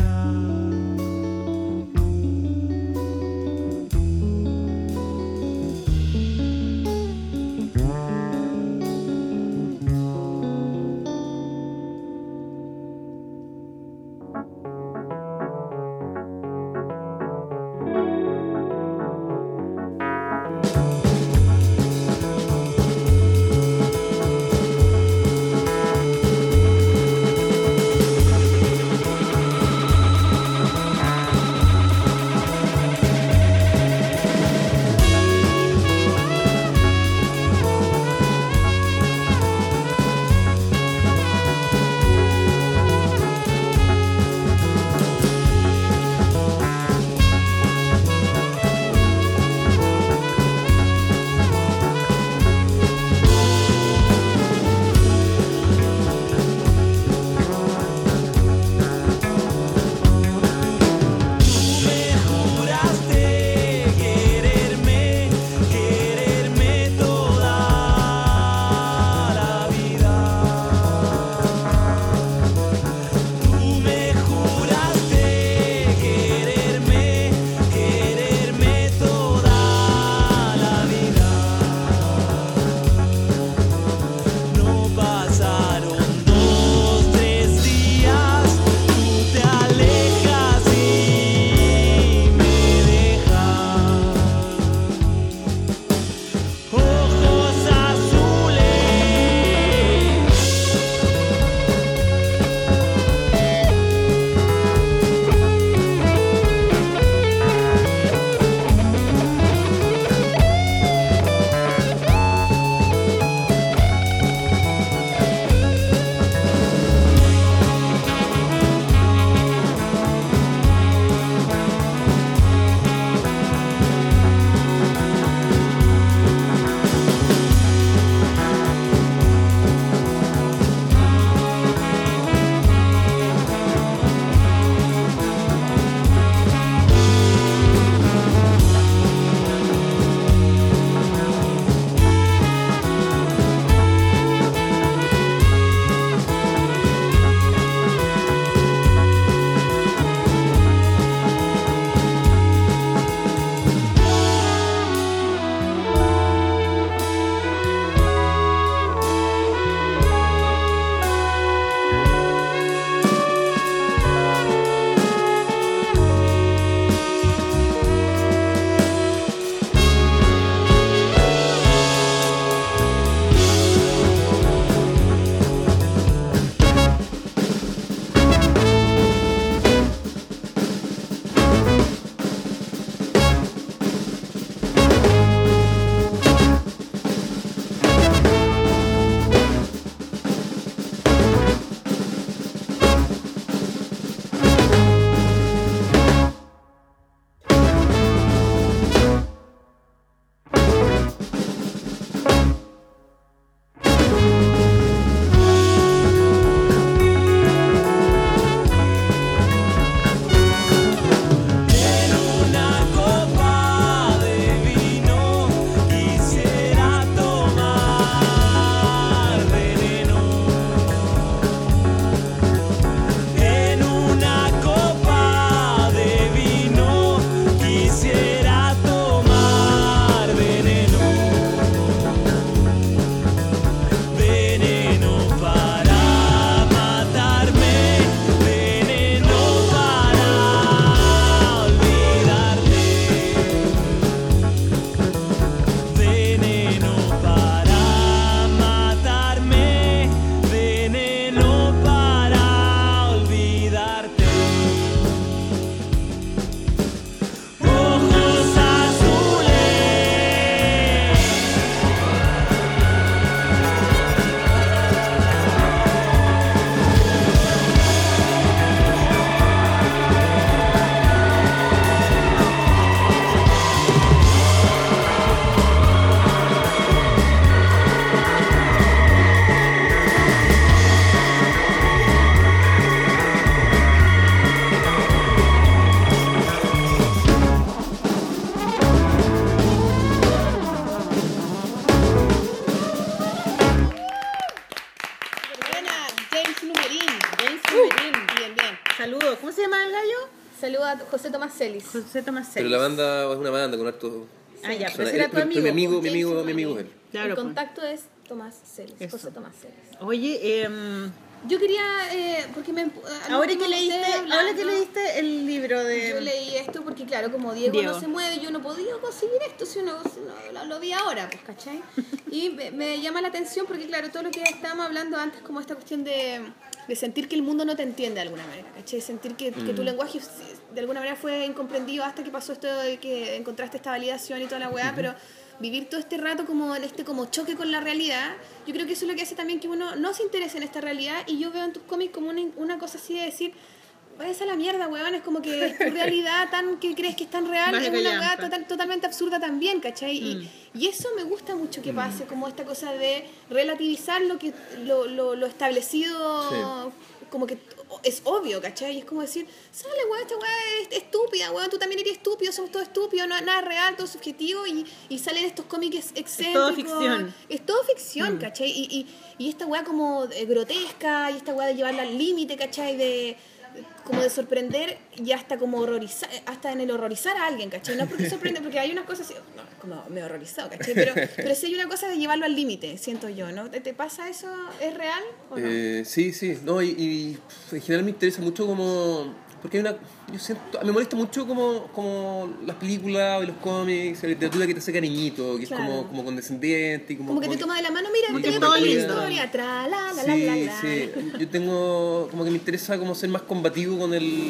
Saluda a José Tomás Celis. José Tomás Pero Celis. la banda es una banda con harto... Ah, ya, suena- pero ese era tu pero- pero amigo. mi amigo, mi James amigo, mi Romani. amigo es él. Claro, El pues. contacto es Tomás Celis. Eso. José Tomás Celis. Oye, em, Yo quería, eh, porque me... ahora como que leíste, ustedes ahora que hablando, leíste el libro de... Yo leí esto porque, claro, como Diego, Diego. no se mueve, yo no podía conseguir esto si uno si no, lo, lo vi ahora, pues, ¿cachai? Y me, me llama la atención porque, claro, todo lo que estábamos hablando antes, como esta cuestión de, de sentir que el mundo no te entiende de alguna manera, ¿cachai? Sentir que, que tu lenguaje de alguna manera fue incomprendido hasta que pasó esto de que encontraste esta validación y toda la weá, pero vivir todo este rato como en este como choque con la realidad, yo creo que eso es lo que hace también que uno no se interese en esta realidad, y yo veo en tus cómics como una, una cosa así de decir, vayas a la mierda, weón, es como que tu realidad tan que crees que es tan real, Vaya es una callampa. weá total, totalmente absurda también, ¿cachai? Y, y eso me gusta mucho que pase, como esta cosa de relativizar lo que lo, lo, lo establecido, como que es obvio, ¿cachai? Y es como decir, sale, weón, esta weá es estúpida, weón, tú también eres estúpido, somos todos estúpidos, no es nada real, todo subjetivo, y, y salen estos cómics excéntricos. todo ficción. Es todo ficción, ¿cachai? Y, y, y esta weá como eh, grotesca, y esta weá de llevarla al límite, ¿cachai? De como de sorprender y hasta como horrorizar, hasta en el horrorizar a alguien, ¿cachai? No es porque sorprende, porque hay unas cosas así, no, como me he horrorizado, ¿cachai? Pero, pero sí hay una cosa de llevarlo al límite, siento yo, ¿no? ¿Te, te pasa eso? ¿Es real o no? Eh, sí, sí, no, y, y en general me interesa mucho como... Porque hay una... Yo siento... Me molesta mucho como, como las películas y los cómics, la literatura que te hace cariñito, que es Claro. como, como condescendiente y como... Como que te toma de la mano, mira, y te que todo me la cuida. historia, tra, la, la, la, Sí, la, la. sí. Yo tengo... Como que me interesa como ser más combativo con el...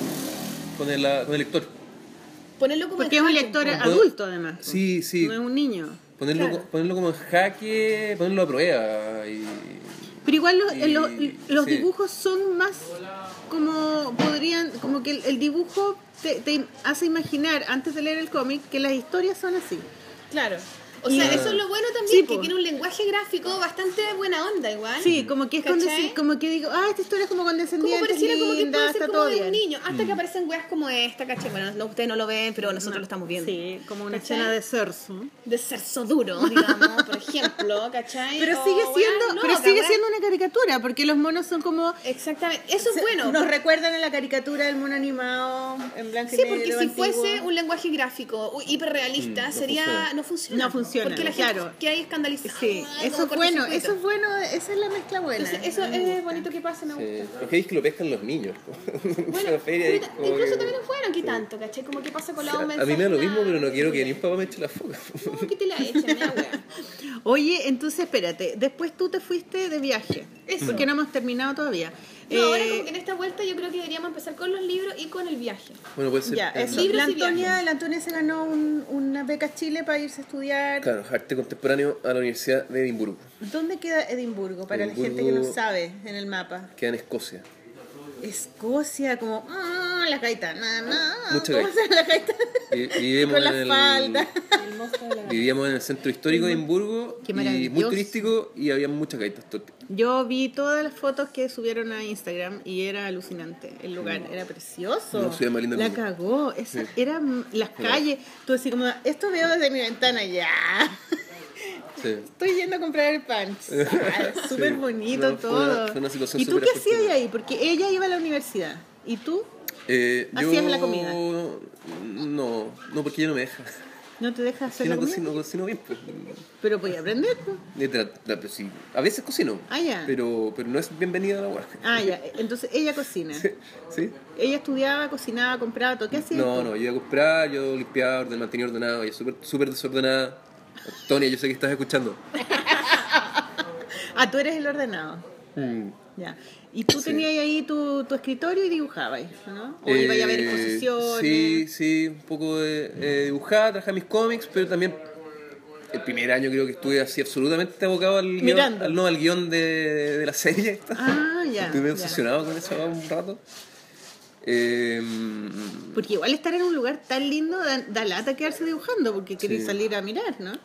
Con el, con el lector. Ponerlo como Porque es en un jaque. lector Como- adulto, además. Sí, sí. No es un niño. Ponerlo, Claro. ponerlo como en jaque, ponerlo a prueba y... Pero igual los, Y- los, los sí. dibujos son más como podrían, como que el, el dibujo te, te hace imaginar antes de leer el cómic que las historias son así. Claro. O Y- sea, eso es lo bueno también, Sí, que po. tiene un lenguaje gráfico bastante buena onda igual. Sí, como que es ¿Cachai? condescend- como que digo, ah, esta historia es como Como condescendiente, pareciera como que linda, puede ser está como todo de un bien. niño, hasta que aparecen weas como esta, ¿cachai? Bueno, no, ustedes no lo ven, pero nosotros lo estamos viendo. Sí, como una ¿Cachai? escena de Cerso. De sexo duro, digamos, por ejemplo, ¿cachai? Pero O sigue weas siendo, pero locas, sigue weas- siendo una caricatura, porque los monos son como Exactamente, eso es bueno. nos recuerdan a la caricatura del mono animado en blanco y Sí, negro porque si antiguo. fuese un lenguaje gráfico hiperrealista, Mm, no sería funciona. no funciona. No funciona, Porque la gente claro. que hay escandalizada. Sí, Ay, eso como es bueno, cortocircuito. eso es bueno, esa es la mezcla buena. Entonces, eso Me gusta. es bonito que pase, me gusta. Sí. Lo que es que lo pescan los niños. Bueno, la feria y pero como incluso que- también es bueno, ¿qué tanto? ¿Cachai? Como que pasa con la A, a mí me da lo mismo, pero no quiero que ni un papá me eche la foca. No, que te la echen, me da wea. Oye, entonces espérate, después tú te fuiste de viaje, Eso. porque no hemos terminado todavía. No, ahora Eh, como que en esta vuelta yo creo que deberíamos empezar con los libros y con el viaje. Bueno, puede ser. ya, en eso. la- Libros La y Antonia, viajes. la Antonia se ganó un- una beca Chile para irse a estudiar. Claro, arte contemporáneo a la Universidad de Edimburgo. ¿Dónde queda Edimburgo? Para la gente que Edimburgo- no sabe en el mapa. Queda en Escocia. Escocia, como ah, la gaita, na, na. Mucha ¿Cómo gaita. se llama la gaita? Vi- Vivíamos Con la en el, falda. Vivíamos en el centro histórico de Edimburgo. Qué y muy maravilloso. turístico y había muchas gaitas todo el tiempo. Yo vi todas las fotos que subieron a Instagram y era alucinante. El lugar era precioso. La ciudad más linda del La mundo. cagó. Esa, Sí. Eran las calles. Tú así como, esto veo desde mi ventana ya. Sí. Estoy yendo a comprar el pan. Ah, Súper Sí. bonito No, fue todo. una- fue una situación ¿Y tú súper qué hacías afortunada. ahí? Porque ella iba a la universidad. ¿Y tú? Eh, ¿Hacías yo... la comida? No, no, porque ella no me deja. ¿No te dejas hacer Yo la no comida? cocino, cocino bien. Pues. Pero podía aprender, pues. De tra- tra- pues sí. A veces cocino. Ah, ya. Pero, pero no es bienvenida a la hueá. Ah, ya. Entonces ella cocina. ¿Sí? Ella estudiaba, cocinaba, compraba todo. ¿Qué hacías No, tú? no, yo iba a comprar, yo limpiaba, orden, mantenía ordenado, ella es súper súper desordenada. Antonia, yo sé que estás escuchando. Ah, tú eres el ordenado. Mm. Ya. Y tú Sí. tenías ahí tu, tu escritorio y dibujabas, ¿no? O ibas a ver Eh, exposiciones. Sí, sí, un poco de eh, dibujada, trabajaba mis cómics, pero también el primer año creo que estuve así absolutamente abocado al guión, Mirando. al, no, al guión de, de la serie. Ah, ya. Estuve ya. obsesionado con eso un rato. Eh, Porque igual estar en un lugar tan lindo da, da lata quedarse dibujando porque querés Sí. salir a mirar, ¿no?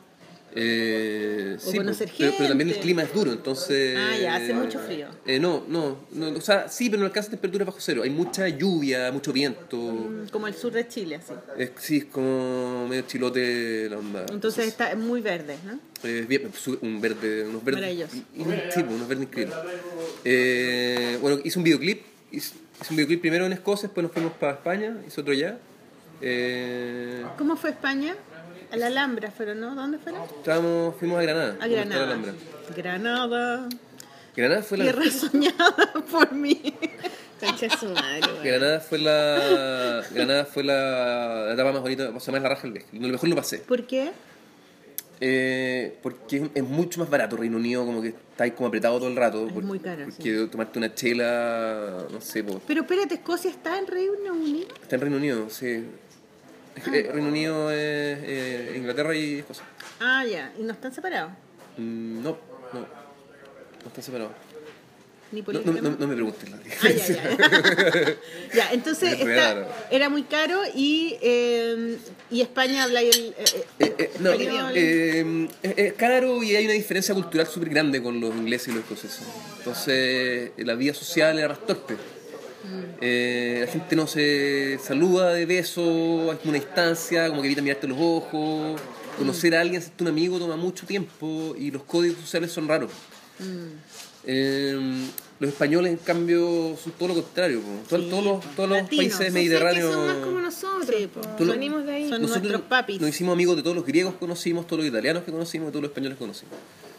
Eh, O sí, conocer pues, pero, pero también el gente. clima es duro, entonces... Ah, ya, hace mucho frío. Eh, no, no, no, o sea, sí, pero no alcanza temperaturas bajo cero. Hay mucha lluvia, mucho viento. Mm, Como el sur de Chile, así. Es, sí, es como medio chilote la onda. Entonces está muy verde, ¿no? Eh, bien, su- un verde, unos verdes... Maravilloso. y- y- sí, pues, unos verdes increíbles. Eh, bueno, hice un videoclip, hice- hice un videoclip primero en Escocia, después nos fuimos para España, hice otro allá. Eh, ¿Cómo fue España? A la Alhambra fueron, ¿no? ¿Dónde fueron? estábamos, fuimos a Granada. A donde está la Granada. Alhambra. Granada. Granada fue la Tierra soñada por mí. Concha su madre, weón. Granada fue la Granada fue la, la etapa más bonita, o sea, más la raja del viaje. Lo mejor lo pasé. ¿Por qué? Eh, porque es, es mucho más barato Reino Unido, como que estáis como apretado todo el rato. Es por- muy caro, Porque tomarte una chela, no sé, po, Pero espérate, ¿Escocia está en Reino Unido? está en Reino Unido, sí. Es que, eh, Reino Unido es eh, Inglaterra y Escocia. Ah, ya. ¿Y no están separados? Mm, no, no. No están separados. Ni No, no, políticamente. no, no me preguntes la Ah, ya, diferencia. ya. Ya, entonces Es está- real. era muy caro y, eh, y España habla el, eh, eh, Eh, eh, no, español. eh, es, es caro y hay una diferencia cultural súper grande con los ingleses y los escoceses. Entonces, la vida social era más torpe. Eh, la gente no se saluda de beso, hay como una distancia, como que evita mirarte los ojos. Conocer a alguien, hacerte un amigo, toma mucho tiempo y los códigos sociales son raros. Eh, los españoles, en cambio, son todo lo contrario. po. Todos, todos los, todos los Latinos. países O sea, Que mediterráneos. son más como nosotros. Sí, po. Tú lo- Venimos de ahí. Son Nosotros nuestros papis. nos hicimos amigos de todos los griegos que conocimos, todos los italianos que conocimos, todos los españoles que conocimos.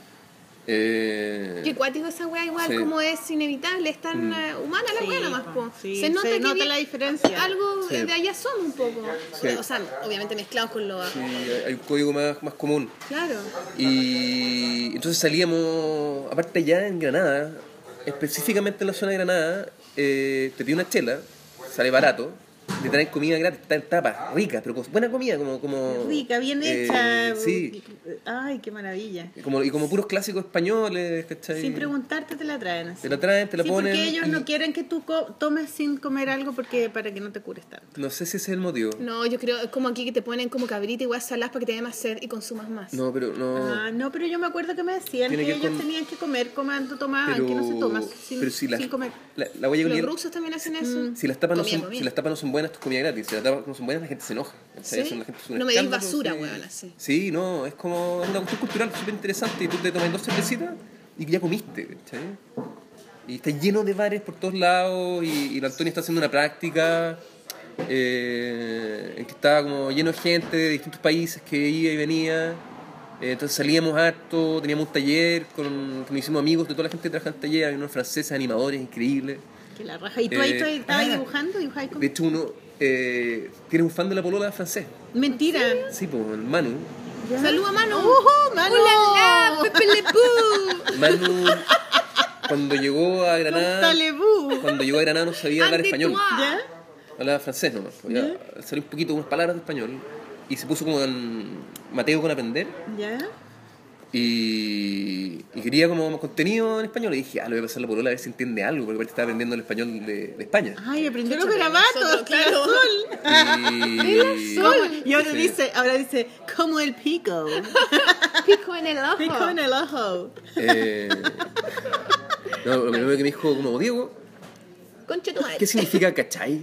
Eh, Qué cuático esa weá, igual Sí. como es inevitable, es tan eh, humana la Sí, weá nomás, po. sí, se nota, se que nota vi- la diferencia. Algo Sí. de allá somos un poco. Sí. O sea, obviamente mezclados con lo. sí, hay hay un código más, más común. Claro. Y entonces salíamos, aparte allá en Granada, específicamente en la zona de Granada, eh, te pides una chela, sale barato, te traen comida gratis, está en tapas, rica, pero con buena comida, como... como Rica, bien eh, hecha. sí, Ay, qué maravilla. como, y como puros clásicos españoles, ¿cachai? Sin preguntarte te la traen así. Te la traen, te la Sí, ponen. porque ellos y no quieren que tú co- tomes sin comer algo porque para que no te cures tanto. no sé si ese es el motivo. No, yo creo, es como aquí que te ponen como cabrita y weas saladas para que te dé más sed y consumas más. No, pero no... Ah, no, pero yo me acuerdo que me decían que, Tiene que ellos con- tenían que comer comando, tomaban, pero, que no se toma sin, pero si la, sin comer. la, la huella Los con hielo- rusos también hacen eso. Si las tapas no Comida, son, comida. si las tapas no son buenas, esto es comida gratis. Si las tapas no son buenas, la gente se enoja. ¿cachai? ¿Sí? Eso, la gente es un No me deis escándalo, basura, sí. weón, así. Sí, no, es como una cuestión cultural súper interesante. Y tú te tomas dos cervecitas y ya comiste, ¿cachai? Y está lleno de bares por todos lados. Y, y la Antonia está haciendo una práctica eh, en que estaba como lleno de gente de distintos países que iba y venía. Eh, entonces salíamos harto, teníamos un taller con, que nos hicimos amigos de toda la gente que trabaja en el taller. Había unos franceses animadores increíbles. Que la raja. ¿Y tú ahí Eh, tú estabas ah. dibujando? ¿Dibujabas con... De hecho, uno eh, tiene un fan de la polola francés. Mentira. Sí, pues, el Manu. ¿Ya? ¡Saluda, Manu! ¡Ojo, Manu! ¡Hola, Pepe Le Pew! Manu, cuando llegó a Granada, Talebú. cuando llegó a Granada no sabía hablar Ante español. toi. ¿Ya? Hablaba francés nomás. pues, ya, salió un poquito unas palabras de español. Y se puso como en Mateo con aprender. ¿Ya? Y, y quería como contenido en español. Y dije, ah, le voy a pasar la polola a ver si entiende algo. Porque aparte estaba aprendiendo el español de, de España. Ay, aprendió los Escúchame, garabatos. nosotros, claro. Claro. Y, Y ahora Sí. dice, ahora dice, como el pico. Pico en el ojo. Pico en el ojo. eh, no, lo primero que me dijo como Diego, Concha tu madre. ¿qué significa cachai?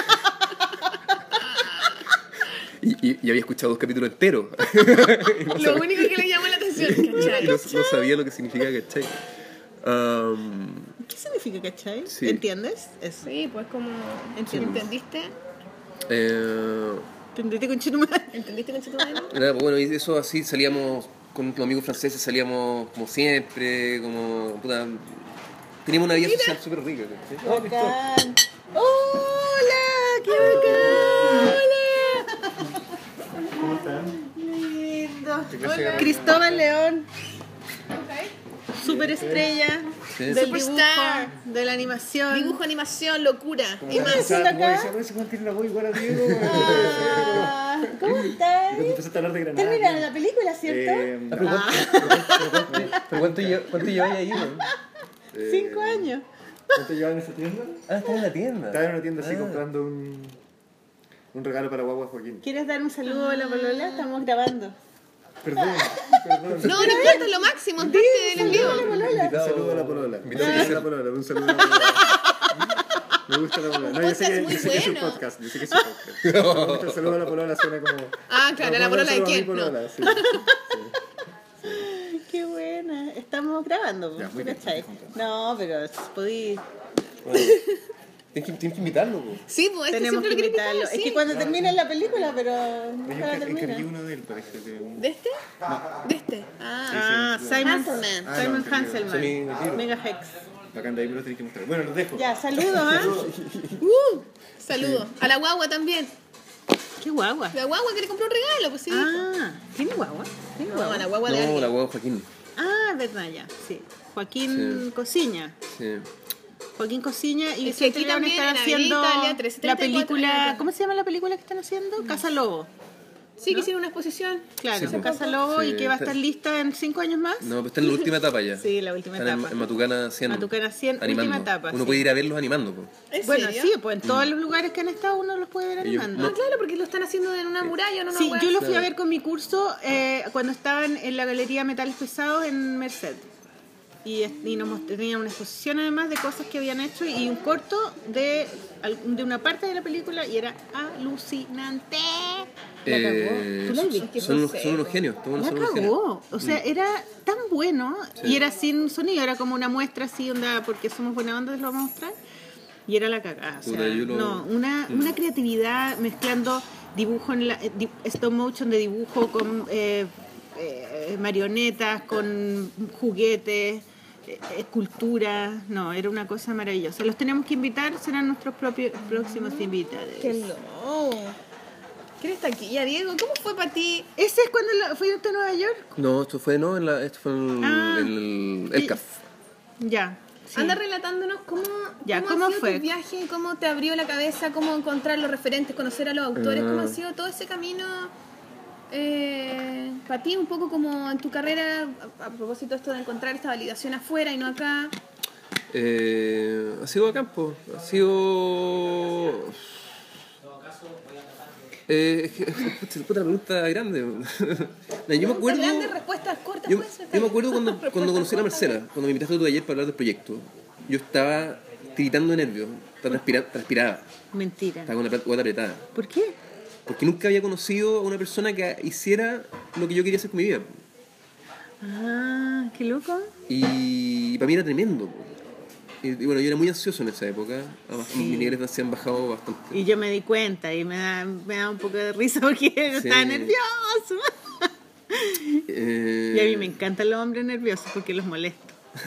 Y, y, y había escuchado dos capítulos enteros. Y no Lo sabía- único que le llamó la atención, y ¿cachai? no, no sabía lo que significa cachai. Um, ¿Qué significa cachai? Sí. ¿Entiendes? Eso. Sí, pues como... Entiendo. ¿Entendiste? eh, ¿Entendiste con Chetumal? ¿Entendiste, concha tu madre? nada, pues bueno, y eso así salíamos con los amigos franceses, salíamos como siempre, como puta. Teníamos una vida social súper rica. ¿cachai? Ah, listo. Bacán. ¡Hola! ¡Qué bacán! ¿Cómo están? Lindo. Hola. Cristóbal León. Superestrella Sí. del Superstar. dibujo, de la animación. Dibujo, animación, locura. Y ¿Qué más. estás haciendo acá? Ese Juan tiene la voz igual a Diego. Ah, ¿Cómo estás? Cuando empezaste a hablar de Granada. Terminaron la película, ¿cierto? Eh, Ah, pero ¿cuánto, pero cuánto, lle- cuánto lleváis ahí, man? eh, Cinco años. ¿Cuánto llevaba en esa tienda? Ah, estaba en la tienda. Estaba en una tienda así Ah. comprando un, un regalo para Guagua Joaquín. ¿Quieres dar un saludo a la polola? Estamos grabando. Perdón, perdón. No, no importa, lo máximo, es parte del envío. Un saludo a la polola. Un Invitado saludo a la polola. Un saludo a la polola. Me gusta la polola. No, yo sé, que, Un podcast yo sé que es un muy bueno. podcast. Yo sé que es un podcast. Me gusta el saludo a la polola suena como. Ah, claro, ¿a la como polola de saludo a mi quién? No. polola, sí. Qué buena. Estamos grabando, Ya, muy ¿tú bien, cachai? muy bien. No, pero podí. Tienes que, tienes que invitarlo, po. Sí, pues este Tenemos siempre que lo quiere invitar, invitarlo. sí. Es que cuando termina la película, pero nunca la Yo encargué termina. uno de él, parece que... ¿De este? ¿De este? Ah, Ah, Simon Hanselman. Ah, Simon no, sí, Hanselman. sí, mi libro. Mega Hex. Bacán, de ahí me lo tenés que mostrar. Bueno, los dejo. Ya, saludos, ¿ah? Uh, saludos. A la guagua también. Qué guagua. La guagua que le compró un regalo, pues sí. Ah, ¿tiene guagua? ¿Tiene No, guagua? la guagua de No, alguien. la hueá Joaquín. Ah, verdad, ya, sí. Joaquín Sí. Cosiña. Sí. Joaquín Cosiña y Es que aquí Vicente León también están en haciendo Avenida Italia, la trescientos treinta y cuatro, película... en- ¿Cómo se llama la película que están haciendo? Casa Lobo. Sí, que hicieron una exposición. Claro, Sí, sí. Casa Lobo Sí, y que va a está- estar lista en cinco años más. No, pero está en la última etapa ya. Sí, la última Están en- etapa. En, Matucana cien. Matucana cien, animando. última etapa, Uno sí. puede ir a verlos animando, po. ¿En Bueno, serio? sí, pues en todos los lugares que han estado uno los puede ver Ellos animando. Ah, claro, porque lo están haciendo en una muralla, no una Sí, hueá. yo lo fui a Claro. ver con mi curso eh, cuando estaban en la Galería Metales Pesados en Merced. Y, es- y nos most- tenían una exposición además de cosas que habían hecho y un corto de, al- de una parte de la película y era alucinante. La cagó. Eh, ¿Tú la son- viste? son, unos- son unos genios. todos La son unos genios. cagó. O sea, Mm. era tan bueno y era sin sonido, era como una muestra así, onda, porque somos buena onda, te lo vamos a mostrar. Y era la cagada. O sea, Puta, yo lo- no, una, Mm. una creatividad mezclando dibujo en la, eh, di- stop motion de dibujo con eh, eh, marionetas, con juguetes, eh, esculturas. No, era una cosa maravillosa. Los tenemos que invitar, serán nuestros propios próximos invitados. Qué loco. ¿Quién está aquí? Ya, Diego, ¿cómo fue para ti? ¿Ese es cuando lo- fue usted a Nueva York? No, esto fue, no, en la, esto fue en el, Ah. en el, el Sí. C A F. Ya. sí. Anda relatándonos cómo, Ya, cómo, ¿cómo ha sido fue? tu viaje, cómo te abrió la cabeza, cómo encontrar los referentes, conocer a los autores, Ah. cómo ha sido todo ese camino eh, para ti, un poco como en tu carrera, a, a propósito de esto de encontrar esta validación afuera y no acá. Eh, ha sido bacán, po. Ha sido... Eh, es puta, la pregunta grande. No, yo me acuerdo... Grandes respuestas cortas, Yo, puede ser. yo me acuerdo cuando, Respuestas cuando conocí a la cortas. Marcela, cuando me invitaste a tu taller para hablar del proyecto. Yo estaba tiritando de nervios, transpira- transpiraba, Mentira. estaba con la guata apretada. ¿Por qué? Porque nunca había conocido a una persona que hiciera lo que yo quería hacer con mi vida. Ah, qué loco. Y para mí era tremendo. po. Y, y bueno, yo era muy ansioso en esa época. Además, Sí. mis niveles de ansiedad han bajado bastante. Y yo me di cuenta y me da, me da un poco de risa porque yo Sí. estaba nervioso. Eh, Y a mí me encantan los hombres nerviosos porque los molesto.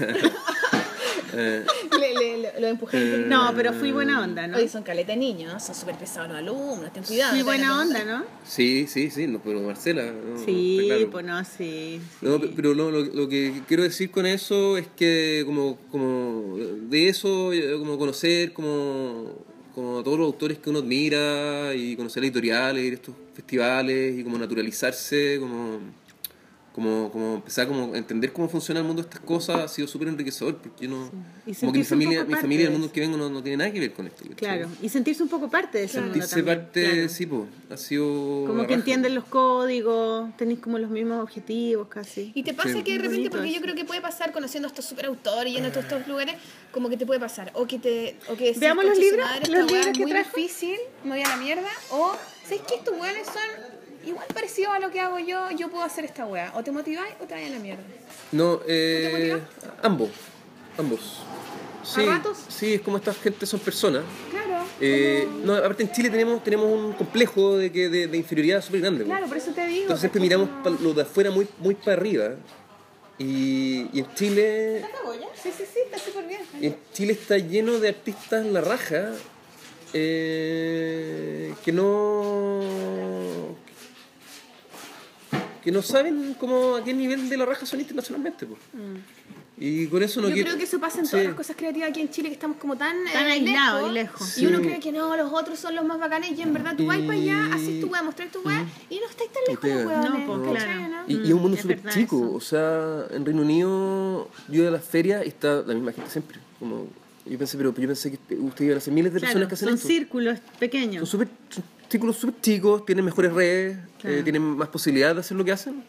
eh, Le, le, le- lo empujé. un poquito. No, pero fui buena onda, ¿no? Oye, son caleta de niños, ¿no? Son súper pesados los alumnos, ten cuidado. Fui no te van a buena onda, preguntar. ¿no? sí, sí, sí, no, pero Marcela. no, Sí, está claro. pues no, sí. sí. No, pe- pero no, lo, lo que quiero decir con eso es que como, como de eso, eh, como conocer como, como a todos los autores que uno admira y conocer editoriales, ir a estos festivales y como naturalizarse, como, como, como empezar como a entender cómo funciona el mundo de estas cosas ha sido súper enriquecedor porque yo no, Y como que mi sentirse un familia, poco mi parte familia, el de mundo eso. que vengo no, no tiene nada que ver con esto. ¿cachai? Claro, y sentirse un poco parte de ese mundo Sentirse también. parte, claro. sí, po, ha sido... Como la que raja. entienden los códigos, tenéis como los mismos objetivos casi. Y te pasa Sí. que de Muy repente, bonito porque yo eso. creo que puede pasar conociendo a estos superautores y yendo a todos estos lugares, como que te puede pasar. O que te. O que decís, Veamos los "Concha su libros, madre, los esta weá libros es que muy trajo". difícil, me voy a la mierda. O, ¿sabes qué? Estos weones son igual parecidos a lo que hago yo, yo puedo hacer esta weá. O te motiváis o te vais a la mierda. No, eh, motivas? ambos, ambos. Sí, ratos? sí, es como esta gente son personas. Claro. Eh, no, aparte en Chile tenemos, tenemos un complejo de, que, de, de inferioridad súper grande. po. Claro, por eso te digo. Entonces siempre ¿cachai? miramos pa- lo de afuera muy, muy para arriba. Y, y en Chile Sí, sí, sí, está súper bien. y en Chile está lleno de artistas en la raja eh, que no que no saben cómo a qué nivel de la raja son internacionalmente. Po. Y con eso no Yo quiero- creo que eso pasa en sí. todas las cosas creativas aquí en Chile, que estamos como tan, Tan eh, aislados lejos, y lejos. Y uno Sí. cree que no, los otros son los más bacanes y en verdad tú vas Y- para allá, haces tu weá, mostrar tu weá y no estáis tan lejos pega. los weones. No, pues, ¿cachai, claro. no? Y, Mm, y es un mundo es súper verdad chico, eso. o sea, en Reino Unido yo iba a las ferias y está la misma gente siempre. Como, yo pensé, pero yo pensé que ustedes iban a ser miles de Claro, personas que hacen son esto. círculos Son pequeños. súper son círculos súper chicos, tienen mejores redes, Claro. eh, tienen más posibilidades de hacer lo que hacen.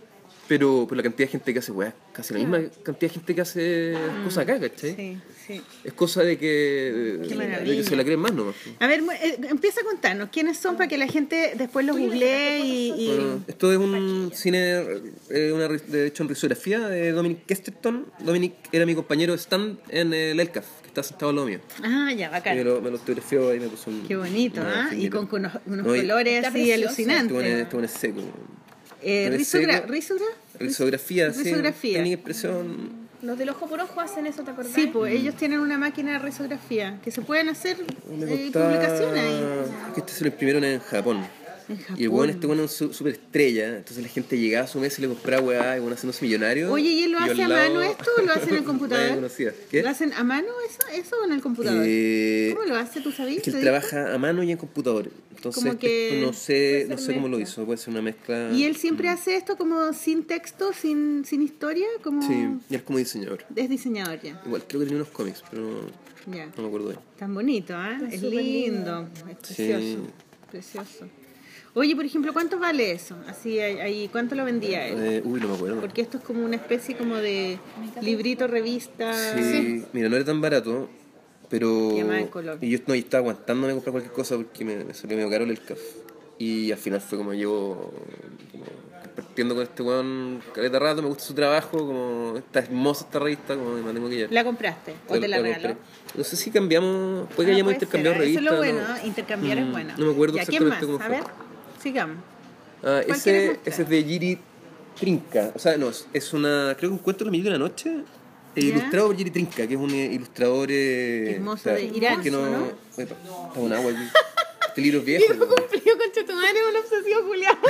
pero por la cantidad de gente que hace weas, casi la misma cantidad de gente que hace cosas acá, ¿cachai? Sí, sí. Es cosa de que, Qué de maravilla. que se la creen más nomás. A ver, mu- eh, empieza a contarnos quiénes son para que la gente después los googlee y... y- Bueno, esto es un cine, eh, una, ri- de hecho en risografía de Dominic Kesterton. Dominic era mi compañero de stand en el Elcaf, que está sentado al lado mío. Ah, ya, Y bacán. me lo, me lo autografió y me puso un... Qué bonito, una ¿ah? Y firmita. con, con unos, unos No, y- colores Está así precioso. alucinantes. Este bueno es- este bueno es seco. Eh, Este risogra- seco. ¿Risura? Risografía, sí. Risografía. Técnica de expresión. Los del ojo por ojo hacen eso, ¿te acordás? Sí, pues ellos tienen una máquina de risografía que se pueden hacer Me eh, costaba- publicaciones ahí. que este se lo imprimieron en Japón. En Japón. Y el weón, este bueno es su- súper estrella. Entonces la gente llegaba a su mesa y le compraba weá, y bueno, haciéndose millonario. Oye, ¿y él lo yo hace a al lado- mano esto o lo hace en el computador? Nadie conocía. ¿Qué? ¿Lo hacen a mano eso, eso o en el computador? Eh, ¿Cómo lo hace? ¿Tú sabías? Es que él ¿Te dijo? trabaja a mano y en computador. Entonces, Como que- esto no sé, no puede ser sé cómo lo mezcla. hizo. Puede ser una mezcla. ¿Y él siempre hace esto como sin texto, sin, sin historia? Como... Sí, y él es como diseñador. Es diseñador ya. Igual creo que tenía unos cómics, pero no, Ya. no me acuerdo bien. Tan bonito, ¿ah? Está Es súper lindo. Es Sí. precioso. Precioso. Oye, por ejemplo, ¿cuánto vale eso? Así, ahí, ahí, ¿cuánto lo vendía él? Eh, uy, no me acuerdo. Porque esto es como una especie como de librito, revista. Sí, mira, no era tan barato, pero... Y además en color. Y yo no, y estaba aguantándome a comprar cualquier cosa porque me, me salió medio caro el café. Y al final fue como llevo como compartiendo con este weón caleta rato, me gusta su trabajo, como está hermosa esta revista, como me mantengo que ya. ¿La compraste o te la compré. regaló? No sé si cambiamos, puede que Ah, hayamos puede intercambiado ser, ¿eh? revistas. Eso es lo bueno, no. ¿eh? Intercambiar es Mm, bueno. No me acuerdo Ya, ¿quién exactamente más? cómo A fue. ver, sigamos. Ah, ¿Cuál quieres ese, mostrar? ese es de Giri Trinca. O sea, no, es una. Creo que un cuento de la media de la noche. eh, ¿Ya? Ilustrado por Giri Trinca, que es un eh, ilustrador. Eh, Hermoso de Irán, que no, ¿no? Epa, está un agua aquí. Este libro es viejo. Yo ¿no? cumplió con Chetumare un obsesivo Julián.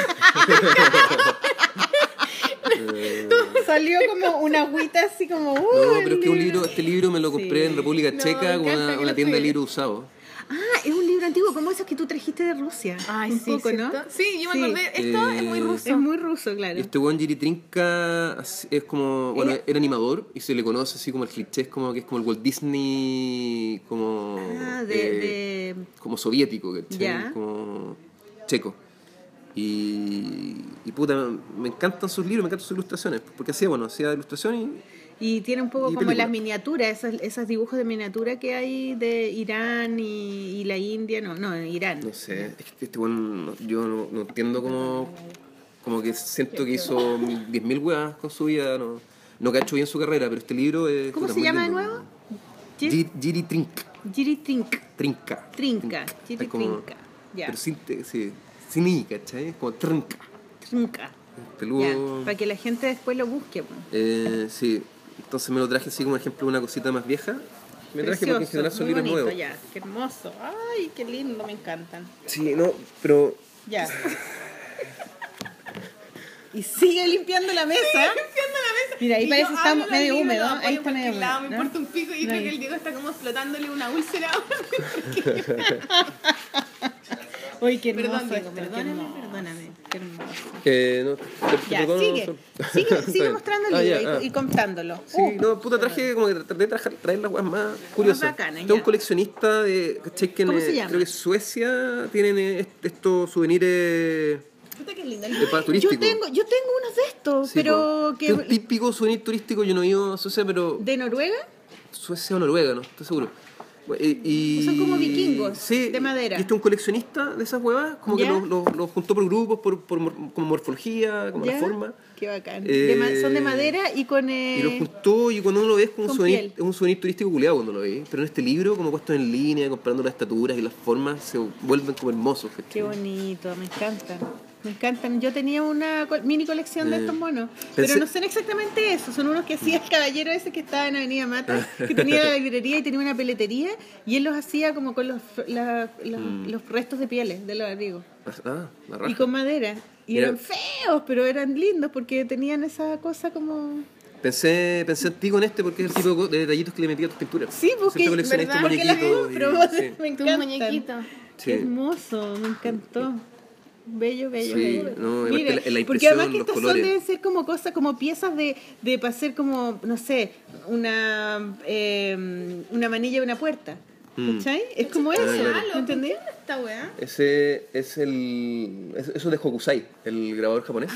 Salió como una agüita así como. Uh, No, pero el es que un libro. libro, este libro me lo compré Sí. en República No, Checa me con encanta una, que una lo tienda de esté. libros usados. Ah, es un libro antiguo, como esos que tú trajiste de Rusia. Ay, un sí, poco, ¿no? ¿cierto? Sí, yo me Sí. acordé. Esto es muy Eh, ruso. Es muy ruso, claro. Y este buen Giri Trinca así- es como, bueno, Era- era animador y se le conoce así como el cliché, es como que es como el Walt Disney como Ah, de, eh, de... como soviético, ¿cachai? Ya. Como checo. Y, y puta, me encantan sus libros, me encantan sus ilustraciones, porque hacía, bueno, hacía ilustración y Y tiene un poco Y como película. las miniaturas, esos, esos dibujos de miniatura que hay de Irán y, y la India, no, no, Irán. no sé, es que este buen, no- yo no, no entiendo cómo, como que siento que hizo diez mil weas con su vida, no, no que ha hecho bien su carrera, pero este libro es... ¿Cómo puta, se muy llama de lindo. nuevo? Giri, Giri Trinca. Giri Trink. Trinca. Trinca, Giri Es como- Trinca. Ya, Pero sin, te- sí, sin I, ¿cachai? Es como trinca. Trinca. Peludo. Ya, para que la gente después lo busque. pues. Eh, sí, entonces me lo traje así como ejemplo una cosita más vieja. Me traje porque en Precioso, general son muy libros bonito, nuevos. ya, qué hermoso. Ay, qué lindo, me encantan. Sí, no, pero Ya. Y sigue limpiando la mesa. limpiando la mesa. Mira, ahí Y parece yo está abro los medio libros, húmedo, los ahí apoyo está por medio aquel lado, húmedo, me ¿no? importa un pico y No, creo ahí. que el Diego está como explotándole una úlcera. Uy, qué hermoso. Perdón, Diego, esto, qué perdóname, hermoso, perdóname. Qué hermoso. eh, no, te- te Ya, perdono, sigue. son- Sigue, Está sigue bien. mostrando el Ah, libro ya, y, ah. y contándolo. Sí, Uh, no, puta, traje como que traté de traer, traer las weas más curiosas. bacanas, Tengo ya. un coleccionista de, ¿cachai? Que en, ¿Cómo se eh, llama? creo que en Suecia tienen eh, est- estos souvenirs Puta, qué lindo el de libro. para yo turístico. tengo, yo tengo unos de estos, Sí, pero po. que Es un típico souvenir turístico, yo no he ido a Suecia, pero de Noruega. Suecia o Noruega, no estoy seguro. Y, y- Son como vikingos, sí, de madera. Y este es un coleccionista de esas huevas, como ¿Ya? que los los- los juntó por grupos, por, por mor- como morfología, como ¿Ya? la forma. Qué bacán. Eh, De ma- son de madera y con. Eh, Y los juntó y cuando uno lo ve es como un con souvenir, piel. es un souvenir turístico culiado cuando lo ve. Pero en este libro, como puesto en línea, comparando las estaturas y las formas, se vuelven como hermosos. ¿cachai? Qué bonito, me encantan. Me encantan. Yo tenía una co- mini colección de Eh, estos monos, pensé- pero no son exactamente eso. Son unos que hacía el caballero ese que estaba en Avenida Mata, que tenía la librería y tenía una peletería, y él los hacía como con los, la- la- Mm. los restos de pieles de los abrigos. Ah, la raja. Y con madera. Y Mira. eran feos, pero eran lindos porque tenían esa cosa como... Pensé, pensé en ti con este porque es el tipo de detallitos que le metía a tus pinturas. Sí, porque- Siempre coleccioné estos ¿verdad? Porque las muñequitos. y- compro, sí. me Tu encantan. muñequito. Sí. Hermoso, me encantó. Bello, bello, Sí, bello. no, además Mira, que la- la porque además impresión, que los estas son colores. deben ser como cosas, como piezas de, de para hacer como, no sé, una eh, una manilla de una puerta. Mm. ¿Cachai? Es como eso, claro. ¿me entendés? Esta weá. Ese es el. es- Eso es de Hokusai, el grabador japonés. Ah,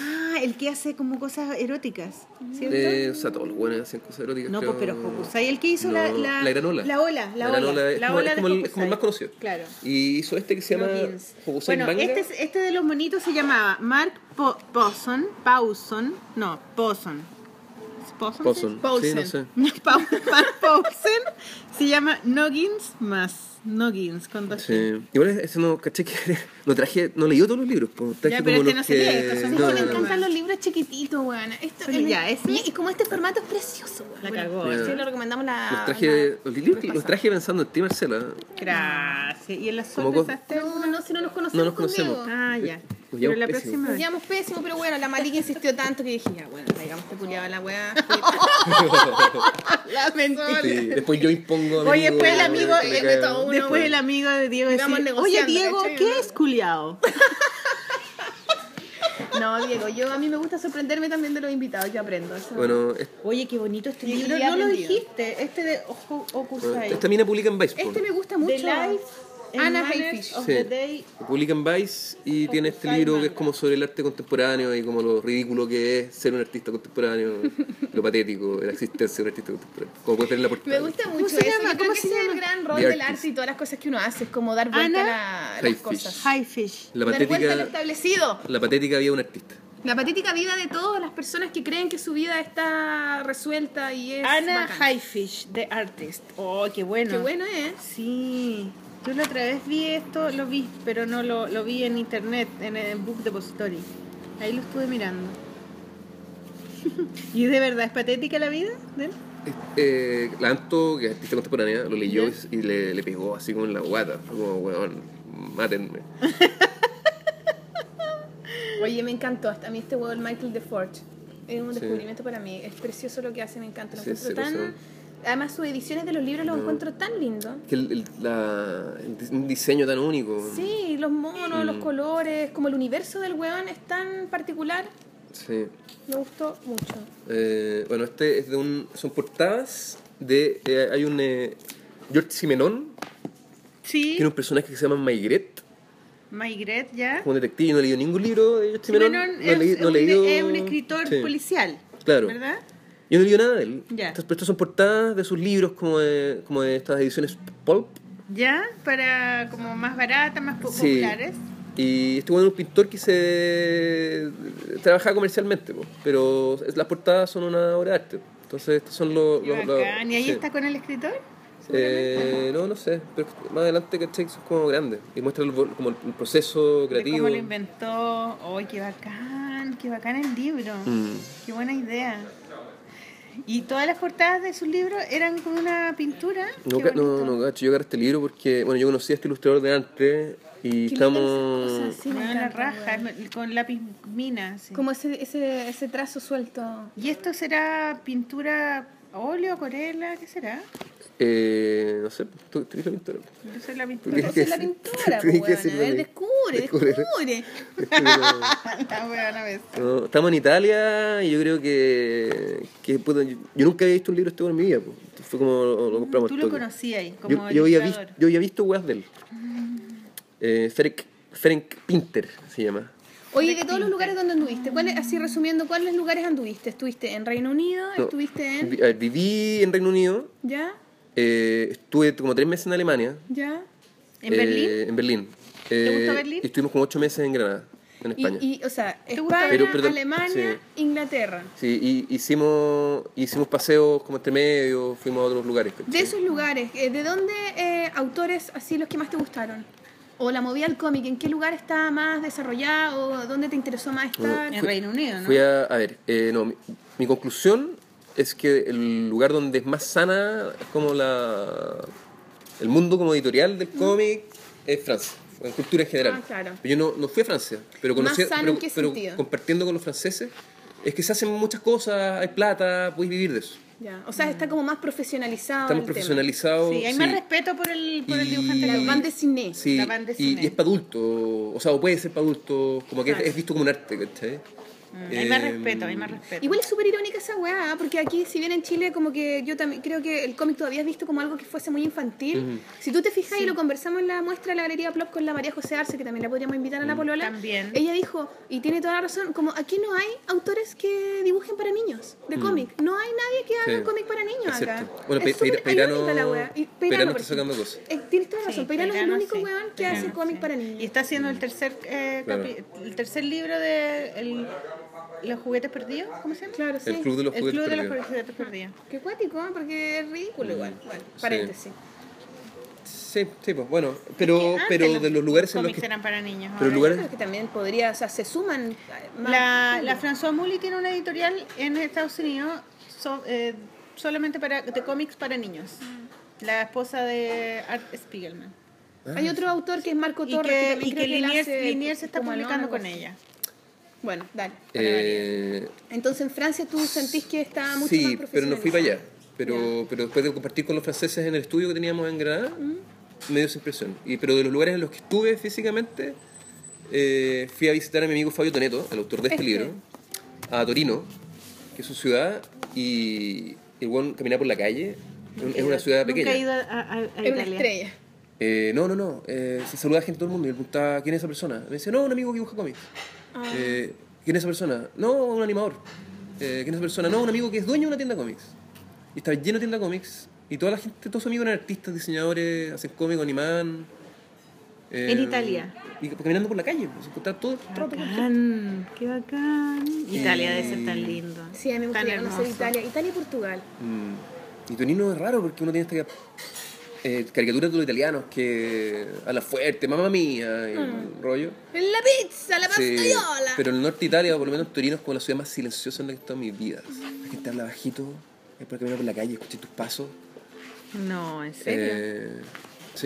el que hace como cosas eróticas, ¿cierto? Eh, o sea, todos los buenos hacen cosas eróticas. No, creo. pues pero Hokusai, el que hizo No, la, la... la granola. La ola, la, La ola. granola es la como- ola es como de el- es como el más Hokusai. conocido. Claro. Y hizo este que se llama Noggins. Hokusai Bueno, Manga. este, es- este de los monitos se llamaba Mark Po- Poson, Pauson, no, Poson. ¿Poson? Poson. Poson. Sí, no sé. Pa- Mark Poson se llama Noggins más. Noggins, con dos Sí. G. Igual ese no, caché que no traje, no leí todos los libros. Po. Traje Ya, pero como este los no se que... lee, estos son Sí, no, me no, no, encantan no. los libros chiquititos, weón. Esto, Pero el- ya, ese- y, y como este formato es precioso, weón. La Bueno, cagó. Sí, lo recomendamos la. Los traje, los, libros, la- los traje pensando en ti, Marcela. Gracias. ¿Y en las Como sopas co- usaste No, alguna? no, si no nos conocemos. No nos con conocemos. Diego. Ah, ya. Nos Pero llevamos la pésimo. próxima Nos vez. llevamos pésimo, pero bueno, la Malika insistió tanto que dije, ya, bueno, traigamos este culiado a la weá. La mentira. Sí, después yo impongo a mi Oye, amigo después el amigo, que le el cae- de todo uno, Después el amigo de Diego Y decía, vamos oye negociando, Diego, ¿cachai? ¿qué es culiao? No, Diego, yo a mí me gusta sorprenderme también de los invitados, yo aprendo. Eso. Bueno, es- Oye, qué bonito este Sí, libro. ya No lo aprendido. dijiste, este de Ojo- Okusai. esta mina publica en Vice. po. Este me gusta The mucho. Life and Anna Manners Hayfish. of Sí. the Day. Publica en Vice y tiene este Hokusai libro que Manga. es como sobre el arte contemporáneo y como lo ridículo que es ser un artista contemporáneo, lo patético de la existencia de un artista contemporáneo. Como puedes ver en la portada. Me gusta mucho se eso. llama? Yo creo ¿Cómo que se ese es llama? el gran rol The del Artist. arte y todas las cosas que uno hace, es como dar vuelta Anna a la- a las Hayfish. cosas. Highfish. La Dar vuelta a lo patética, establecido. la patética vida de un artista. La patética vida de todas las personas que creen que su vida está resuelta y es Anna bacán. Highfish, The Artist. Oh, qué bueno. Qué bueno es. Sí. Yo la otra vez vi esto, lo vi, pero no lo, lo vi en internet, en el Book Depository. Ahí lo estuve mirando. ¿Y de verdad es patética la vida de él? Eh, la Anto, que es artista contemporánea, lo leyó Ya. y le, le pegó así como en la guata. Fue como, weón, mátenme. Oye, me encantó. Hasta a mí este huevo, el Michael DeForge, es un Sí. descubrimiento para mí. Es precioso lo que hace, me encanta. Lo Sí, encuentro sí, tan... razón. Además, sus ediciones de los libros los No. encuentro tan lindos. Que el, el- la, el dis- un diseño tan único. Sí, los monos, Mm. los colores, como el universo del weón es tan particular. Sí. Me gustó mucho. Eh, bueno, este es de un. Son portadas de. eh, hay un. Eh, George Simenon, Sí. tiene un personaje que se llama Maigret, Maigret, ¿ya? como un detective. Yo no he leído ningún libro de George Simenon. Simenon no he es, leído- no he un, leído- es un escritor Sí. policial, Claro. ¿verdad? Yo no he leído nada de él. Ya. Estas, pero estas son portadas de sus libros, como de, como de estas ediciones pulp. ¿Ya? Para como más baratas, más po- Sí. populares. Y este bueno es un pintor que se trabaja comercialmente, po, pero las portadas son una obra de arte. Entonces estos son los... Qué los- los- bacán. ¿Y ahí sí. está con el escritor? Eh, no, no sé, pero más adelante, ¿cachai? Son como grandes y muestra el, como el proceso De creativo. cómo lo inventó. ¡Ay, qué bacán! ¡Qué bacán el libro! Mm. ¡Qué buena idea! Y todas las portadas de sus libros eran con una pintura. No, Qué ca- no, bonito. no, cacho, yo agarré este libro porque, bueno, yo conocí a este ilustrador de antes y Qué estamos... lindas esas cosas, sí, me Bueno, la encanta, raja, weón. con lápiz mina. Sí. Como ese, ese, ese trazo suelto. ¿Y esto será pintura óleo, acuarela? ¿Qué será? Eh, no sé, tú, tú eres la pintora. Yo soy la ¿Tú pintora. tienes Esa es que la decir- pintura, tú tienes po, que weón. A decirlo ver, a mí. descubre, Descubre. descubre. La weona ves. No, estamos en Italia y yo creo que, que puta, yo, yo nunca había visto un libro este en mi vida. Pues. Fue como lo, lo compramos Tú al lo toque. conocías ahí, como Yo, yo, había visto, ilustrador. yo había visto weas de él. Eh, Ferenc, Ferenc Pinter se llama. Oye, de todos los lugares donde anduviste, ¿cuáles, así resumiendo, ¿cuáles lugares anduviste? ¿Estuviste en Reino Unido? No, ¿Estuviste en...? vi- a ver, viví en Reino Unido, ¿Ya? eh, estuve como tres meses en Alemania. ¿Ya? ¿En eh, Berlín? En Berlín. ¿Te Eh, gusta Berlín? Y estuvimos como ocho meses en Granada, en España. Y, y, o sea, ¿Te gusta España, Pero, perdón, Alemania, Inglaterra. Sí, y hicimos, hicimos paseos como entre medio, fuimos a otros lugares. ¿cachai? De esos lugares, eh, ¿de dónde eh, autores así los que más te gustaron? ¿O la movida al cómic? ¿En qué lugar está más desarrollado? ¿Dónde te interesó más estar? En Reino Unido, ¿no? Fui a, a ver, eh, no, mi, mi conclusión es que el lugar donde es más sana es como la el mundo como editorial del cómic es Francia, en cultura en general. Ah, claro. Yo no, no fui a Francia, pero ¿Más conocí, sano pero, en qué pero sentido? compartiendo con los franceses es que se hacen muchas cosas, hay plata, puedes vivir de eso. Ya. O sea, está como más profesionalizado. Estamos el tema. profesionalizados. Sí, hay sí. más respeto por el, por el Y- dibujante. La que- banda dessinée. Sí, La banda y, dessinée. y es para adultos, o sea, o puede ser para adultos, como que es- Claro. es visto como un arte, ¿cachai? Hay más Eh, respeto, hay más respeto. Igual es súper irónica esa weá, porque aquí, si bien en Chile, como que yo también creo que el cómic todavía es visto como algo que fuese muy infantil. Ujú. Si tú te fijas y lo conversamos en la muestra de la Galería Plop con la María José Arce, que también la podríamos invitar a la polola. También. Ella dijo, y tiene toda la razón, como aquí no hay autores que dibujen para niños, de cómic. No hay nadie que haga Sí, cómic para niños es acá. cierto. Bueno, es Pe- súper Peirano- irónica la weá. Y Peirano por está sacando ejemplo. cosas. Eh, tienes toda la razón, Sí, Peirano es el Peirano, único sí. weón que Peirano, hace cómic sí. para niños. Y está haciendo el tercer eh, Claro. capi- el tercer libro de el- los juguetes perdidos, ¿cómo se llama? Claro, sí. El Club de los El Juguetes club de los Perdidos. juguetes perdidos. Qué cuático, ¿eh? Porque es ridículo igual. Bueno, paréntesis. Sí, sí, pues bueno, pero, Antes pero de los lugares en los cómics que... eran para niños. Pero ahora lugares- Creo que también podría, o sea, se suman más. La, la François Mouly tiene una editorial en Estados Unidos so- eh, solamente para de cómics para niños. La esposa de Art Spiegelman. Hay otro autor que es Marco Y Torres, que, también y creo que él Liniers, hace Liniers se está como publicando algo con así. ella. Bueno, dale. Eh, Entonces en Francia tú sentís que está mucho sí, más pero no fui para allá. profesionalizado. Pero, pero después de compartir con los franceses en el estudio que teníamos en Granada, me dio esa impresión. Y, pero de los lugares en los que estuve físicamente, eh, fui a visitar a mi amigo Fabio Toneto, el autor de este Este. libro, a Torino, que es su ciudad, y el buen caminar por la calle. Es una ciudad Nunca pequeña. he ido a, a- a Es una Italia. estrella. Eh, no, no, no. Eh, se saluda a gente todo el mundo y le preguntaba quién es esa persona. Me dice, no, un amigo que dibuja cómics. Eh, ¿Quién es esa persona? No, un animador. Eh, ¿Quién es esa persona? No, un amigo que es dueño de una tienda de cómics. Y estaba lleno de tienda de cómics. Y toda la gente, todos sus amigos eran artistas, diseñadores, hacen cómics, animan. Eh, En Italia. Y caminando por la calle, pues, encontrar todo el rato con gente. Bacán, qué bacán. Italia debe ser tan lindo. Sí, a mí me Tan gustaría conocer hermoso. Italia. Italia y Portugal. Mm. Y Torino es raro porque uno tiene esta eh, caricaturas de los italianos que a la fuerte, mamá mía, y el rollo. La pizza, la Sí, pastaiola. pero en el norte de Italia, o por lo menos Torino, es como la ciudad más silenciosa en la que he estado en mi vida. La gente habla bajito, es para caminar por la calle, escuchar tus pasos. No, en serio. Eh, sí.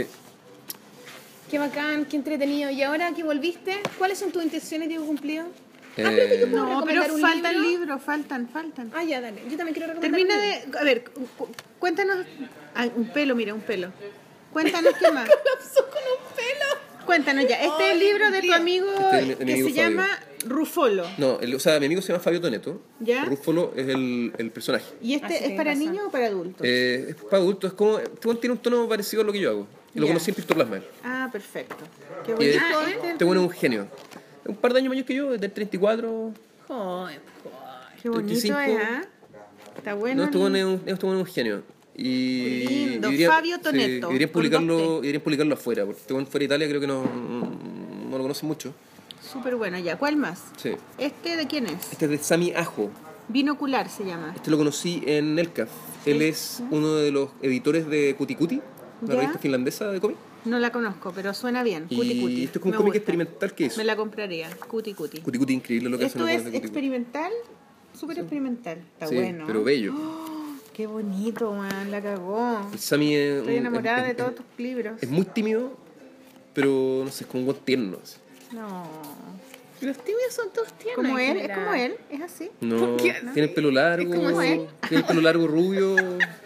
Qué bacán, qué entretenido. Y ahora que volviste, ¿cuáles son tus intenciones, Diego Cumplido? Eh, Ah, pero que tú puedes No, pero recomendar un faltan libro. libros, faltan, faltan. Ah, ya, dale. Yo también quiero recomendar Termina un de. libro. A ver, cu- cu- cuéntanos. Ay, un pelo, mira, un pelo. Cuéntanos qué más. Colapsó con un pelo. Cuéntanos ya. Este es el libro de tu amigo Este es mi- de mi que amigo se Fabio. llama Rufolo. No, el- o sea, mi amigo se llama Fabio Toneto. ¿Ya? Rúfolo es el, el personaje. ¿Y este Ah, sí, es tenés para razón. niños o para adultos? Eh, es para adultos, es como. Este weón tiene un tono parecido a lo que yo hago. Y lo Ya. conocí en Pictoplasma. Ah, perfecto. Qué Y bonito. es- Ah, este- este bueno es un genio. Es un par de años mayor que yo, es del treinta y cuatro. Joder, Qué bonito es, treinta y cinco. ¿ah? Está bueno. No, este el- weón es un, este weón es un genio. Y, Lindo, y diría- Fabio Toneto, sí, y deberían con publicarlo, dos T. y deberían publicarlo afuera, porque este weón fuera de Italia creo que no, no lo conocen mucho. Súper bueno, ya. ¿Cuál más? Sí. ¿Este de quién es? Este es de Sami Ajo. Binocular se llama. Este lo conocí en Elcaf. Él es uno de los editores de Cuti Cuti, una ¿Ya? revista finlandesa de cómic. No la conozco, pero suena bien. Cuti Y Cuti. esto es como Me un cómic gusta. experimental que hizo. Me la compraría. Cuti Cuti. Cuti Cuti, increíble lo que hacen Esto los es weones de Cuti Cuti. experimental, súper experimental. Está Sí, bueno. pero bello. Qué bonito, man, la cagó. El Sami es, Estoy un- enamorada es- de es- todos tus libros. es muy tímido, pero no sé, es como un buen tierno. así. No. Los tímidos son todos tiernos. Como en él, es general. como él, es así. No, qué? tiene el pelo largo, Es como él. tiene el pelo largo rubio.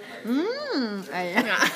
Mm, ay,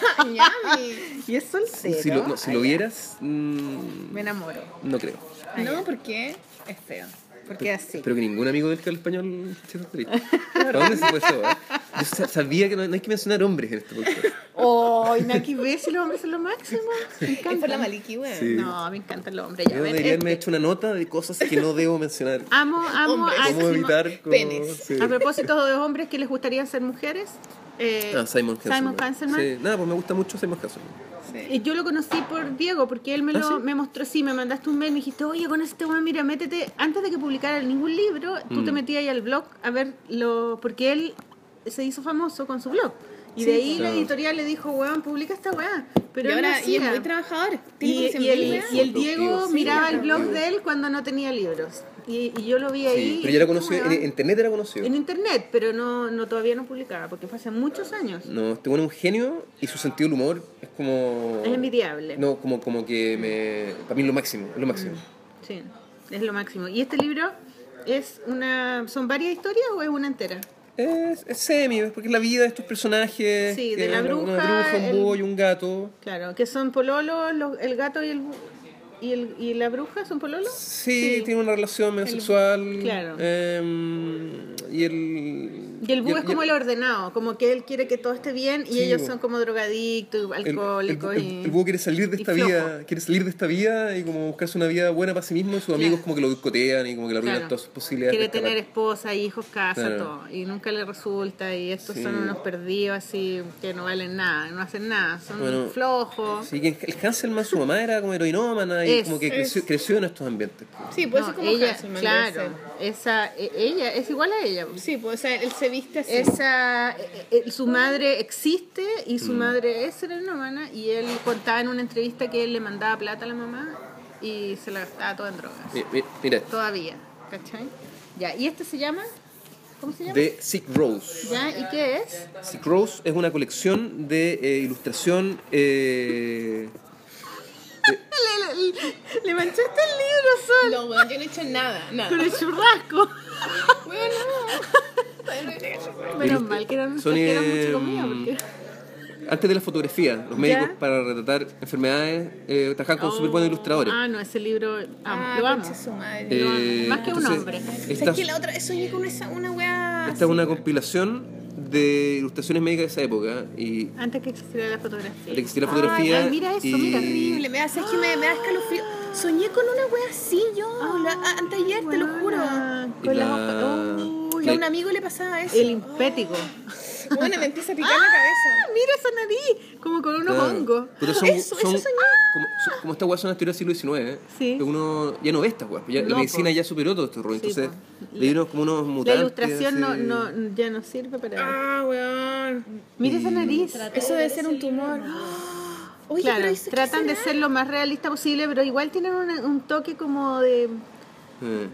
Yummy. y es soltero. Si lo, no, si lo Ay, vieras, mm, me enamoro. no creo. No, porque es feo. Porque así. Espero que ningún amigo del que habla español se esté triste. ¿A dónde se fue eso? eh? Yo sa- sabía que no, no hay que mencionar hombres en este podcast. Oh, y Naki ve si los hombres son lo máximo. Me Es por la encanta. maliki, weón. Sí. No, me encantan los hombres. Ya Yo ven, debería haberme este. hecho una nota de cosas que no debo mencionar. Amo, amo Hombres. a, ¿Cómo evitar? Cómo, penes. sí. a propósito de hombres que les gustaría ser mujeres. eh, Ah, Simon Hanselman. Simon Hanselman. Sí, nada, pues me gusta mucho Simon Hanselman. Eh, Yo lo conocí por Diego, porque él me ¿Ah, lo sí? me mostró, sí, me mandaste un mail, me dijiste, oye, con este weón, mira, métete, antes de que publicara ningún libro, tú Mm. te metías ahí al blog a ver lo, porque él se hizo famoso con su blog. Y de ahí la claro. editorial le dijo, weón, publica esta weá. Pero y él no ahora, y es hacía. muy trabajador. Y, Tiene y como el, cien mil y el Son Diego productivos. miraba Sí, el blog productivos. de él cuando no tenía libros. Y, y yo lo vi ahí. Sí, pero ya era y dije, conocido, en, weón, en internet era conocido. en internet, pero no, no todavía no publicaba, porque fue hace muchos años. No, este bueno es un genio y su sentido del humor es como... Es envidiable. No, como, como que me... Para mí es lo máximo, es lo máximo. Sí, es lo máximo. ¿Y este libro es una son varias historias o es una entera? Es, es semi, ¿ves? Porque es la vida de estos personajes. Sí, que de la una- bruja, Una bruja, un el- búho y un gato. Claro, que son Pololo, los- el gato y el bu- ¿Y, el, ¿Y la bruja es un pololo? Sí, tiene una relación medio sexual. claro. eh, y el... Y el búho y- es como y- el ordenado, como que él quiere que todo esté bien y Sí, ellos bo. son como drogadictos, el, el, alcohólicos el- y... el búho quiere salir de y esta flojo. vida, quiere salir de esta vida y como buscarse una vida buena para sí mismo y sus amigos como que lo boicotean y como que le arruinan Claro. todas sus posibilidades Quiere de escapar. tener esposa, hijos, casa, Claro. todo. Y nunca le resulta. Y estos Sí. son unos perdidos así que no valen nada, no hacen nada. Son Bueno, flojos. Sí, que el Hanselman, su mamá era como heroinómana y Es, como que creció, creció en estos ambientes. Sí, puede No, ser como ella, Hasselman, claro, debe ser. esa, e- ella es igual a ella. Sí, pues o sea, él se viste así. Esa, e- e- su madre existe y Mm. su madre es serenómana y él contaba en una entrevista que él le mandaba plata a la mamá y se la gastaba toda en drogas. Mi- mi- Mira, Todavía, ¿cachai? Ya, ¿y este se llama? ¿Cómo se llama? de Sick Rose. ¿Ya? ¿Y qué es? Sick Rose es una colección de eh, ilustración. Eh, Le, le- le manchaste el libro, Sol, No, bueno, yo no he hecho nada, nada. con el churrasco. Bueno, Menos mal que eran, Son, que eran eh, mucha comida, porque... antes de la fotografía, los médicos ¿Ya? para retratar enfermedades eh, trabajaban con súper buenos ilustradores. Ah, no, ese libro amo, ah, lo amo. concha su madre. Eh, Más que un entonces, hombre. Esta, ¿Sabes que la otra soñé con esa, una weá? esta es una compilación de ilustraciones médicas de esa época y Antes que existiera la fotografía. de que existiera fotografía. ay, mira eso, y, mira, Horrible, me da, ¿sabes que me, me da escalofrío? Soñé con una wea así yo, la- a- anteayer, te lo juro. Buena. Y Con la- las hojas. Uy, Y a un amigo le pasaba eso. el impético. Bueno, me empieza a picar la cabeza. Ah, mira esa nariz, como con unos Claro. hongos. Puta, son, Eso, son- eso soñé. como, son- como estas weas son las teorías del siglo diecinueve, Sí. que uno ya no ve estas weas, ya, No, la medicina po. ya superó todo este rollo, Sí, entonces po. le dieron como unos La mutantes. ilustración no, así. no, ya no sirve para... Ah, weón. Mira esa nariz. Eso debe ser un tumor. Oye, Claro, pero eso, ¿qué tratan de será? ser lo más realista posible, pero igual tienen una- un toque como de Eh,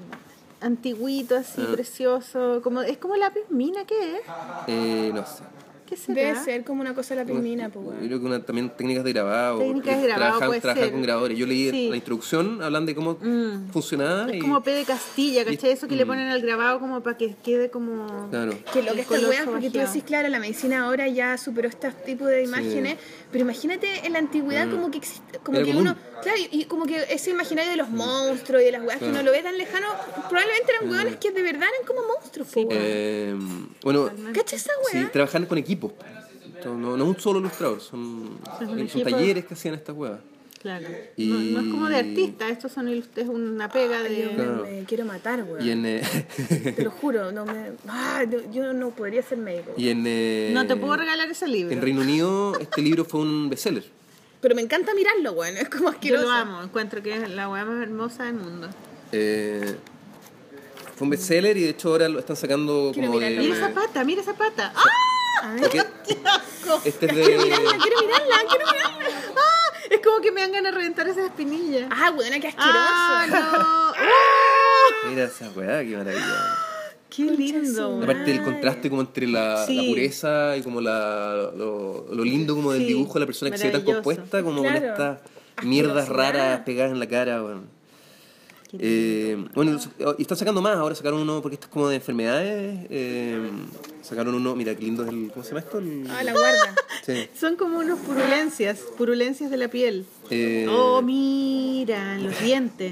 antiguito, así, Ah. precioso. Como, es como lápiz mina, ¿qué es? eh, no sé. ¿Qué será? Debe ser como una cosa de la pismina, pues, Yo weón. creo que una, también técnicas de grabado. Técnicas porque de grabado, trabajan, puede trabajan ser. con grabadores. Yo leí Sí. la introducción, hablan de cómo Mm. funcionaba. Es y, como P de Castilla, ¿cachai? Eso que le Mm. ponen al grabado como para que quede como... Claro. Que lo que el esta color weá, porque tú subajeado. decís, claro, la medicina ahora ya superó este tipo de imágenes, pero imagínate en la antigüedad Mm. como que existe, como Era que común. uno, claro, y, y como que ese imaginario de los monstruos y de las weas que Claro. uno lo ve tan lejano, probablemente eran weones que de verdad eran como monstruos, po, weón. Eh, bueno, ¿Cacha esa sí, weá? trabajan con equipos. No, no un solo ilustrador, son, Son son equipos. talleres que hacían estas weas. Claro. Y- No, no es como de artista, estos son ilust- es una pega Ay, yo de... Claro. me quiero matar, weón. Y en, eh, Te lo juro, no me, ah, yo- yo no podría ser médico. y en, eh, No te puedo regalar ese libro. en Reino Unido este libro fue un bestseller. Pero me encanta mirarlo, weón, es como Yo asqueroso. lo amo, encuentro que es la weá más hermosa del mundo. Eh, fue un bestseller y de hecho ahora lo están sacando Quiero como de... mirarlo. Mira esa pata, mira esa pata. ¡Ah! porque este es de... Quiero mirarla, quiero mirarla, quiero mirarla. ¡Ah! Es como que me dan ganas de reventar esas espinillas. Ah, weón, qué asqueroso. ¡Ah, no! ¡Ah! Mira esa weá, qué maravilla. ¡Qué lindo! Aparte del contraste como entre la, Sí. la pureza y como la, lo, lo lindo como del Sí, dibujo de la persona que se ve tan maravilloso. compuesta como Claro. con estas mierdas Asquerosidad. raras pegadas en la cara. Bueno, Qué eh, bueno y están sacando más, ahora sacaron uno porque esto es como de enfermedades. Eh, sacaron uno, mira qué lindo es el... ¿Cómo se llama esto? El- Ah, la guarda. sí. Son como unos purulencias, purulencias de la piel. Eh, Oh, mira, los dientes.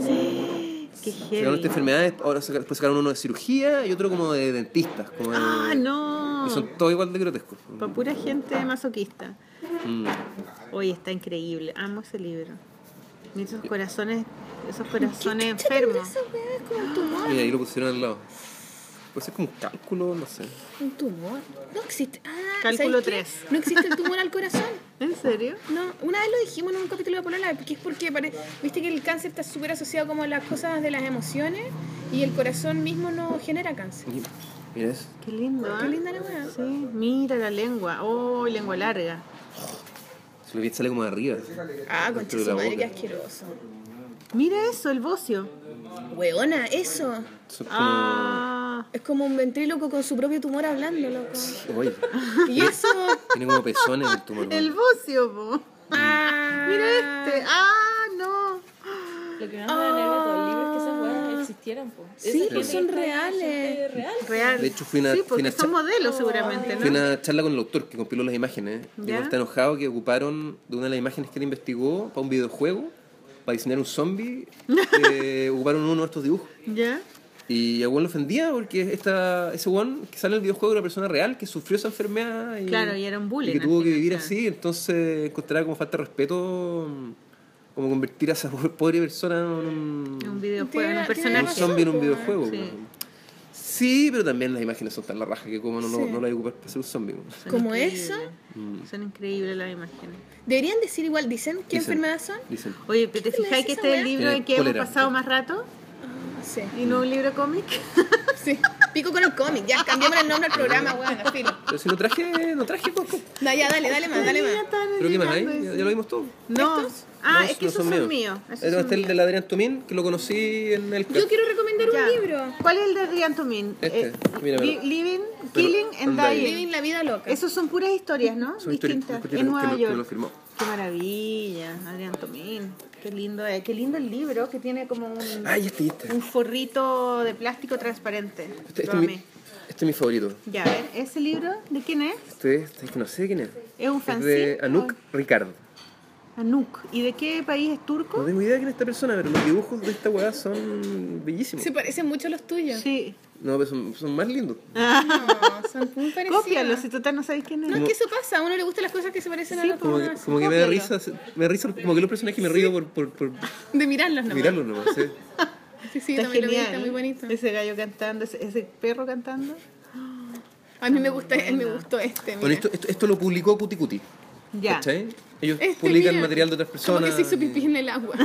Qué sacaron heavy. estas enfermedades, ahora saca- después sacaron uno de cirugía y otro como de dentistas. Como de- Ah, no. Y son todos igual de grotescos. Para pura gente masoquista. Mm. Hoy está increíble. Amo ese libro. Mira esos corazones, esos corazones enfermos. Esa weá es como un tumor. Mira, ahí lo pusieron al lado. Puede ser como un cálculo, no sé. Un tumor. No existe. Ah, Cálculo ¿sabes qué? tres. No existe el tumor al corazón. ¿En serio? No, una vez lo dijimos en un capítulo de Polola, porque es porque pare- viste que el cáncer está súper asociado como a las cosas de las emociones y el corazón mismo no genera cáncer. Mira eso. Qué lindo, ¿ah? Qué linda la weá. Sí, mira la lengua. Oh, lengua larga. Se le sale como de arriba. Ah, Dentro concha de su la madre, boca. qué asqueroso. Mira eso, el bocio. Weona, eso. Son como... Ah, Es como un ventríloco con su propio tumor hablando, loco. Oye, Y eso. tiene como pezones el tumor. el bocio, po. Ah, Mira este. Ah, no. Lo que más me da nervio de todo el libro es que esas weas existieran, po. Sí, Esa pues gente son que está- reales. gente real. Real. De hecho, fui una- Sí, fui porque una son cha- modelos seguramente, Fui a ¿no? una charla con el autor que compiló las imágenes. Y ¿Ya? está enojado que ocuparon de una de las imágenes que él investigó para un videojuego. para diseñar un zombie, eh, ocuparon uno de estos dibujos. ¿Ya? Y a Juan lo ofendía porque esta, ese Juan que sale en el videojuego era una persona real que sufrió esa enfermedad y, Claro, y era un bullying, y que tuvo al que final, vivir claro. así. Entonces encontraba como falta de respeto, como convertir a esa pobre persona en un, Un videojuego, Tiene- en un tiene un personaje. razón. zombie en un po, videojuego. sí. po. Sí, pero también las imágenes son tan la raja que como no, no, Sí. no la hay que ocupar para ser un zombie. po. Son Como increíbles. eso. Son increíbles las imágenes. Deberían decir igual, ¿dicen qué Dicen- enfermedad son? Dicen. Oye, ¿pero te ¿Qué fijáis es que esa este es el weá? libro Tiene en que hemos cólera. pasado más rato? Sí. ¿Y no un libro cómic? Sí. Pico con el cómic, ya cambiamos el nombre al programa, weón, al filo. Pero si no traje, no traje poco. No, ya, dale, dale más, dale más. ¿Pero qué más hay? Ya, ya lo vimos todo. No. ¿Estos? Ah, No, es que no esos son míos. Esos Este son es el míos. del Adrián Tomín, que lo conocí en el club. Yo quiero recomendar Ya. un libro. ¿Cuál es el de Adrián Tomín? Este, mira, Li- mira. Living, Killing and and Dying. Living la vida loca. Esos son puras historias, ¿no? Son historias Distintas. que, En que Nueva lo- que lo York. firmó. Qué maravilla, Adrián Tomín. Qué lindo es. Qué lindo el libro que tiene como un, Ay, este y este. un forrito de plástico transparente. Este, este Lo es mi, amé. este es mi favorito. Ya, a ver, ¿ese libro de quién es? Este es, este es que no sé quién es. ¿Es un Es fanzine? de Anouk Ricardo. Anuk. ¿Y de qué país es turco? No tengo idea de quién es esta persona, pero los dibujos de esta weá son bellísimos. Se parecen mucho a los tuyos. Sí. No, pero son, son más lindos. No, son muy parecidos. Cópialo, si total no sabes quién es. No, es que eso pasa, a uno le gustan las cosas que se parecen a los Como que, demás. como que me da Cópialo. risa, me da risa como que los personajes me río por, por, por De mirarlos nomás. mirarlos nomás. ¿sí? Sí, sí, Está también lo vi, genial. está muy bonito. Ese gallo cantando, ese, ese perro cantando. A mí me gusta, él me Bueno. gustó este, mira. Bueno, esto, esto, esto lo publicó Cuti Cuti. Ya. ¿Cachai? Ellos Este, publican mira, material de otras personas. Como que se hizo pipí en el agua.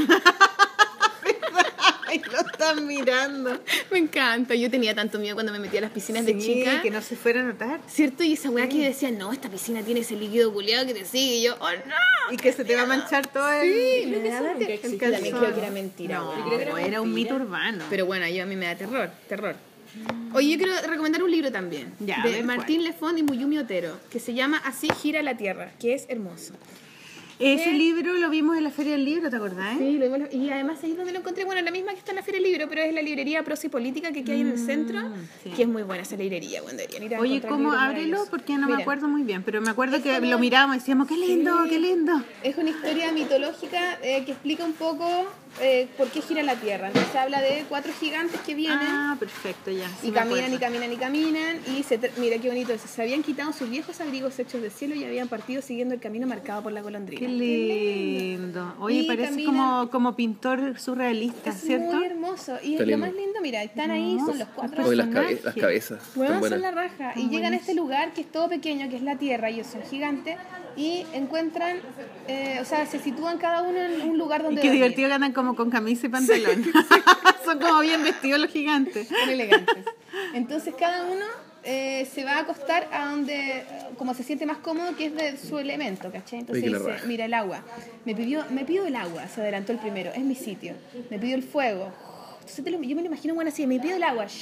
Ay, lo están mirando. Me encanta. Yo tenía tanto miedo cuando me metía a las piscinas de Sí, chica. que no se fuera a notar. ¿Cierto? Y esa weá que decía, no, esta piscina tiene ese líquido culeado que te sigue. Y yo, oh no. Y que se te va a manchar todo el, Sí, el, creo que eso nunca existió. También creo que era mentira, No, güey. Yo creo que era era un mentira. mito urbano. Pero bueno, yo a mí me da terror, terror. Oye, yo quiero recomendar un libro también. Ya, a de ver, Martín ¿cuál? Lefond y Muyumi Otero, que se llama Así gira la Tierra, que es hermoso. Ese libro lo vimos en la Feria del Libro, ¿te acordás? Sí, lo vimos, y además ahí donde lo encontré, bueno, la misma que está en la Feria del Libro, pero es la librería Prosa y Política que, que hay en el centro, sí. que es muy buena esa librería, bueno, deberían ir a Oye, encontrar ¿cómo? libros Ábrelo, maravillosos. porque no Mira, me acuerdo muy bien, pero me acuerdo Es que como- lo mirábamos y decíamos, qué lindo, Sí. qué lindo. Es una historia mitológica eh, que explica un poco eh, por qué gira la Tierra. Entonces habla de cuatro gigantes que vienen. Ah, perfecto, ya. sí Y me caminan y acuerdo. caminan y caminan y se ter- mira qué bonito eso. Se habían quitado sus viejos abrigos hechos de cielo y habían partido siguiendo el camino marcado por la golondrina. Qué lindo. Oye, Y parece caminan- como, como pintor surrealista, Es ¿cierto? muy hermoso. Y Está es lo lindo. más lindo, mira, están ahí, No, son los cuatro. Oye, las, cabe- personaje. las cabezas. Bueno, están son la buenas. raja. Y llegan a este lugar que es todo pequeño, que es la Tierra, ellos son gigantes, y encuentran, eh, o sea, se sitúan cada uno en un lugar Y donde qué dormir. divertido que andan como con camisa y pantalón. Son como bien vestidos los gigantes. Son elegantes. Entonces cada uno eh, se va a acostar a donde, eh, como se siente más cómodo, que es de su elemento, ¿cachai? Entonces Oye, que la dice, raja. mira el agua, me pidió, me pido el agua, se adelantó el primero, es mi sitio, me pidió el fuego. Entonces te lo- yo me lo imagino bueno así, me pido el agua,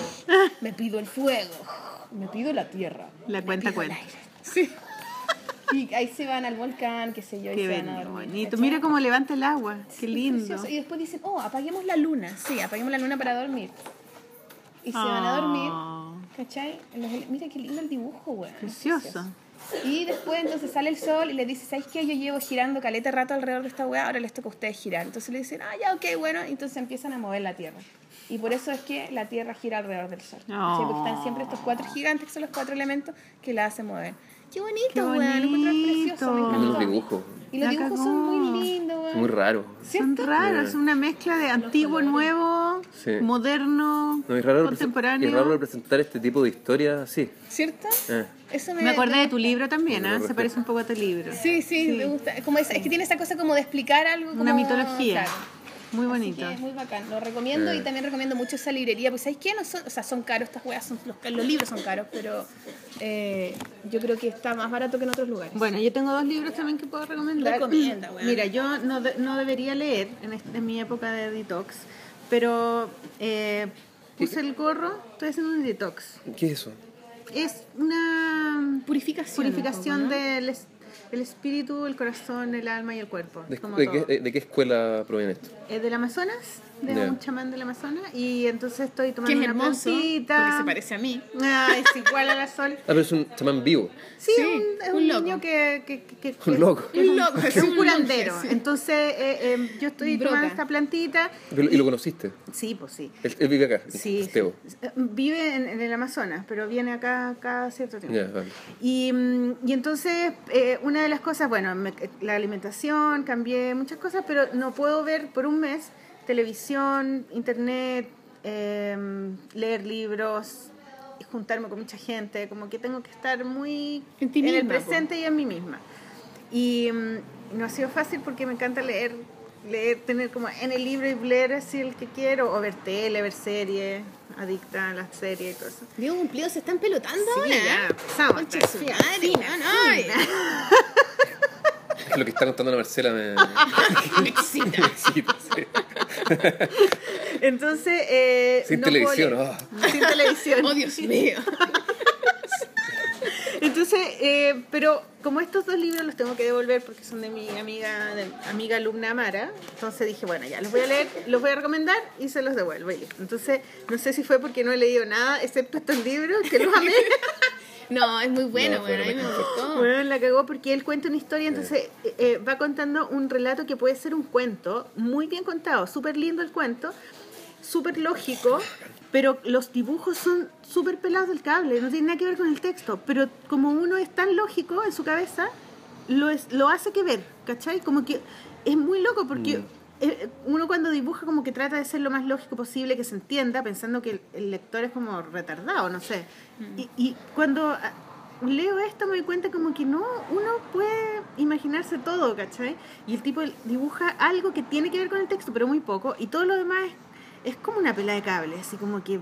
me pido el fuego, me pido la tierra. La me cuenta pido el cuenta. aire. Sí. Y ahí se van al volcán, qué sé yo, y Qué se van a bello, dormir, bonito. ¿cachai? Mira cómo levanta el agua. Qué Es lindo. precioso. Y después dicen, oh, apaguemos la luna. Sí, apaguemos la luna para dormir. Y se van a dormir. Ah, ¿Cachai? En los ele- Mira qué lindo el dibujo, güey. Precioso. Y después entonces sale el sol y le dice, ¿sabes qué? Yo llevo girando caleta rato alrededor de esta weá, ahora les toca a ustedes girar. Entonces le dicen, ah, ya, ok, bueno. Y entonces empiezan a mover la Tierra. Y por eso es que la Tierra gira alrededor del sol. ¿Cachai? Porque están siempre estos cuatro gigantes, que son los cuatro elementos, que la hacen mover. Qué bonito, Qué weón. Lo encuentro precioso, me bonito. Los encantó. dibujos. Y los La dibujos cagó. son muy lindos, weón. Muy raro. Son raros, es una mezcla de antiguo, nuevo, Sí. moderno, No, es raro, represen- contemporáneo. es raro representar este tipo de historias así. ¿Cierto? Eh. Eso me, Me acordé me de tu libro también, Me ¿ah? acordé. Se parece un poco a tu libro. Sí, sí, me gusta. Es, como es, es que tiene esa cosa como de explicar algo. Como, Una mitología. claro. Muy Así bonito. que es muy bacán. Lo recomiendo Eh. y también recomiendo mucho esa librería. Pues, ¿sabéis qué? No son, o sea, son caros estas weas, son, los, los libros son caros, pero eh, yo creo que está más barato que en otros lugares. Bueno, yo tengo dos libros también que puedo recomendar. Recomienda, weón. Mira, yo no, de- no debería leer en, este- en mi época de detox, pero eh, puse el gorro, estoy haciendo un detox. ¿Qué es eso? Es una Purificación. purificación un poco, ¿no? del es- el espíritu, el corazón, el alma y el cuerpo. ¿De, como de todo. qué, de- de qué escuela proviene esto? Es del Amazonas de Ya. un chamán del Amazonas, y entonces estoy Que tomando es una hermoso, plantita. porque se parece a mí. Ay, es igual a la Sol. Ah, pero es un chamán vivo. Sí, Sí, un, es un, un loco. niño que, que, que, que- Un que- loco. que es Un loco, es es un un curandero. monje, sí. Entonces eh, eh, yo estoy Broca. tomando esta plantita. ¿Y lo, y lo conociste? Sí, pues sí. Él, él vive acá, Sí, Esteo. sí. Vive en, en el Amazonas, pero viene acá cada cierto tiempo. Ya, vale. Y, mm, y entonces, eh, una de las cosas, bueno, me- la alimentación, cambié muchas cosas, pero no puedo ver por un mes televisión, internet, eh, leer libros, juntarme con mucha gente, como que tengo que estar muy En ti el misma, presente y en mí misma. Y mm, no ha sido fácil porque me encanta leer, leer, tener como en el libro y leer así el que quiero, o ver tele, ver series, adicta a las series y todo eso. Diego Cumplido se están pelotando Sí, ahora. ya, empezamos. Concha de su Fina, madre, fina, weón, ay. Lo que está contando la Marcela me, Me excita. me excita, sí. Entonces, eh, Sin no puedo televisión, leer. oh. Sin televisión. Oh, Dios mío. Entonces, eh, pero como estos dos libros los tengo que devolver porque son de mi amiga, de, amiga alumna Amara, entonces dije, bueno, ya los voy a leer, los voy a recomendar y se los devuelvo. Y listo. Entonces, no sé si fue porque no he leído nada, excepto estos libros, que los amé. No, es muy bueno, No, bueno, a mí me pero me gustó. Bueno, la cagó porque él cuenta una historia, entonces eh, eh, va contando un relato que puede ser un cuento, muy bien contado, súper lindo el cuento, súper lógico, pero los dibujos son súper pelados del cable, no tiene nada que ver con el texto, pero como uno es tan lógico en su cabeza, lo, es, lo hace que ver, ¿cachai? Como que es muy loco porque... eh, uno cuando dibuja como que trata de ser lo más lógico posible, que se entienda, pensando que el, el lector es como retardado, no sé. Y, y cuando ah, leo esto me doy cuenta como que no, uno puede imaginarse todo, ¿cachai? Y el tipo dibuja algo que tiene que ver con el texto, pero muy poco, y todo lo demás es, es como una pela de cable, así como que eh,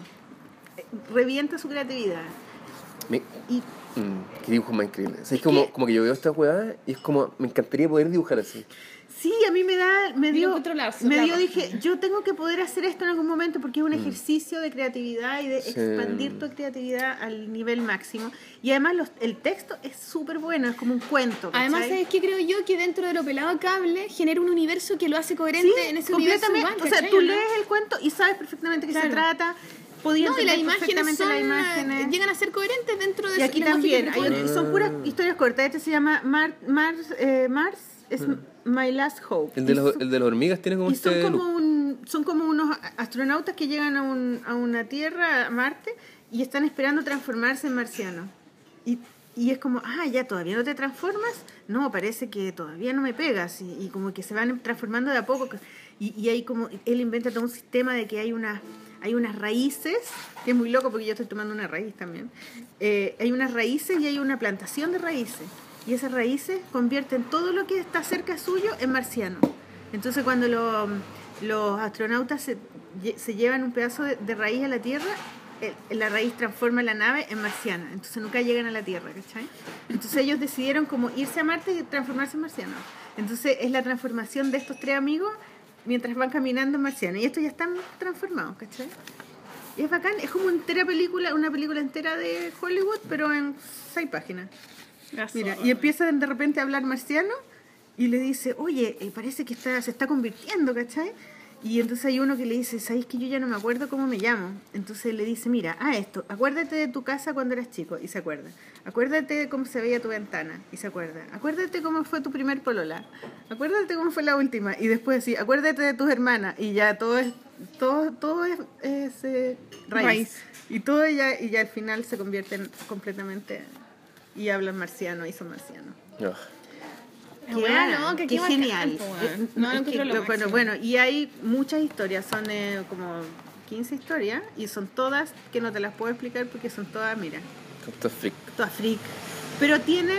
revienta su creatividad. Me- Y mm, qué dibujos más increíbles. O sea, es Es como, que- como que yo veo esta weá y es como, me encantaría poder dibujar así. sí, a mí me da, me Yo dio, encuentro la- me la dio, razón. dije, yo tengo que poder hacer esto en algún momento porque es un ejercicio de creatividad y de Sí. expandir tu creatividad al nivel máximo. Y además los, el texto es súper bueno, es como un cuento, ¿cachai? Además, ¿sabes qué creo yo? Que dentro de lo pelado a cable genera un universo que lo hace coherente Sí, en ese universo completamente. igual, O sea, ¿cachai, tú o no? lees el cuento y sabes perfectamente qué se Claro. trata, podías No, y las entender imágenes perfectamente son, las imágenes. llegan a ser coherentes dentro de Y ese aquí lenguaje también, que hay propone. otro- son puras historias cortas. Este se llama Mar, Mars, eh, Mars es My Last Hope. El de, Y los, son- el de las hormigas tiene como Y son este como, look. un, son como unos astronautas que llegan a, un, a una Tierra, a Marte, y están esperando transformarse en marcianos. Y, y es como, ah, ya, ¿todavía no te transformas? No, parece que todavía no me pegas. Y, y como que se van transformando de a poco. Y, y hay como, él inventa todo un sistema de que hay unas, hay unas raíces, que es muy loco porque yo estoy tomando una raíz también. Eh, hay unas raíces y hay una plantación de raíces. Y esas raíces convierten todo lo que está cerca suyo en marciano. Entonces cuando lo- los astronautas se, lle- se llevan un pedazo de, de raíz a la Tierra, el- la raíz transforma la nave en marciana. Entonces nunca llegan a la Tierra, ¿cachai? Entonces ellos decidieron como irse a Marte y transformarse en marcianos. Entonces es la transformación de estos tres amigos mientras van caminando en marciano. Y estos ya están transformados, ¿cachai? Y es bacán, es como entera película, una película entera de Hollywood, pero en seis páginas. Mira, y empieza de repente a hablar marciano y le dice, oye, eh, parece que está, se está convirtiendo, ¿cachai? Y entonces hay uno que le dice, ¿sabéis que yo ya no me acuerdo cómo me llamo? Entonces le dice, mira, ah, esto, acuérdate de tu casa cuando eras chico, y se acuerda. Acuérdate de cómo se veía tu ventana, y se acuerda. Acuérdate cómo fue tu primer polola. Acuérdate cómo fue la última. Y después sí, acuérdate de tus hermanas, y ya todo es, todo, todo es, es, eh, raíz. Raíz. Y todo ya, y ya al final se convierten completamente y hablan marciano y son marcianos. No. Qué bueno, que qué qué bacán, genial. po, weón. Eh, No, es lo que encuentro lo lo- bueno, máximo. bueno, y hay muchas historias, son eh, como quince historias y son todas que no te las puedo explicar porque son todas, mira, Esto es freak. todas freak. Pero tienen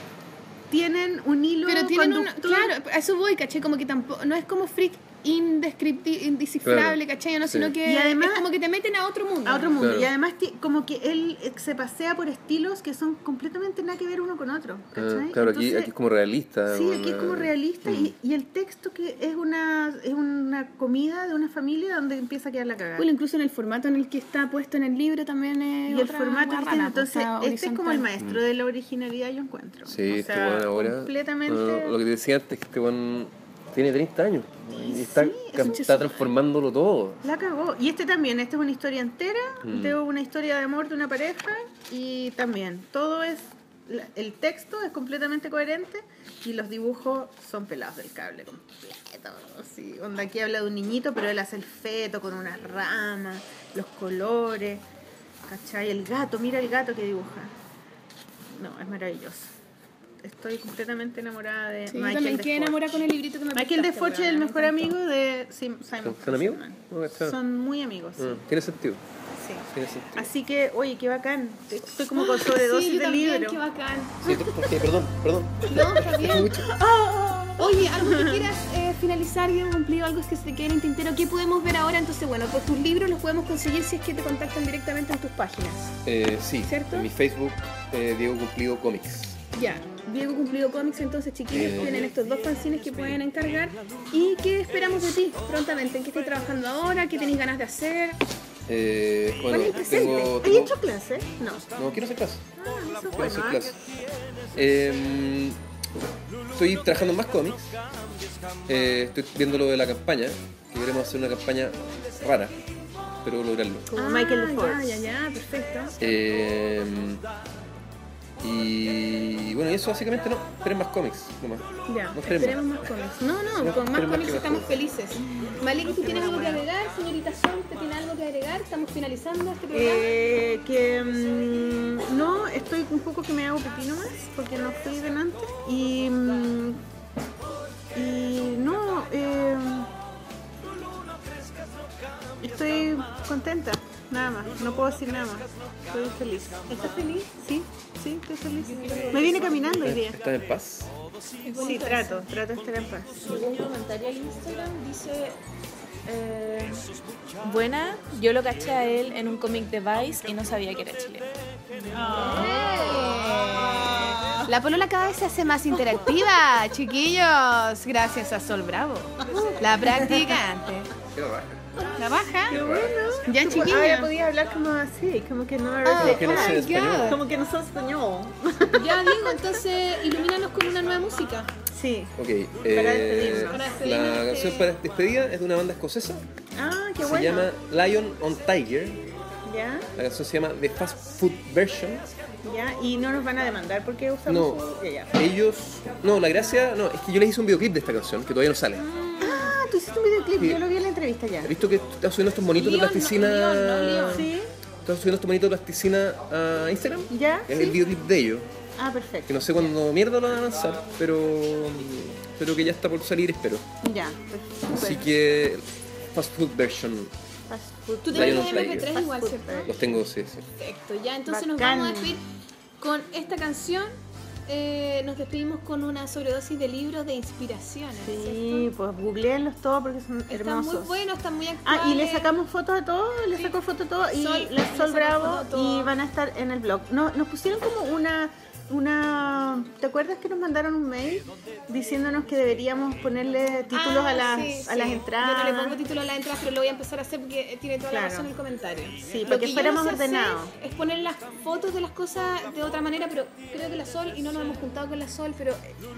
tienen un hilo Pero tienen un... conductor. Claro, a eso voy, ¿cachai? Como que tampoco... No es como freak indescriptible, indescifrable, Claro. ¿cachai? No, Sí. sino que Y además- es como que te meten a otro mundo. A otro mundo. Claro. Y además ti- como que él eh, se pasea por estilos que son completamente nada que ver uno con otro. Ah, ¿cachai? claro, aquí, Entonces- aquí es como realista. Sí, aquí es una- como realista y, y el texto que es una es una comida de una familia donde empieza a quedar la cagada. Bueno, incluso en el formato en el que está puesto en el libro también es Y el otra formato hueá es rara, distinto. pues, Entonces, está este es como el horizontal. maestro de la originalidad, yo encuentro. Sí, o este sea, weón ahora. completamente. no, lo que te decía antes, que este weón Tiene treinta años y está, Sí, ca- está transformándolo todo. La cagó. Y este también, esta es una historia entera, Mm. de una historia de amor de una pareja y también todo es, la- el texto es completamente coherente y los dibujos son pelados del cable completo. Así, onda aquí habla de un niñito, pero él hace el feto con unas ramas, los colores, ¿cachai? El gato, mira el gato que dibuja. No, es maravilloso. Estoy completamente enamorada de Sí, yo Michael también quedé Defoe. enamorada con el librito que me Michael prestaste, Defoe es weona, el me mejor encantó. amigo de Sim- Simon. ¿Son- son amigos? Kinberg. No, está- Son muy amigos, sí. Mm, tiene sentido. Sí. Tiene sentido. Así que, oye, qué bacán. Estoy como con Sí, sobredosis yo de también, libro. qué bacán. Sí, ¿por qué? Perdón, perdón. No, está bien. Oye, algo que quieras eh, finalizar, Diego Cumplido, algo que se te quede en el tintero, ¿qué podemos ver ahora? Entonces, bueno, pues tus libros los podemos conseguir si es que te contactan directamente en tus páginas. Eh, sí, ¿Cierto? en mi Facebook, eh, Diego Cumplido Comics. Ya, Diego Cumplido Comics, entonces chiquillos, Eh. tienen estos dos fanzines que pueden encargar. ¿Y qué esperamos de ti prontamente? ¿En qué estás trabajando ahora? ¿Qué tenéis ganas de hacer? Eh, ¿Cuál bueno, es el presente? tengo, ¿Has tengo- hecho clase? No. No, quiero hacer clase. Ah, eso es Quiero bueno. hacer ¿ah? clase. Eh, estoy trabajando en más cómics. Eh, estoy viendo lo de la campaña. Que queremos hacer una campaña rara, pero lograrlo. Como Michael Ah, Defoe. Ya, ya, ya, perfecto. Eh, y bueno, y eso básicamente no. Esperen más cómics, nomás. Ya, No esperemos. esperemos más cómics. No, no, No, con más esperemos cómics que estamos mejore. felices. Malik, ¿tú tienes algo que agregar? Señorita Sol, ¿te tiene algo que agregar? Estamos finalizando este programa. Eh, que mm, no, estoy un poco que me hago pepino más porque no fui delante y mm, y no eh, estoy contenta, nada más, no puedo decir nada más, estoy feliz. ¿Estás feliz? Sí, sí, estoy feliz. Me vine caminando hoy día. ¿Estás en paz? Sí, trato, trato de estar en paz. Llegó un comentario al Instagram, dice... eh, buena, yo lo caché a él en un cómic de Vice y no sabía que era chileno. La polola cada vez se hace más interactiva, chiquillos, gracias a Sol Bravo, la practicante. ¿La baja? Qué bueno. Ya, Ahora chiquilla. podía hablar como así, como que no me Ah, que no sé oh my español. God. como que no soy español. Ya, Diego, entonces ilumínanos con una nueva música. Sí. Ok, Para eh, despedirnos. Para despedirnos la de- canción para despedida es de una banda escocesa. Ah, qué Se bueno. llama Lion on Tiger. Ya, La canción se llama The Fast Food Version. ya. Y no nos van a demandar porque usamos No, su... Ya, ya. ellos... No, la gracia... No, es que yo les hice un videoclip de esta canción que todavía no sale. Ah, tú hiciste un videoclip, Sí. yo lo vi en la entrevista ya. ¿Has visto que estás subiendo estos monitos de Leon, no, plasticina? Leon, no, Leon. Sí, Estás subiendo estos monitos de plasticina a Instagram. ya. Es sí. el videoclip de ellos. Ah, perfecto. Que no sé cuándo mierda lo van a lanzar, pero... Pero que ya está por salir, espero. Ya. Así que... Fast Food Version. Fast food. Tú Lion tenés on M P Tiger. tres igual, Fast ¿cierto? food. Los tengo, sí, sí. Perfecto, ya, entonces nos Bacán. vamos a despedir con esta canción. Eh, nos despedimos con una sobredosis de libros de inspiraciones. Sí, pues googleenlos todos porque son Están hermosos. muy buenos, están muy actuales. Ah, y le sacamos fotos a todos, le saco fotos a todos y Sol, la le Sol saca Bravo foto a todo. y van a estar en el blog. No, nos pusieron como una, una, ¿te acuerdas que nos mandaron un mail diciéndonos que deberíamos ponerle títulos Ah, a las, sí, a sí. las entradas? Yo no le pongo título a las entradas, pero lo voy a empezar a hacer porque tiene toda Claro. la razón el comentario. Sí, Lo para que yo fuéramos no sé hacer ordenados. Es poner las fotos de las cosas de otra manera, pero creo que la Sol, y no nos hemos juntado con la Sol, pero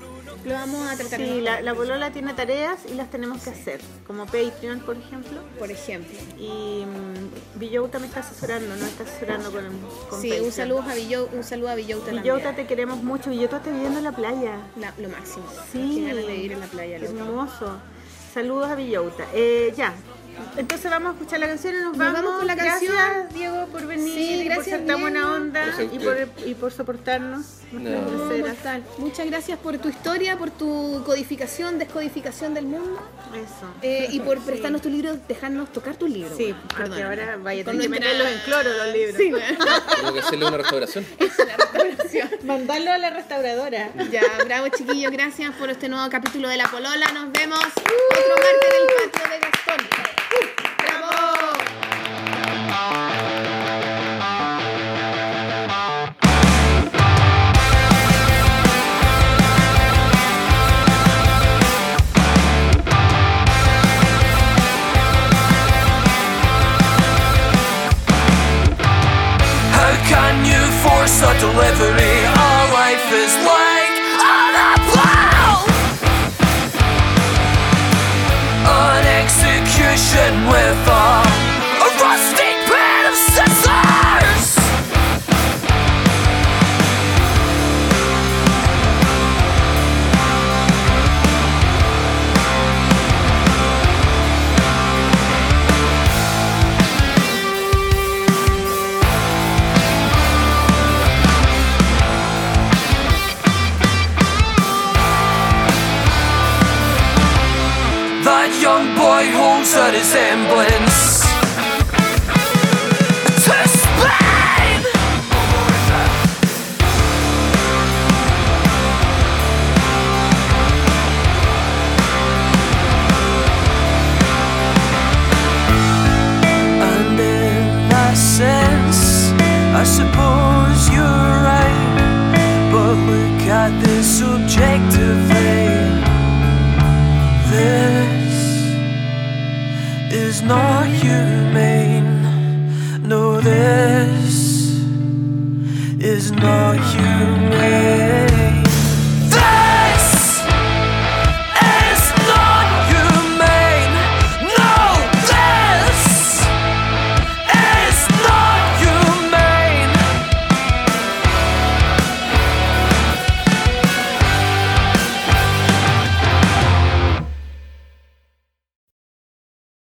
lo vamos a tratar. Sí, la, la polola tiene tareas y las tenemos que hacer, como Patreon, por ejemplo. por ejemplo. Y mm, Villota me está asesorando, no está asesorando con, con Sí, Patreon. un saludo a Villota, un saludo a Villota Villota, también. te queremos mucho. Villota está viviendo en la playa. La- lo máximo. Sí, Qué ganas de ir en la playa, loco. hermoso. Saludos a Villota. Eh, ya. Entonces vamos a escuchar la canción y nos, Nos vamos con la gracias, canción. Diego, por venir Sí, y por gracias, ser tan Diego. buena onda Gracias a y por, usted. y por soportarnos. nuestras No. No, groseras. mortal. Muchas gracias por tu historia, por tu codificación, descodificación del mundo Eso. eh, y por prestarnos tu libro, dejarnos tocar tu libro. Sí, porque Perdona. ahora vaya a Con tener que nuestra- meterlos en cloro los libros. Sí, bueno. Tengo que hacerle una restauración. Mandarlo a la restauradora. Ya, bravo chiquillos, gracias por este nuevo capítulo de La Polola. Nos vemos otro martes en el patio de Gastón. ¡Uh! ¡Bravo! How can you force a delivery? Our life is like on a plow. eye holds a resemblance to Spain. And in that sense, I suppose you're right. But look at this objectively. This is not humane. No, this is not humane.